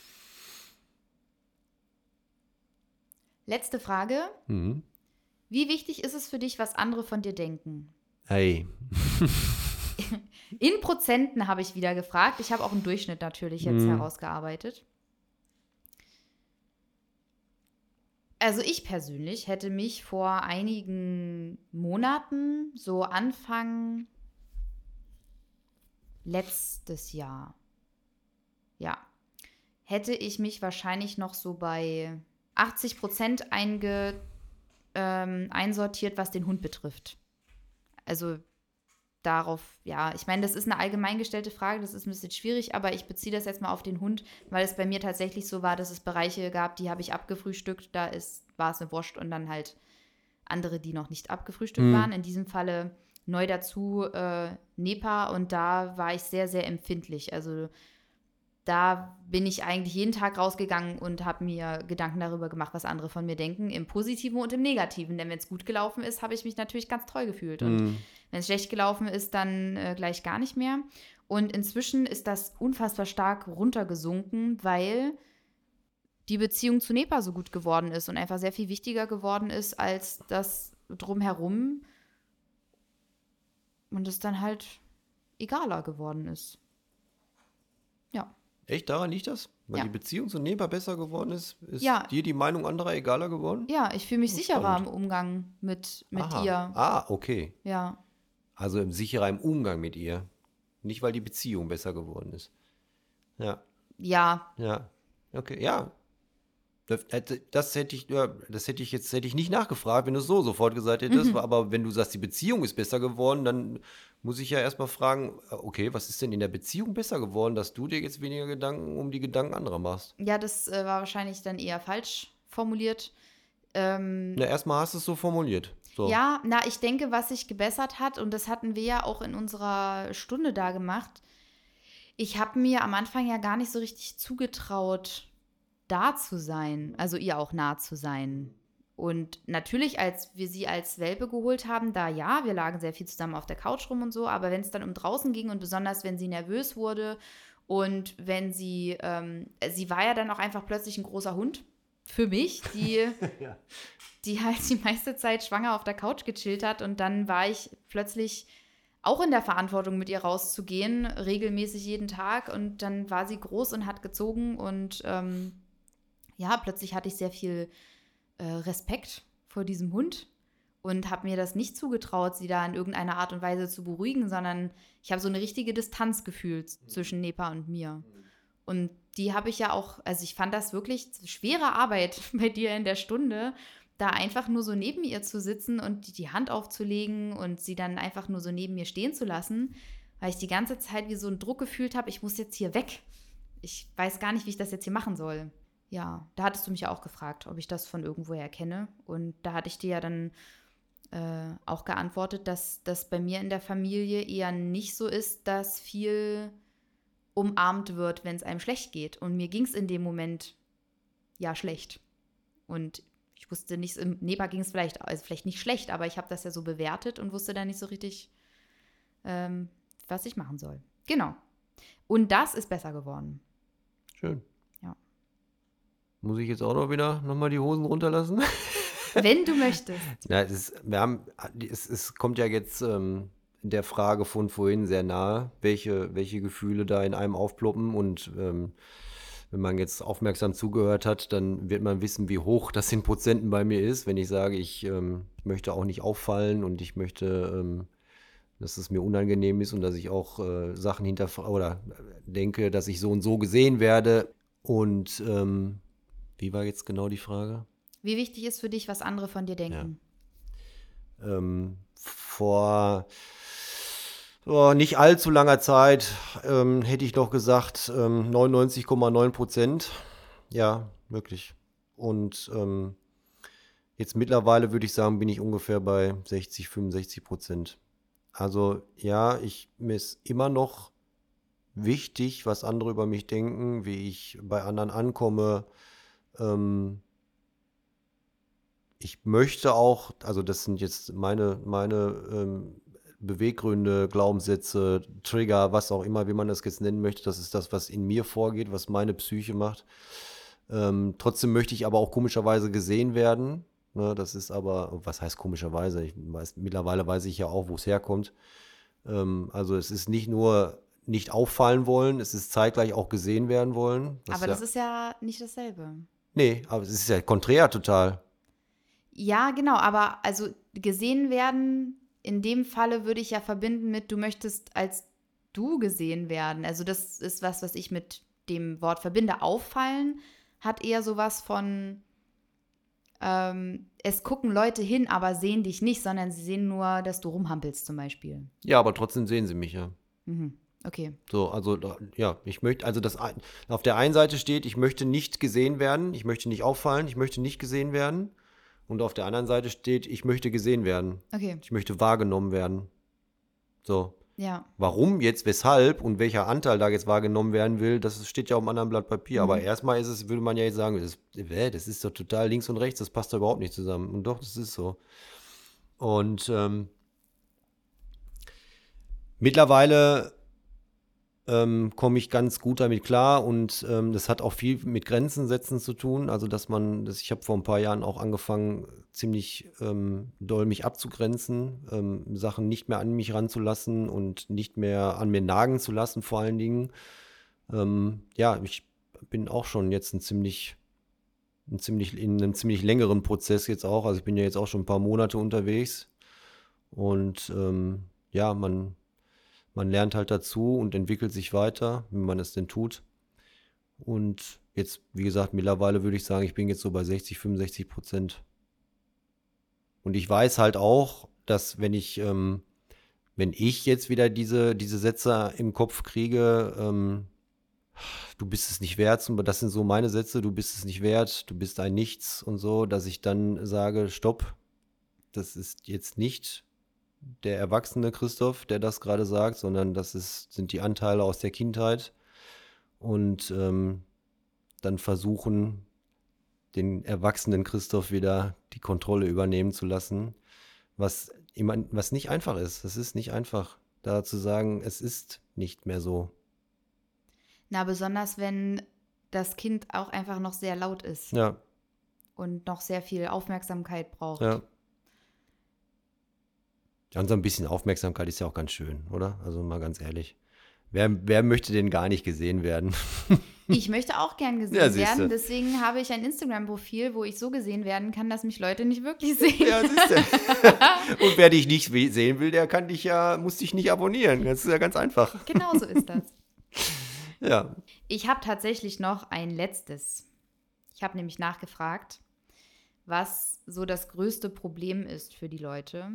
Letzte Frage. Mhm. Wie wichtig ist es für dich, was andere von dir denken? Hey. In Prozenten habe ich wieder gefragt. Ich habe auch einen Durchschnitt natürlich jetzt Mhm. herausgearbeitet. Also ich persönlich hätte mich vor einigen Monaten, so Anfang letztes Jahr, ja, hätte ich mich wahrscheinlich noch so bei achtzig Prozent einge, ähm, einsortiert, was den Hund betrifft. Also darauf, ja, ich meine, das ist eine allgemein gestellte Frage, das ist ein bisschen schwierig, aber ich beziehe das jetzt mal auf den Hund, weil es bei mir tatsächlich so war, dass es Bereiche gab, die habe ich abgefrühstückt, da ist, war es eine Wurst und dann halt andere, die noch nicht abgefrühstückt Mhm. waren. In diesem Falle neu dazu äh, Nepa und da war ich sehr, sehr empfindlich. Also da bin ich eigentlich jeden Tag rausgegangen und habe mir Gedanken darüber gemacht, was andere von mir denken, im Positiven und im Negativen. Denn wenn es gut gelaufen ist, habe ich mich natürlich ganz toll gefühlt. Und Mhm. wenn es schlecht gelaufen ist, dann äh, gleich gar nicht mehr. Und inzwischen ist das unfassbar stark runtergesunken, weil die Beziehung zu Nepa so gut geworden ist und einfach sehr viel wichtiger geworden ist als das drumherum. Und es dann halt egaler geworden ist. Ja. Echt, daran liegt das? Weil Ja. die Beziehung zu Nepa besser geworden ist? Ist Ja. dir die Meinung anderer egaler geworden? Ja, ich fühle mich Oh, sicherer spannend. im Umgang mit, mit Aha. ihr. Ah, okay. Ja. Also im sicherer im Umgang mit ihr. Nicht, weil die Beziehung besser geworden ist. Ja, Ja. ja. Okay, ja. Das, das hätte ich, ja, das hätte ich jetzt hätte ich nicht nachgefragt, wenn du es so sofort gesagt hättest. Mhm. Aber wenn du sagst, die Beziehung ist besser geworden, dann muss ich ja erstmal fragen, äh, okay, was ist denn in der Beziehung besser geworden, dass du dir jetzt weniger Gedanken um die Gedanken anderer machst? Ja, das äh, war wahrscheinlich dann eher falsch formuliert. Ähm, Na, erstmal hast du es so formuliert. So. ja, na, ich denke, was sich gebessert hat, und das hatten wir ja auch in unserer Stunde da gemacht, ich habe mir am Anfang ja gar nicht so richtig zugetraut, da zu sein, also ihr auch nah zu sein. Und natürlich, als wir sie als Welpe geholt haben, da ja, wir lagen sehr viel zusammen auf der Couch rum und so, aber wenn es dann um draußen ging und besonders, wenn sie nervös wurde und wenn sie, ähm, sie war ja dann auch einfach plötzlich ein großer Hund für mich, die, Ja. die halt die meiste Zeit schwanger auf der Couch gechillt hat, und dann war ich plötzlich auch in der Verantwortung, mit ihr rauszugehen, regelmäßig jeden Tag, und dann war sie groß und hat gezogen, und ähm, ja, plötzlich hatte ich sehr viel äh, Respekt vor diesem Hund und habe mir das nicht zugetraut, sie da in irgendeiner Art und Weise zu beruhigen, sondern ich habe so eine richtige Distanz gefühlt zwischen Nepa und mir. Und die habe ich ja auch, also ich fand das wirklich schwere Arbeit bei dir in der Stunde, da einfach nur so neben ihr zu sitzen und die, die Hand aufzulegen und sie dann einfach nur so neben mir stehen zu lassen, weil ich die ganze Zeit wie so einen Druck gefühlt habe, ich muss jetzt hier weg. Ich weiß gar nicht, wie ich das jetzt hier machen soll. Ja, da hattest du mich ja auch gefragt, ob ich das von irgendwoher kenne. Und da hatte ich dir ja dann äh, auch geantwortet, dass das bei mir in der Familie eher nicht so ist, dass viel umarmt wird, wenn es einem schlecht geht. Und mir ging es in dem Moment ja schlecht. Und ich wusste nicht, im Nepa ging es vielleicht, also vielleicht nicht schlecht, aber ich habe das ja so bewertet und wusste dann nicht so richtig, ähm, was ich machen soll. Genau. Und das ist besser geworden. Schön. Ja. Muss ich jetzt auch noch wieder nochmal die Hosen runterlassen? Wenn du möchtest. Ja, es, ist, wir haben, es, es kommt ja jetzt ähm, der Frage von vorhin sehr nahe, welche, welche Gefühle da in einem aufploppen. Und ähm, wenn man jetzt aufmerksam zugehört hat, dann wird man wissen, wie hoch das in Prozenten bei mir ist, wenn ich sage, ich ähm, möchte auch nicht auffallen und ich möchte, ähm, dass es mir unangenehm ist und dass ich auch äh, Sachen hinterfrage oder denke, dass ich so und so gesehen werde. Und ähm, wie war jetzt genau die Frage? Wie wichtig ist für dich, was andere von dir denken? Ja. Ähm, vor oh, nicht allzu langer Zeit ähm, hätte ich doch gesagt, ähm, neunundneunzig Komma neun Prozent. Ja, wirklich. Und ähm, jetzt mittlerweile würde ich sagen, bin ich ungefähr bei sechzig, fünfundsechzig Prozent. Also ja, ich, mir ist immer noch wichtig, was andere über mich denken, wie ich bei anderen ankomme. Ähm, ich möchte auch, also das sind jetzt meine, meine ähm, Beweggründe, Glaubenssätze, Trigger, was auch immer, wie man das jetzt nennen möchte. Das ist das, was in mir vorgeht, was meine Psyche macht. Ähm, trotzdem möchte ich aber auch komischerweise gesehen werden. Ne, das ist aber, was heißt komischerweise? Ich weiß, mittlerweile weiß ich ja auch, wo es herkommt. Ähm, also es ist nicht nur nicht auffallen wollen, es ist zeitgleich auch gesehen werden wollen. Das Aber ist das ja, ist ja nicht dasselbe. nee, aber es ist ja konträr total. Ja, genau, aber also gesehen werden, in dem Falle würde ich ja verbinden mit, du möchtest als du gesehen werden. Also das ist was, was ich mit dem Wort verbinde. Auffallen hat eher sowas von, ähm, es gucken Leute hin, aber sehen dich nicht, sondern sie sehen nur, dass du rumhampelst zum Beispiel. Ja, aber trotzdem sehen sie mich ja. Mhm. Okay. So, also da- ja, ich möchte, also das ein- auf der einen Seite steht, ich möchte nicht gesehen werden, ich möchte nicht auffallen, ich möchte nicht gesehen werden. Und auf der anderen Seite steht, ich möchte gesehen werden. Okay. Ich möchte wahrgenommen werden. So. Ja. Warum jetzt, weshalb und welcher Anteil da jetzt wahrgenommen werden will, das steht ja auf einem anderen Blatt Papier. Mhm. Aber erstmal ist es, würde man ja jetzt sagen, das, äh, das ist doch total links und rechts, das passt doch überhaupt nicht zusammen. Und doch, das ist so. Und ähm, mittlerweile ähm, komme ich ganz gut damit klar und ähm, das hat auch viel mit Grenzen setzen zu tun. Also, dass man, dass ich habe vor ein paar Jahren auch angefangen, ziemlich ähm, doll mich abzugrenzen, ähm, Sachen nicht mehr an mich ranzulassen und nicht mehr an mir nagen zu lassen, vor allen Dingen. Ähm, ja, ich bin auch schon jetzt ein ziemlich, ein ziemlich, in einem ziemlich längeren Prozess jetzt auch. Also ich bin ja jetzt auch schon ein paar Monate unterwegs und ähm, ja, man man lernt halt dazu und entwickelt sich weiter, wie man es denn tut. Und jetzt, wie gesagt, mittlerweile würde ich sagen, ich bin jetzt so bei sechzig, fünfundsechzig Prozent. Und ich weiß halt auch, dass wenn ich, ähm, wenn ich jetzt wieder diese, diese Sätze im Kopf kriege, ähm, du bist es nicht wert, das sind so meine Sätze, du bist es nicht wert, du bist ein Nichts und so, dass ich dann sage, stopp, das ist jetzt nicht der erwachsene Christoph, der das gerade sagt, sondern das ist, sind die Anteile aus der Kindheit und ähm, dann versuchen, den erwachsenen Christoph wieder die Kontrolle übernehmen zu lassen, was, immer, was nicht einfach ist. Es ist nicht einfach, da zu sagen, es ist nicht mehr so. Na, besonders wenn das Kind auch einfach noch sehr laut ist Ja, und noch sehr viel Aufmerksamkeit braucht. ja. Ja, und so ein bisschen Aufmerksamkeit ist ja auch ganz schön, oder? Also mal ganz ehrlich. Wer, wer möchte denn gar nicht gesehen werden? Ich möchte auch gern gesehen Ja, siehste. werden, deswegen habe ich ein Instagram-Profil, wo ich so gesehen werden kann, dass mich Leute nicht wirklich sehen. Ja, siehst du. Und wer dich nicht we- sehen will, der kann dich ja, muss dich nicht abonnieren. Das ist ja ganz einfach. Genau so ist das. Ja. Ich habe tatsächlich noch ein letztes. Ich habe nämlich nachgefragt, was so das größte Problem ist für die Leute.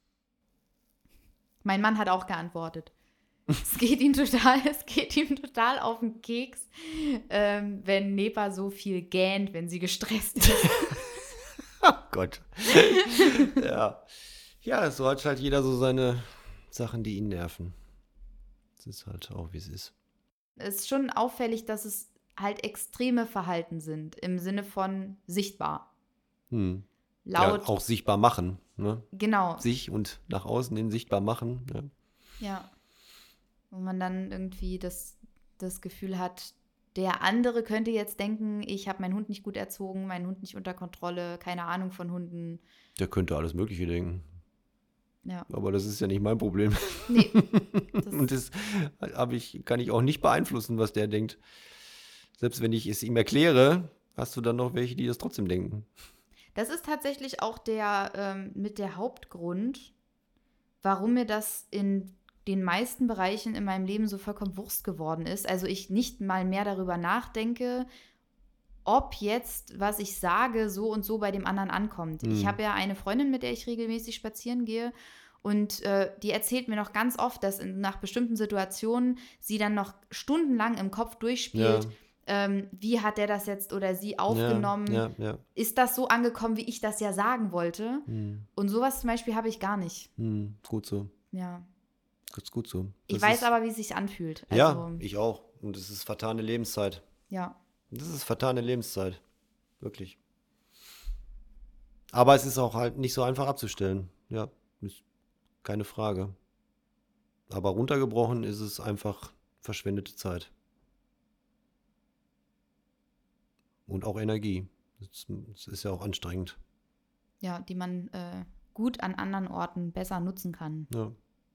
Mein Mann hat auch geantwortet. Es geht ihm total, es geht ihm total auf den Keks, ähm, wenn Nepa so viel gähnt, wenn sie gestresst ist. Oh Gott. Ja. Ja, so hat halt jeder so seine Sachen, die ihn nerven. Das ist halt auch, wie es ist. Es ist schon auffällig, dass es halt extreme Verhalten sind, im Sinne von sichtbar. Hm. Laut. Ja, auch sichtbar machen. Ne? Genau. Sich und nach außen hin sichtbar machen. Ja. Ja. Wo man dann irgendwie das, das Gefühl hat, der andere könnte jetzt denken, ich habe meinen Hund nicht gut erzogen, meinen Hund nicht unter Kontrolle, keine Ahnung von Hunden. Der könnte alles Mögliche denken. Ja. Aber das ist ja nicht mein Problem. Nee. Das Und das hab ich, kann ich auch nicht beeinflussen, was der denkt. Selbst wenn ich es ihm erkläre, hast du dann noch welche, die das trotzdem denken. Das ist tatsächlich auch der ähm, mit der Hauptgrund, warum mir das in den meisten Bereichen in meinem Leben so vollkommen Wurst geworden ist. Also ich nicht mal mehr darüber nachdenke, ob jetzt, was ich sage, so und so bei dem anderen ankommt. Hm. Ich habe ja eine Freundin, mit der ich regelmäßig spazieren gehe. Und äh, die erzählt mir noch ganz oft, dass in, nach bestimmten Situationen sie dann noch stundenlang im Kopf durchspielt, Ja. ähm, wie hat der das jetzt oder sie aufgenommen? Ja, ja, ja. Ist das so angekommen, wie ich das ja sagen wollte? Hm. Und sowas zum Beispiel habe ich gar nicht. Hm. Gut so. Ja. Das ist gut so. Ich Das weiß ist, aber, wie es sich anfühlt. Also, Ja, ich auch. Und es ist vertane Lebenszeit. ja. Das ist vertane Lebenszeit. Wirklich. Aber es ist auch halt nicht so einfach abzustellen. Ja, ist keine Frage. Aber runtergebrochen ist es einfach verschwendete Zeit. Und auch Energie. Es ist ja auch anstrengend. Ja, die man äh, gut an anderen Orten besser nutzen kann. Ja.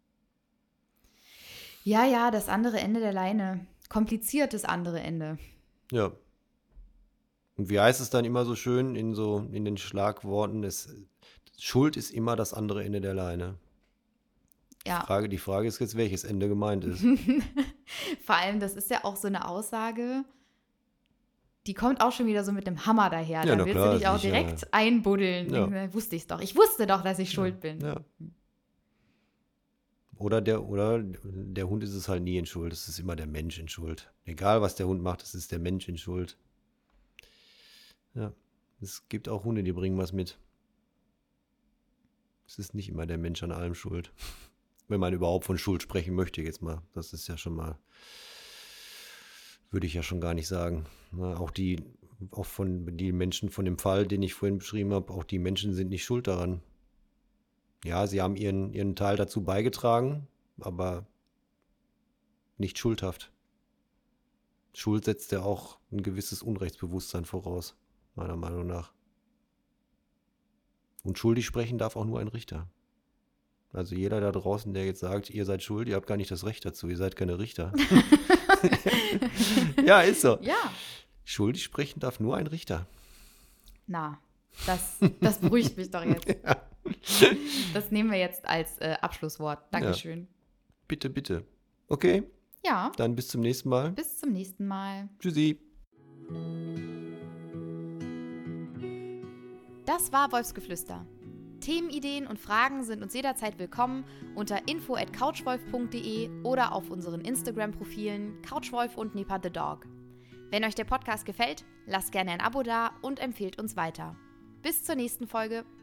Ja, ja, das andere Ende der Leine. Kompliziertes andere Ende. Ja. Und wie heißt es dann immer so schön in so in den Schlagworten? Es, Schuld ist immer das andere Ende der Leine. Ja. Frage, die Frage ist jetzt, welches Ende gemeint ist. Vor allem, das ist ja auch so eine Aussage, die kommt auch schon wieder so mit dem Hammer daher. Ja, Da na willst klar, du dich auch sicher. direkt einbuddeln. Ja. Denken, wusste ich doch. Ich wusste doch, dass ich schuld bin. Ja. Oder der, oder der Hund ist es halt nie in Schuld. Es ist immer der Mensch in Schuld. Egal, was der Hund macht, es ist der Mensch in Schuld. Ja. Es gibt auch Hunde, die bringen was mit. Es ist nicht immer der Mensch an allem schuld. Wenn man überhaupt von Schuld sprechen möchte, jetzt mal. Das ist ja schon mal, würde ich ja schon gar nicht sagen. Na, auch die, auch von die Menschen von dem Fall, den ich vorhin beschrieben habe, auch die Menschen sind nicht schuld daran. Ja, sie haben ihren, ihren Teil dazu beigetragen, aber nicht schuldhaft. Schuld setzt ja auch ein gewisses Unrechtsbewusstsein voraus, meiner Meinung nach. Und schuldig sprechen darf auch nur ein Richter. Also jeder da draußen, der jetzt sagt, ihr seid schuld, ihr habt gar nicht das Recht dazu, ihr seid keine Richter. Ja, ist so. Ja. Schuldig sprechen darf nur ein Richter. Na, das, das beruhigt mich doch jetzt. Ja. Das nehmen wir jetzt als äh, Abschlusswort. Dankeschön. Bitte, bitte. Okay, Ja, dann bis zum nächsten Mal. bis zum nächsten Mal. Tschüssi. Das war Wolfsgeflüster. Themenideen und Fragen sind uns jederzeit willkommen unter info at couchwolf punkt de oder auf unseren Instagram-Profilen Couchwolf und Nipa the Dog. Wenn euch der Podcast gefällt, lasst gerne ein Abo da und empfehlt uns weiter. Bis zur nächsten Folge.